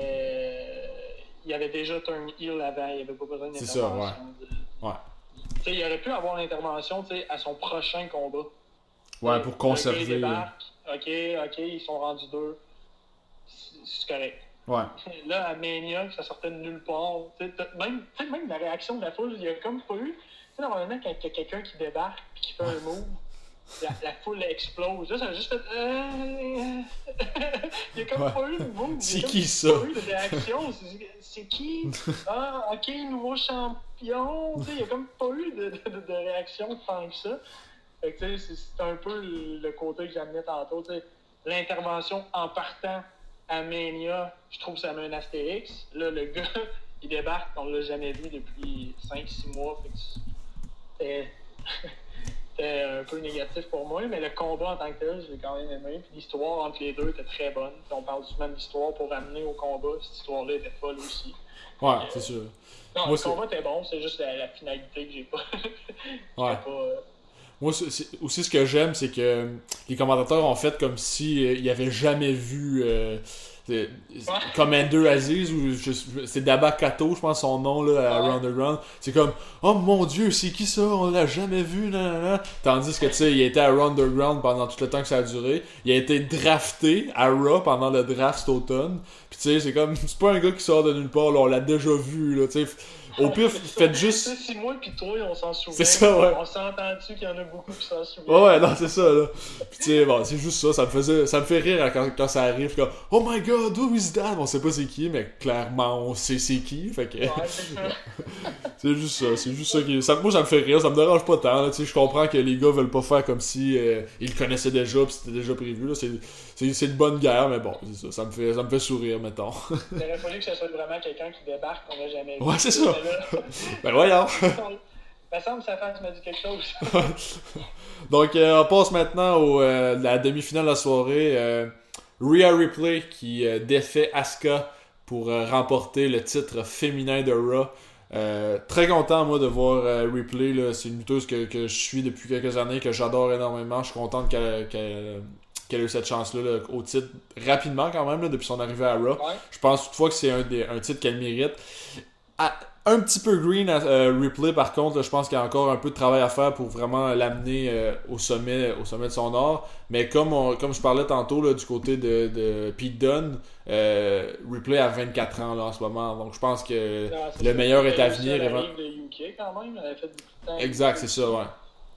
Il avait déjà turn heel avant, il n'y avait pas besoin d'intervention. C'est ça, ouais. De... ouais. T'sais, il aurait pu avoir l'intervention à son prochain combat. Ouais, t'sais, pour conserver. Okay, débarque, ok, ok, ils sont rendus deux. C'est, c'est correct. Ouais. Là, à Mania, ça sortait de nulle part. Même, même la réaction de la foule, il n'y a comme pas eu. Tu sais, normalement, quand il y a quelqu'un qui débarque et qui fait un move, la, la foule explose. Là, ça a juste fait. Euh... il n'y a comme ouais. pas eu de move. C'est qui ça? Il n'y a pas eu de réaction. C'est, c'est qui? Ah, ok, nouveau champion. Tu sais, il n'y a comme pas eu de, de, de réaction tant que ça. Fait que, c'est, c'est un peu le côté que j'amenais tantôt. T'sais. L'intervention en partant à Mania, je trouve que ça met un astérix. Là, le gars, il débarque, on l'a jamais vu depuis cinq six mois. Fait que c'était... c'était un peu négatif pour moi, mais le combat en tant que tel, je l'ai quand même aimé. Puis l'histoire entre les deux était très bonne. Puis on parle souvent de l'histoire pour ramener au combat. Cette histoire-là était folle aussi. Ouais, euh, c'est sûr. Non, moi, le c'est... combat était bon, c'est juste la, la finalité que j'ai pas. ouais. pas euh... Moi, c'est, aussi, ce que j'aime, c'est que les commentateurs ont fait comme si euh, ils n'avaient jamais vu euh, euh, Commander Aziz, ou je, c'est Daba Kato, je pense son nom, là, à ouais. Round and Round. C'est comme, oh mon Dieu, c'est qui ça? On l'a jamais vu, nan, nan, nan. Tandis que, tu sais, il a été à Round and Round pendant tout le temps que ça a duré. Il a été drafté à Raw pendant le draft cet automne. Puis, tu sais, c'est comme, c'est pas un gars qui sort de nulle part, là, on l'a déjà vu, là, tu sais. Au pire, faites juste. Si moi pis toi, on s'en souvient. C'est ça, ouais. On s'entend-tu qu'il y en a beaucoup qui s'en souviennent? Ouais, ouais, non, c'est ça, là. Pis tu sais, bon, c'est juste ça. Ça me faisait, ça me fait rire quand, quand ça arrive. Comme, oh my god, who is that? On sait pas c'est qui, mais clairement, on sait c'est qui. Fait que. Ouais, c'est ça. C'est juste ça. C'est juste ça qui. Ça, moi, ça me fait rire. Ça me dérange pas tant, là. Tu sais, je comprends que les gars veulent pas faire comme si euh, ils le connaissaient déjà pis c'était déjà prévu, là. C'est, c'est, c'est une bonne guerre, mais bon, c'est ça. Ça me fait, ça me fait sourire, mettons. Il aurait fallu que ce soit vraiment quelqu'un qui débarque qu'on n'a jamais vu. Ouais, c'est ça. Ben voyons. Ça semble que sa face m'a dit quelque chose. Donc, euh, on passe maintenant au euh, la demi-finale de la soirée. Euh, Rhea Ripley qui euh, défait Asuka pour euh, remporter le titre féminin de Raw. Euh, très content, moi, de voir euh, Ripley. Là. C'est une lutteuse que, que je suis depuis quelques années, que j'adore énormément. Je suis content qu'elle, qu'elle, qu'elle ait eu cette chance-là là, au titre rapidement, quand même, là, depuis son arrivée à Raw. Ouais. Je pense toutefois que c'est un, des, un titre qu'elle mérite. À, un petit peu green à euh, Ripley, par contre, là, je pense qu'il y a encore un peu de travail à faire pour vraiment l'amener euh, au sommet au sommet de son art. Mais comme on, comme je parlais tantôt là, du côté de, de Pete Dunne, euh, Ripley a vingt-quatre ans là, en ce moment. Donc je pense que non, le meilleur est à venir. Elle arrive de U K quand même, elle a fait beaucoup de temps. Exact, c'est ça, ouais.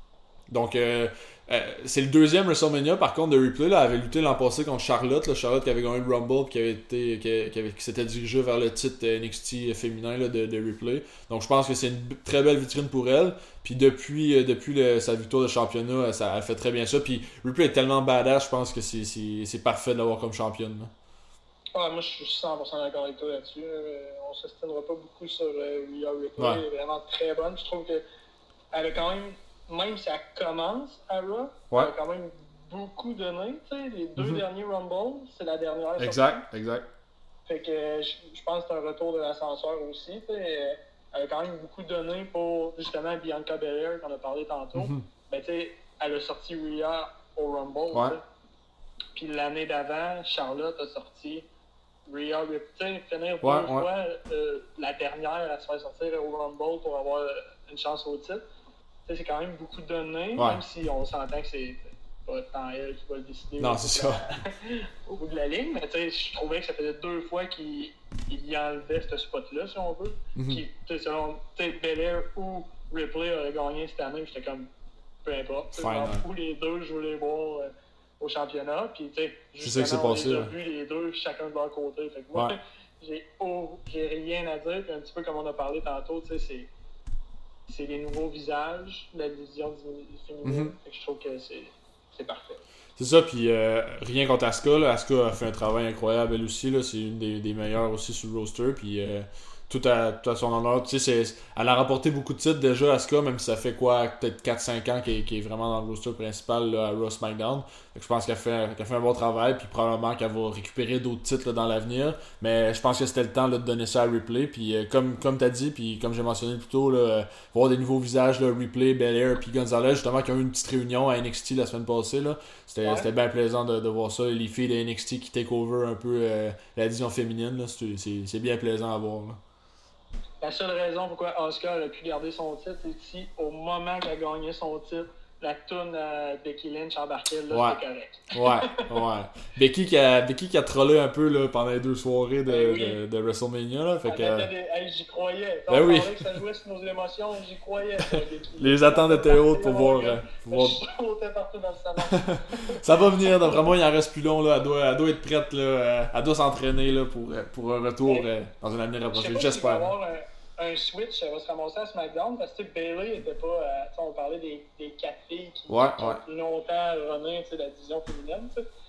Donc euh, euh, c'est le deuxième WrestleMania par contre de Ripley. Là, elle avait lutté l'an passé contre Charlotte. Là, Charlotte qui avait gagné le Rumble, qui avait été, qui, qui, avait, qui s'était dirigée vers le titre N X T féminin là, de, de Ripley. Donc je pense que c'est une très belle vitrine pour elle. Puis depuis, euh, depuis le, sa victoire de championnat, ça, elle fait très bien ça. Puis Ripley est tellement badass, je pense que c'est, c'est, c'est parfait de l'avoir comme championne. Là. Ah, moi je suis cent pour cent d'accord avec toi là-dessus. Euh, on ne s'estimera pas beaucoup sur euh, Rhea Ripley. Ouais. Elle est vraiment très bonne. Je trouve qu'elle a quand même. Même si elle commence à Raw, ouais. elle a quand même beaucoup donné. T'sais, les deux mm-hmm. derniers Rumble, c'est la dernière. Exact, sortie. exact. Fait que je, je pense que c'est un retour de l'ascenseur aussi. T'sais. Elle a quand même beaucoup donné pour justement Bianca Belair qu'on a parlé tantôt. Mm-hmm. Ben, t'sais, elle a sorti Rhea au Rumble. Ouais. Puis l'année d'avant, Charlotte a sorti Rhea Ripley. Finir deux ouais, ouais. fois euh, la dernière à se faire sortir au Rumble pour avoir une chance au titre. T'sais, c'est quand même beaucoup donné, ouais. même si on s'entend que c'est pas tant elle qui va le décider non, au, c'est bout ça. La... au bout de la ligne. Mais je trouvais que ça faisait deux fois qu'il il y enlevait ce spot-là, si on veut. Mm-hmm. Qui, selon Belair ou Ripley aurait gagné cette année, j'étais comme peu importe. Fine, genre, ouais. Ou les deux, je voulais les voir euh, au championnat. Puis, je sais que c'est passé. On a vu les deux, chacun de leur côté. Fait que moi, ouais. j'ai, oh, j'ai rien à dire. Puis un petit peu comme on a parlé tantôt, c'est. C'est les nouveaux visages de la division féminine. Mm-hmm. Je trouve que c'est, c'est parfait. C'est ça, puis euh, rien contre Asuka, là. Asuka a fait un travail incroyable elle aussi, là. C'est une des, des meilleures aussi sur le roster, puis euh, tout, à, tout à son honneur. Tu sais, c'est, elle a remporté beaucoup de titres déjà, Asuka, même si ça fait quoi, peut-être quatre cinq ans qu'elle, qu'elle est vraiment dans le roster principal là, à Raw SmackDown. Donc, je pense qu'elle fait, qu'elle fait un bon travail, puis probablement qu'elle va récupérer d'autres titres là, dans l'avenir. Mais je pense que c'était le temps là, de donner ça à Ripley, puis euh, comme, comme tu as dit, puis comme j'ai mentionné plus tôt, là, euh, voir des nouveaux visages, là, Ripley, Belair, puis Gonzalez, justement, qui ont eu une petite réunion à N X T la semaine passée. Là. C'était, ouais. c'était bien plaisant de, de voir ça. Les filles de N X T qui take over un peu euh, la division féminine, là, c'est, c'est, c'est bien plaisant à voir. Là. La seule raison pourquoi Asuka a pu garder son titre, c'est si au moment qu'elle a gagné son titre, la toune à Becky Lynch embarquait, là, ouais. c'était correct. ouais, ouais. Becky qui a, Becky qui a trollé un peu là, pendant les deux soirées de, ben oui. de, de WrestleMania. Là, fait que... des... hey, j'y croyais. Quand ben on oui. parlait que ça jouait sur nos émotions, j'y croyais. Ça, les attentes étaient hautes pour voir. Euh, pour voir... Je sautais partout dans le salon. Ça va venir, d'après moi, il en reste plus long. Là. Elle, doit, elle doit être prête. Là. Elle doit s'entraîner là, pour, pour un retour ben, euh, dans un avenir approché. J'espère. Un switch, ça va se ramasser à SmackDown parce que Bayley était pas. Euh, on parlait des, des quatre filles qui, ouais, qui ouais. ont longtemps runné la division féminine.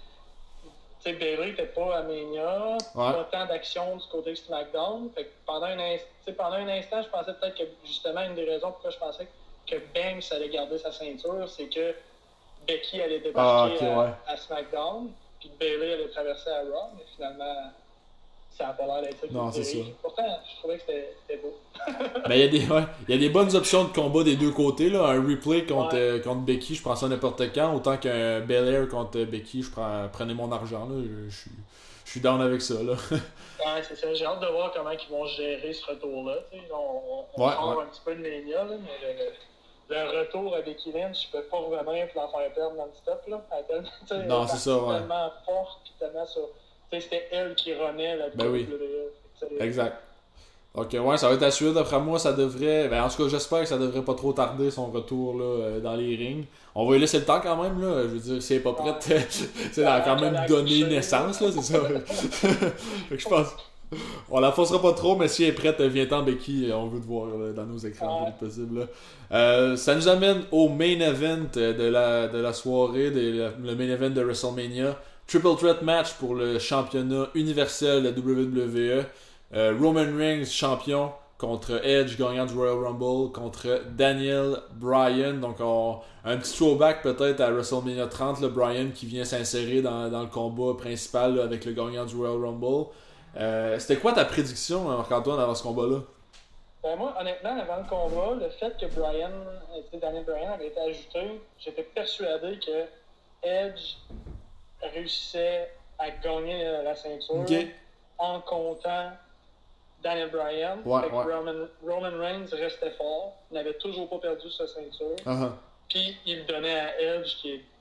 T'sais. Bayley n'était pas à Mania, ouais. pas tant d'action du côté de SmackDown. Fait que pendant, un inst- pendant un instant, je pensais peut-être que justement une des raisons pourquoi je pensais que Banks allait garder sa ceinture, c'est que Becky allait débarquer ah, okay, à, ouais. à SmackDown, puis Bayley allait traverser à Raw, mais finalement. Ça n'a pas l'air d'être ça. Non, c'est ça. Pourtant, je trouvais que c'était, c'était beau. Ben, il y a des, ouais, y a des bonnes options de combat des deux côtés. Là. Un replay contre, ouais. euh, contre Becky, je prends ça n'importe quand. Autant qu'un Belair contre Becky, je prends, prenez mon argent. Là. Je, je, je suis down avec ça. Là. ouais, c'est ça. J'ai hâte de voir comment ils vont gérer ce retour-là. T'sais. On, on ouais, sort ouais. un petit peu de Mania, là, mais le, le retour à Becky Lynch, je peux pas revenir pour l'en faire perdre non-stop. Là. Elle, non, c'est ça. Ouais. tellement forte et tellement sur. C'était elle qui renaît la ben oui. W W E. Exact. Ok, ouais, ça va être à suivre. D'après moi, ça devrait. Ben, en tout cas, j'espère que ça devrait pas trop tarder son retour là, dans les rings. On va lui laisser le temps quand même. Là. Je veux dire, si elle est pas prête, ouais. c'est a quand même donné naissance. Là, c'est ça. Fait que je pense. On la forcera pas trop, mais si elle est prête, viens-t'en, Becky. On veut te voir là, dans nos écrans le ouais. plus possible. Là. Euh, ça nous amène au main event de la, de la soirée, de la, le main event de WrestleMania. Triple Threat match pour le championnat universel de la W W E. Euh, Roman Reigns, champion, contre Edge, gagnant du Royal Rumble, contre Daniel Bryan. Donc, on, un petit throwback peut-être à WrestleMania trente, le Bryan qui vient s'insérer dans, dans le combat principal là, avec le gagnant du Royal Rumble. Euh, c'était quoi ta prédiction, Marc-Antoine, avant ce combat-là? Ben moi, honnêtement, avant le combat, le fait que Bryan, Daniel Bryan avait été ajouté, j'étais persuadé que Edge réussissait à gagner la ceinture okay. en comptant Daniel Bryan. Ouais, ouais. Roman, Roman Reigns restait fort, n'avait toujours pas perdu sa ceinture. Uh-huh. Puis il le donnait à Edge, qui est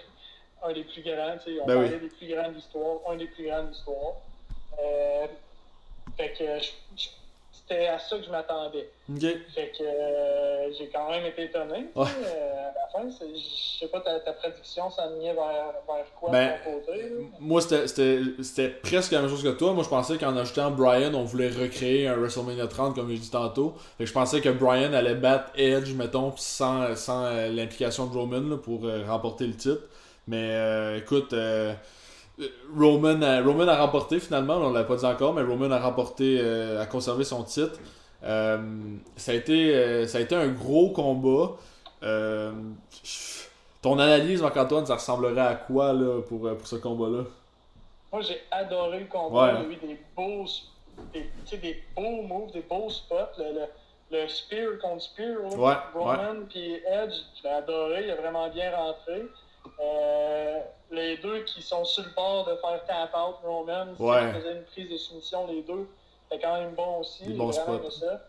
un des plus grands. On ben parlait oui. des plus grands de l'histoire, un des plus grands de l'histoire. Euh, fait que je, je, c'était à ça que je m'attendais. Okay. Fait que euh, j'ai quand même été étonné. Ouais. Euh, à la fin, c'est, je sais pas, ta, ta prédiction s'enlignait vers, vers quoi ben, de ton côté? Là? Moi, c'était, c'était, c'était presque la même chose que toi. Moi, je pensais qu'en ajoutant Bryan, on voulait recréer un WrestleMania trente, comme je dis tantôt. Fait que je pensais que Bryan allait battre Edge, mettons, sans, sans euh, l'implication de Roman là, pour euh, remporter le titre. Mais euh, écoute... Euh, Roman a, Roman a remporté finalement, on ne l'a pas dit encore, mais Roman a remporté, euh, a conservé son titre. Euh, ça, a été, euh, ça a été un gros combat. Euh, ton analyse, Marc-Antoine, ça ressemblerait à quoi là, pour, pour ce combat-là? Moi, j'ai adoré le combat. Ouais. Il y a eu des beaux, des, des beaux moves, des beaux spots. Le, le, le spear contre spear, ouais, Roman puis ouais. Edge, je l'ai adoré. Il a vraiment bien rentré. Euh, les deux qui sont sur le bord de faire tap out Roman, ouais. qui faisaient une prise de soumission, les deux, c'était quand même bon aussi. Des bons spots. Ça.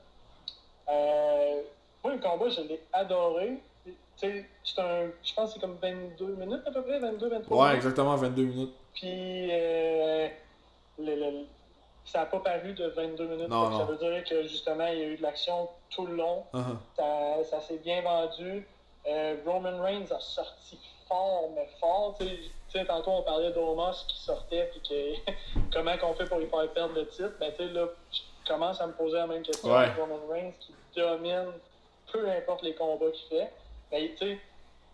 Euh, moi, le combat, je l'ai adoré. C'est un, je pense que c'est comme vingt-deux minutes à peu près, vingt-deux vingt-trois Ouais, minutes. exactement, vingt-deux minutes. Puis, euh, le, le, ça n'a pas paru de vingt-deux minutes. Non, non. Ça veut dire que justement, il y a eu de l'action tout le long. Uh-huh. Ça, ça s'est bien vendu. Euh, Roman Reigns a sorti fort, mais fort. Tu sais, tantôt on parlait d'Omos qui sortait, puis que comment qu'on fait pour lui faire perdre le titre. Ben, tu sais, là, je commence à me poser la même question. Ouais. Roman Reigns qui domine peu importe les combats qu'il fait. Ben, tu sais,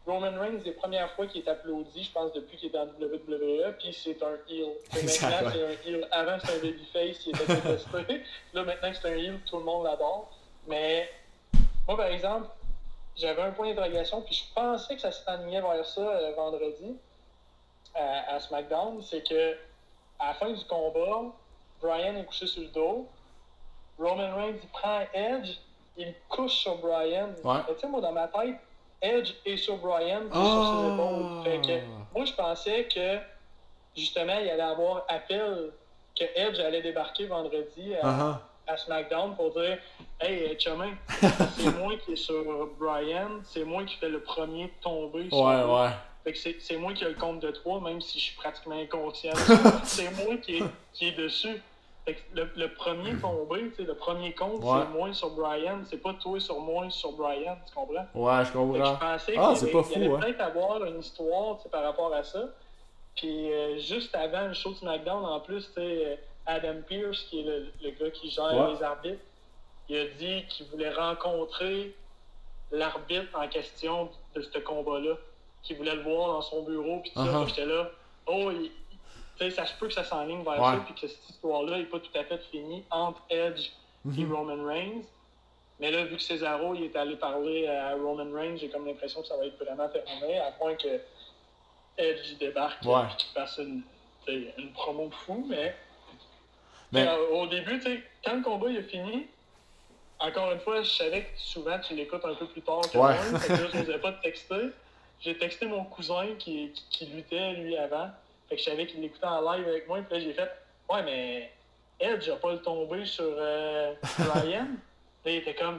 Roman Reigns, les premières fois qu'il est applaudi, je pense, depuis qu'il est dans W W E, puis c'est un heel. Maintenant, c'est un heel. Avant, c'était un babyface, il était détesté. Là, maintenant que c'est un heel, tout le monde l'adore. Mais moi, par exemple, j'avais un point d'interrogation, puis je pensais que ça s'enlignait vers ça euh, vendredi à, à SmackDown. C'est que à la fin du combat, Bryan est couché sur le dos. Roman Reigns, il prend Edge, il couche sur Bryan. Ouais. Tu sais, moi, dans ma tête, Edge est sur Bryan, puis oh! sur ses épaules. Fait que moi, je pensais que, justement, il allait avoir appel, que Edge allait débarquer vendredi à, uh-huh. à SmackDown pour dire « Hey, chemin, c'est moi qui est sur Bryan, c'est moi qui fais le premier tomber sur Ouais, lui. ouais. Fait que c'est, c'est moi qui ai le compte de trois, même si je suis pratiquement inconscient. C'est moi qui est, qui est dessus. » Fait que le, le premier tombé, le premier compte, ouais. c'est moi sur Bryan, c'est pas toi sur moi sur Bryan, tu comprends? Ouais, je comprends. Fait que je pensais ah, qu'il c'est allait, pas fou, il allait hein? peut-être avoir une histoire par rapport à ça. Puis euh, juste avant le show de SmackDown, en plus, Adam Pearce, qui est le, le gars qui gère ouais. les arbitres, il a dit qu'il voulait rencontrer l'arbitre en question de ce combat-là, qu'il voulait le voir dans son bureau, puis tout uh-huh. ça. J'étais là, oh, il, tu sais, ça se peut que ça s'enligne vers ouais. ça, puis que cette histoire-là n'est pas tout à fait finie entre Edge mm-hmm. et Roman Reigns. Mais là, vu que Cesaro il est allé parler à Roman Reigns, j'ai comme l'impression que ça va être vraiment terminé, à point que Edge débarque ouais. et qu'il fasse une, une promo de fou. Mais, mais... Euh, au début, quand le combat il a fini, encore une fois, je savais que souvent tu l'écoutes un peu plus tard que ouais. moi, fait que là, je n'osais pas te texter. J'ai texté mon cousin qui, qui, qui luttait, lui, avant. Fait que je savais qu'il l'écoutait en live avec moi, puis là j'ai fait « Ouais, mais Edge a pas le tombé sur euh, Bryan. » Là, il était comme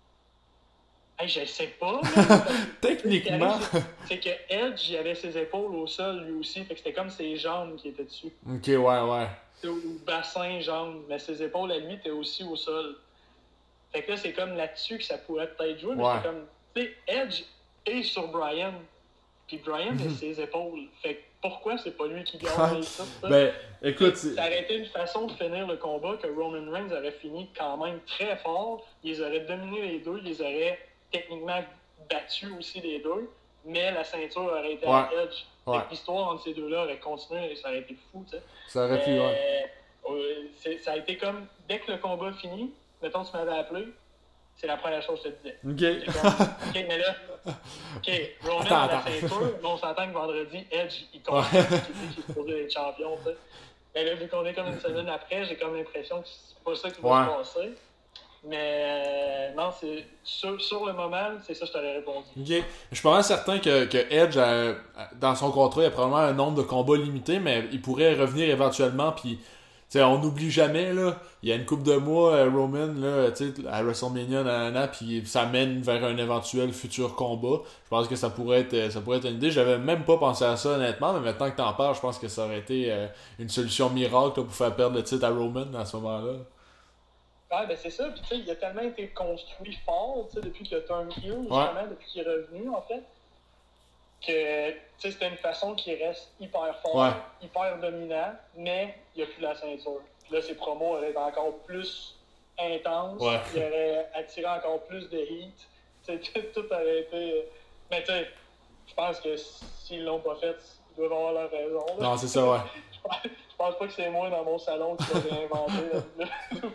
« Hey, je sais pas. » Techniquement. C'est que Edge, il avait ses épaules au sol, lui aussi. Fait que c'était comme ses jambes qui étaient dessus. Ok, ouais, ouais. Ou bassin, jambes. Mais ses épaules, à lui, étaient aussi au sol. Fait que là, c'est comme là-dessus que ça pourrait peut-être jouer. Mais ouais. c'est comme, tu sais, Edge est sur Bryan. Puis Bryan mm-hmm. a ses épaules. Fait que pourquoi c'est pas lui qui gagne ça? Ben, écoute... Ça aurait été une façon de finir le combat que Roman Reigns aurait fini quand même très fort. Ils auraient dominé les deux. Ils auraient techniquement battu aussi les deux. Mais la ceinture aurait été ouais. à Edge. Ouais. Fait que l'histoire entre ces deux-là aurait continué et ça aurait été fou, tu sais. Ça aurait pu, euh, ouais. Euh, c'est, ça a été comme, dès que le combat finit, mettons tu m'avais appelé, c'est la première chose que je te disais. Ok. Comme, ok, mais là, ok, Roman à la ceinture, mais on s'entend que vendredi, Edge, il compte, ouais. qui est supposé être champion, tu sais. Mais là, vu qu'on est comme une semaine après, j'ai comme l'impression que c'est pas ça qui va ouais. se passer. Mais euh, non, c'est sur, sur le moment, c'est ça que je t'aurais répondu. Ok. Je suis pas mal certain que, que Edge, a, dans son contrat, il a probablement un nombre de combats limité, mais il pourrait revenir éventuellement, puis t'sais, on n'oublie jamais, là, il y a une couple de mois, Roman, là, t'sais, à WrestleMania, nanana, puis ça mène vers un éventuel futur combat. Je pense que ça pourrait être ça pourrait être une idée. J'avais même pas pensé à ça, honnêtement, mais maintenant que t'en parles, je pense que ça aurait été euh, une solution miracle là, pour faire perdre le titre à Roman à ce moment-là. Ouais, ben c'est ça, puis tu sais, il a tellement été construit fort, tu sais, depuis que le turn heel, justement, ouais. depuis qu'il est revenu, en fait, que, tu sais, c'était une façon qu'il reste hyper fort, ouais. hyper dominant, mais il n'y a plus la ceinture. Puis là, ses promos auraient été encore plus intenses, ouais. il aurait attiré encore plus de heat, tu sais, tout aurait été... Mais tu sais, je pense que s'ils l'ont pas fait, ils doivent avoir leur raison. Là. Non, c'est ça, ouais. Je pense pas que c'est moi dans mon salon qui va réinventer.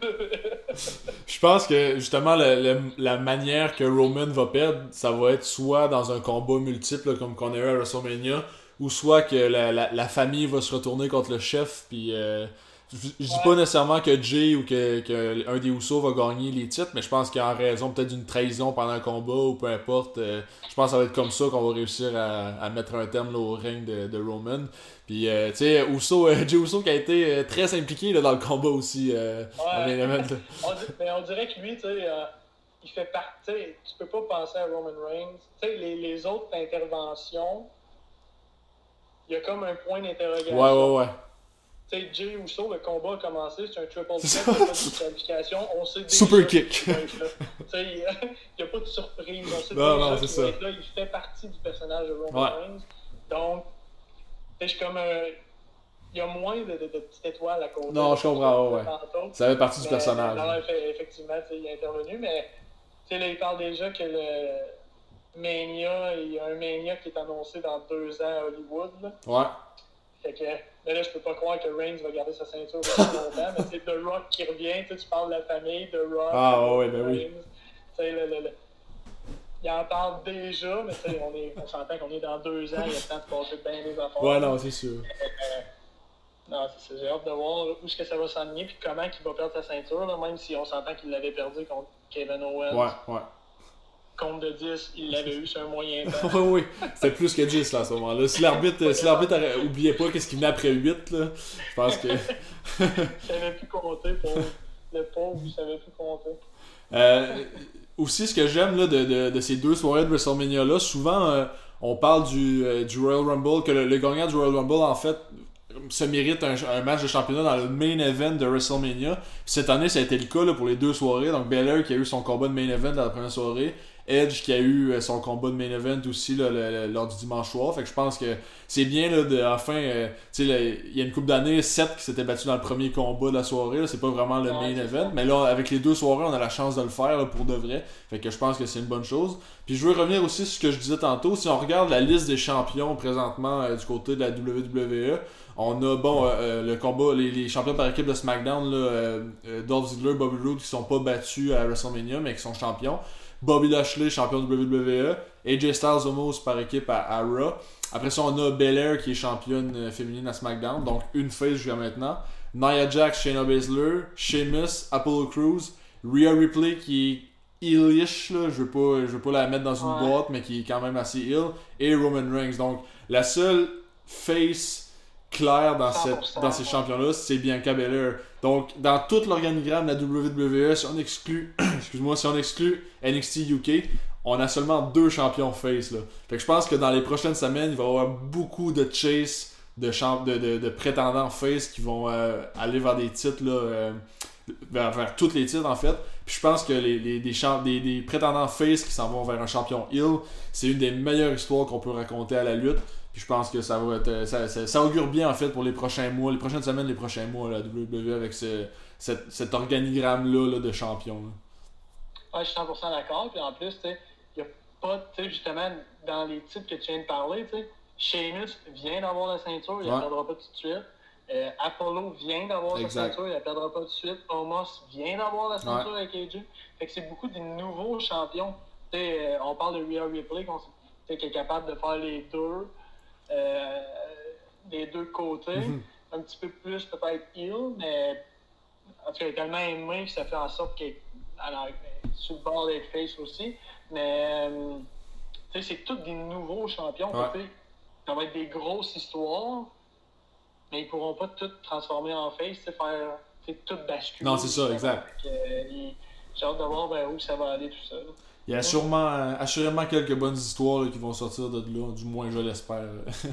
Je pense que justement le, le, la manière que Roman va perdre, ça va être soit dans un combat multiple là, comme qu'on a eu à WrestleMania, ou soit que la, la, la famille va se retourner contre le chef. Puis euh, je, je dis ouais. pas nécessairement que Jay ou que, que un des Usos va gagner les titres, mais je pense qu'il y a raison peut-être d'une trahison pendant un combat ou peu importe. Euh, je pense que ça va être comme ça qu'on va réussir à, à mettre un terme là, au règne de, de Roman. Puis, euh, tu sais, Uso, euh, Jey Uso qui a été euh, très impliqué là, dans le combat aussi. Euh, ouais. on, dit, mais on dirait que lui, tu sais, euh, il fait partie. Tu peux pas penser à Roman Reigns. Tu sais, les, les autres interventions, il y a comme un point d'interrogation. Ouais, ouais, ouais. Tu sais, Jey Uso, le combat a commencé, c'est un triple threat, il n'y a pas de qualification. On sait déjà super kick. Tu sais, il n'y a pas de surprise. On sait non, déjà non, qu'il c'est va ça. être là. Il fait partie du personnage de Roman ouais. Reigns. Donc, je suis comme un... Il y a moins de, de, de petites étoiles à côté. Non, je comprends, ouais. Tantôt. Ça fait partie mais, du personnage. Non, effectivement, il est intervenu, mais là, il parle déjà que le, Mania, il y a un Mania qui est annoncé dans deux ans à Hollywood. Là. Ouais. Fait que, mais là, je peux pas croire que Reigns va garder sa ceinture pendant longtemps, mais c'est The Rock qui revient, tu parles de la famille, The Rock, ah, ouais, ben Reigns. Oui. Tu sais, le, le, le, il en parle déjà, mais tu sais, on, est, on s'entend qu'on est dans deux ans, il y a le temps de passer bien des affaires. Ouais, non, c'est sûr. Euh, non, c'est ça, j'ai hâte de voir où est-ce que ça va s'enligner, puis comment il va perdre sa ceinture, là, même si on s'entend qu'il l'avait perdu contre Kevin Owens. Ouais, ouais. Compte de dix, il l'avait eu sur un moyen temps. oui, oui. C'était plus que dix là, à ce moment-là. Si l'arbitre, si l'arbitre aurait... oubliait pas qu'est-ce qu'il venait après huit, là, je pense que. Il savait plus compter pour le pauvre, il savait plus compter. Euh, aussi, ce que j'aime là, de, de, de ces deux soirées de WrestleMania-là, souvent euh, on parle du, euh, du Royal Rumble, que le, le gagnant du Royal Rumble, en fait, se mérite un, un match de championnat dans le main event de WrestleMania. Cette année, ça a été le cas là, pour les deux soirées. Donc, Belair qui a eu son combat de main event dans la première soirée. Edge qui a eu son combat de main event aussi là, le, le, lors du dimanche soir. Fait que je pense que c'est bien là, de enfin euh, tu sais, il y a une couple d'années, Seth qui s'était battu dans le premier combat de la soirée, là, c'est pas vraiment le main event, ça. Mais là avec les deux soirées, on a la chance de le faire là, pour de vrai. Fait que je pense que c'est une bonne chose. Puis je veux revenir aussi sur ce que je disais tantôt, si on regarde la liste des champions présentement euh, du côté de la W W E, on a bon euh, euh, le combat, les, les champions par équipe de SmackDown, là, euh, euh, Dolph Ziggler, Bobby Roode qui sont pas battus à WrestleMania mais qui sont champions. Bobby Lashley, champion de W W E. A J Styles Omos par équipe à, à Raw. Après ça, on a Belair qui est championne féminine à SmackDown. Donc une face jusqu'à maintenant. Nia Jax, Shayna Baszler. Sheamus, Apollo Crews. Rhea Ripley qui est heelish, là. Je veux pas, je veux pas la mettre dans une ouais. boîte, mais qui est quand même assez heel. Et Roman Reigns. Donc la seule face claire dans, cette, dans ces champions-là, c'est Bianca Belair. Donc, dans tout l'organigramme de la W W E, si on exclut, excuse-moi, si on exclut N X T U K, on a seulement deux champions face. Là. Fait que je pense que dans les prochaines semaines, il va y avoir beaucoup de chase de, champ- de, de, de prétendants face qui vont euh, aller vers des titres, là, euh, vers, vers tous les titres en fait. Puis je pense que les, les, des, champ- des, des prétendants face qui s'en vont vers un champion heel, c'est une des meilleures histoires qu'on peut raconter à la lutte. Puis je pense que ça va être, ça, ça, ça augure bien en fait pour les prochains mois, les prochaines semaines, les prochains mois, la W W E avec ce, cet, cet organigramme-là là, de champions. Là. Ouais, je suis cent pour cent d'accord. Puis en plus, il n'y a pas, justement, dans les titres que tu viens de parler, Sheamus vient d'avoir la ceinture, il ne ouais. la perdra pas tout de suite. Euh, Apollo vient d'avoir exact. sa ceinture, il ne la perdra pas tout de suite. Omos vient d'avoir la ceinture ouais. avec A J. Fait que c'est beaucoup de nouveaux champions. Euh, on parle de Rhea Ripley, qui est capable de faire les deux. Euh, des deux côtés, mm-hmm. un petit peu plus peut-être heel, mais en tout cas, il est tellement aimé que ça fait en sorte qu'il est sur le bord des face aussi. Mais euh, c'est tous des nouveaux champions. Ouais. Ça va être des grosses histoires, mais ils ne pourront pas tout transformer en face, faire tout basculer. Non, c'est ça, exact. Que, euh, j'ai hâte de voir ben, où ça va aller tout ça. Là. Il y a sûrement, euh, assurément quelques bonnes histoires là, qui vont sortir de là, du moins je l'espère.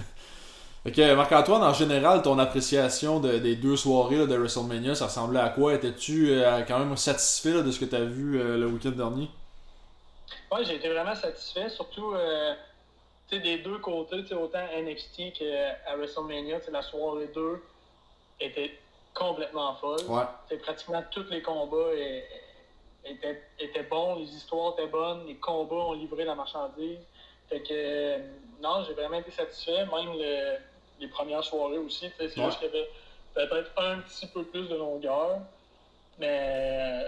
Ok, Marc-Antoine, en général, ton appréciation de, des deux soirées là, de WrestleMania, ça ressemblait à quoi? Étais-tu euh, quand même satisfait là, de ce que tu as vu euh, le week-end dernier? Oui, j'ai été vraiment satisfait, surtout euh, des deux côtés, autant N X T qu'à WrestleMania, la soirée deux était complètement folle. Ouais. Pratiquement tous les combats et, Était, était bon, les histoires étaient bonnes, les combats ont livré la marchandise. Fait que, euh, non, j'ai vraiment été satisfait, même le, les premières soirées aussi. C'est ouais. juste qu'il y avait peut-être un petit peu plus de longueur, mais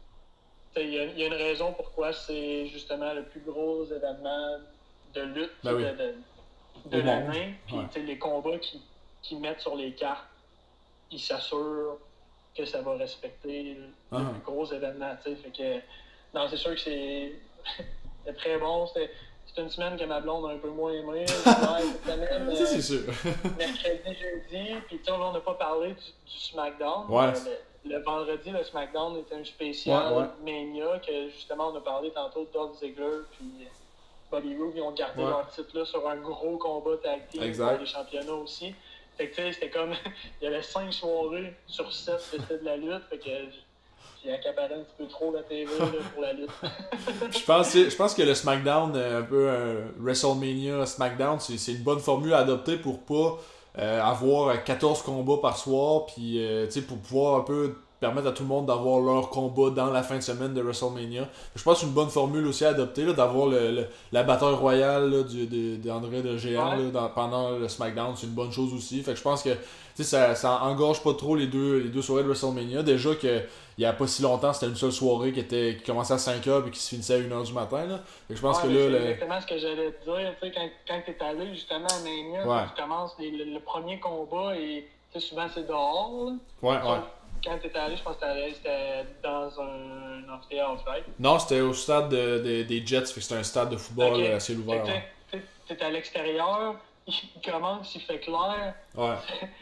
il y, y a une raison pourquoi c'est justement le plus gros événement de lutte ben oui. de, de, de l'année. Puis ouais. les combats qu'ils qui mettent sur les cartes, ils s'assurent que ça va respecter le ah. plus gros événement, tu sais, fait que, non, c'est sûr que c'est, c'est très bon, c'est, c'est une semaine que ma blonde a un peu moins aimé, cette semaine, ça c'est sûr. Mercredi, jeudi, puis tu sais, on n'a pas parlé du, du SmackDown, ouais. le, le vendredi, le SmackDown était un spécial ouais, ouais. Mania, que justement, on a parlé tantôt de Dolph Ziggler, puis Bobby Roode, ils ont gardé ouais. leur titre là sur un gros combat tag team pour les championnats aussi. Fait que tu sais, c'était comme, il y avait cinq soirées sur sept que c'était de la lutte, fait que j'ai accaparé un petit peu trop la T V là, pour la lutte. je, pense, je pense que le SmackDown, un peu un WrestleMania SmackDown, c'est, c'est une bonne formule à adopter pour pas euh, avoir quatorze combats par soir, puis euh, tu sais, pour pouvoir un peu permettre à tout le monde d'avoir leur combat dans la fin de semaine de WrestleMania. Je pense que c'est une bonne formule aussi à adopter, là, d'avoir le, le, la bataille royale là, du, de, d'André de Géant ouais. là, dans, pendant le SmackDown. C'est une bonne chose aussi. Fait que je pense que ça, ça engorge pas trop les deux, les deux soirées de WrestleMania. Déjà que il y a pas si longtemps, c'était une seule soirée qui, était, qui commençait à cinq heures et qui se finissait à une heure du matin. Là. Fait que je pense ouais, que là... C'est le... exactement ce que j'allais te dire. Tu sais, quand, quand t'es allé justement à Mania, ouais. tu commences les, le, le premier combat et souvent c'est dehors. Là. Ouais, ouais. Quand t'étais allé, je pense que c'était dans un amphithéâtre, right? Non, c'était au stade de, de, des Jets, fait que c'était un stade de football okay. à ciel ouvert. Ouais. T'es à l'extérieur, il commence, il fait clair. Ouais.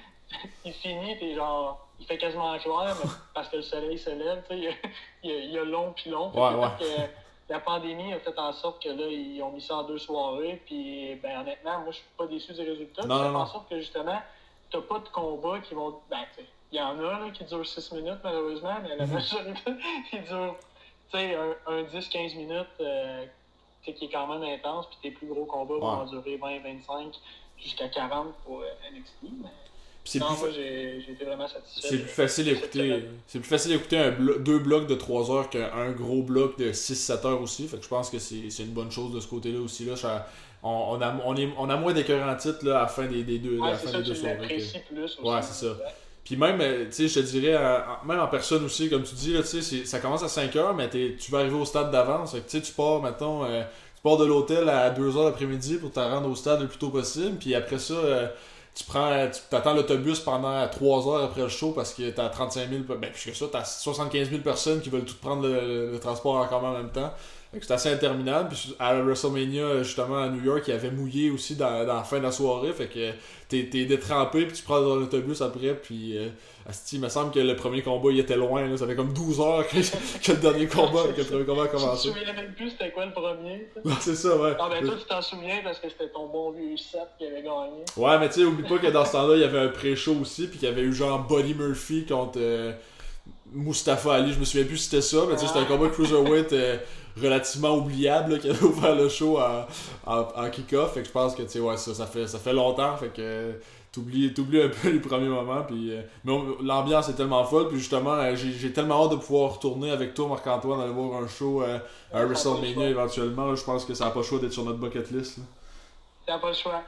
Il finit, t'es genre... Il fait quasiment clair, mais parce que le soleil se lève, tu sais, il, il, il y a long puis long. Ouais, ouais. Que la pandémie a fait en sorte que là, ils ont mis ça en deux soirées, puis ben honnêtement, moi, je suis pas déçu du résultat. Non, ça non, fait en non. sorte que justement, t'as pas de combats qui vont... Ben, tu sais, il y en a là, qui durent six minutes, malheureusement, mais la majorité, ils durent, tu sais, un, un dix à quinze minutes, euh, qui est quand même intense, puis tes plus gros combats ouais. vont en durer vingt à vingt-cinq jusqu'à quarante pour euh, N X T, mais... C'est non, plus... moi j'ai, j'ai été vraiment satisfait. C'est plus facile d'écouter. C'est plus facile d'écouter un blo- deux blocs de trois heures qu'un gros bloc de six à sept heures aussi. Fait que je pense que c'est, c'est une bonne chose de ce côté-là aussi. Là. On, on, a, on, est, on a moins d'écœurants titres là, à la fin des, des deux, ouais, à la c'est fin ça, des deux soirées. Que... plus aussi. Ouais, c'est ça. Puis même, tu sais, je te dirais, même en personne aussi, comme tu dis, là, ça commence à cinq heures, mais tu vas arriver au stade d'avance. Fait que tu pars, mettons, euh, tu pars de l'hôtel à deux heures l'après-midi pour te rendre au stade le plus tôt possible. Puis après ça... Euh, Tu prends, tu t'attends l'autobus pendant trois heures après le show parce que t'as trente-cinq mille, ben plus que ça, t'as soixante-quinze mille personnes qui veulent tout prendre le, le, le transport encore en même temps. Fait que c'est assez interminable. Puis à WrestleMania, justement, à New York, il y avait mouillé aussi dans, dans la fin de la soirée. Fait que t'es, t'es détrempé, puis tu prends l'autobus après. Puis euh, asti, il me semble que le premier combat, il était loin. Là. Ça fait comme douze heures que, que le dernier combat, que le premier combat a commencé. Je me souviens même plus c'était quoi le premier. Non, c'est ça, ouais. Ah, ben toi, tu t'en souviens parce que c'était ton bon vieux Seth qui avait gagné. Ouais, mais tu sais, oublie pas que dans ce temps-là, il y avait un pré-show aussi, puis qu'il y avait eu genre Buddy Murphy contre euh, Mustafa Ali. Je me souviens plus si c'était ça, mais tu sais, c'était un combat cruiserweight euh, relativement oubliable là, qui avait ouvert le show en, en, en kick-off. Fait que je pense que, tu sais, ouais, ça, ça fait, ça fait longtemps, fait que euh, t'oublies, t'oublies un peu les premiers moments. Puis, euh, mais on, l'ambiance est tellement folle, puis justement, euh, j'ai, j'ai tellement hâte de pouvoir retourner avec toi, Marc-Antoine, aller voir un show, euh, un WrestleMania éventuellement. Là, je pense que ça n'a pas le choix d'être sur notre bucket list. Là. Ça n'a pas le choix.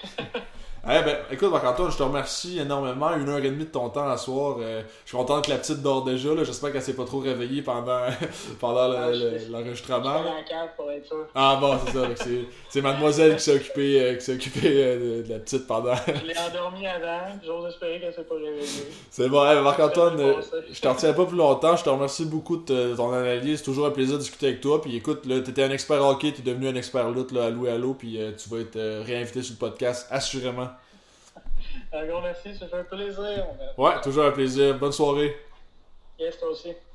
Eh ben, écoute, Marc-Antoine, je te remercie énormément. Une heure et demie de ton temps à soir. Euh, je suis content que la petite dort déjà. Là. J'espère qu'elle s'est pas trop réveillée pendant, pendant le, ah, le, je, l'enregistrement. Je suis dans la cave pour être sûr. Ah bon, c'est ça. C'est, c'est mademoiselle qui s'est occupée, euh, qui s'est occupée euh, de, de la petite pendant. Je l'ai endormie avant. J'ose espérer qu'elle s'est pas réveillée. C'est bon. Eh, Marc-Antoine, euh, je t'en retiens pas plus longtemps. Je te remercie beaucoup de ton analyse. C'est toujours un plaisir de discuter avec toi. Puis écoute, là, t'étais un expert hockey, t'es devenu un expert lutte là, à Louis Allo. Puis euh, tu vas être euh, réinvité sur le podcast, assurément. Un gros merci, ça fait un plaisir. Ouais, toujours un plaisir. Bonne soirée. Yes, toi aussi.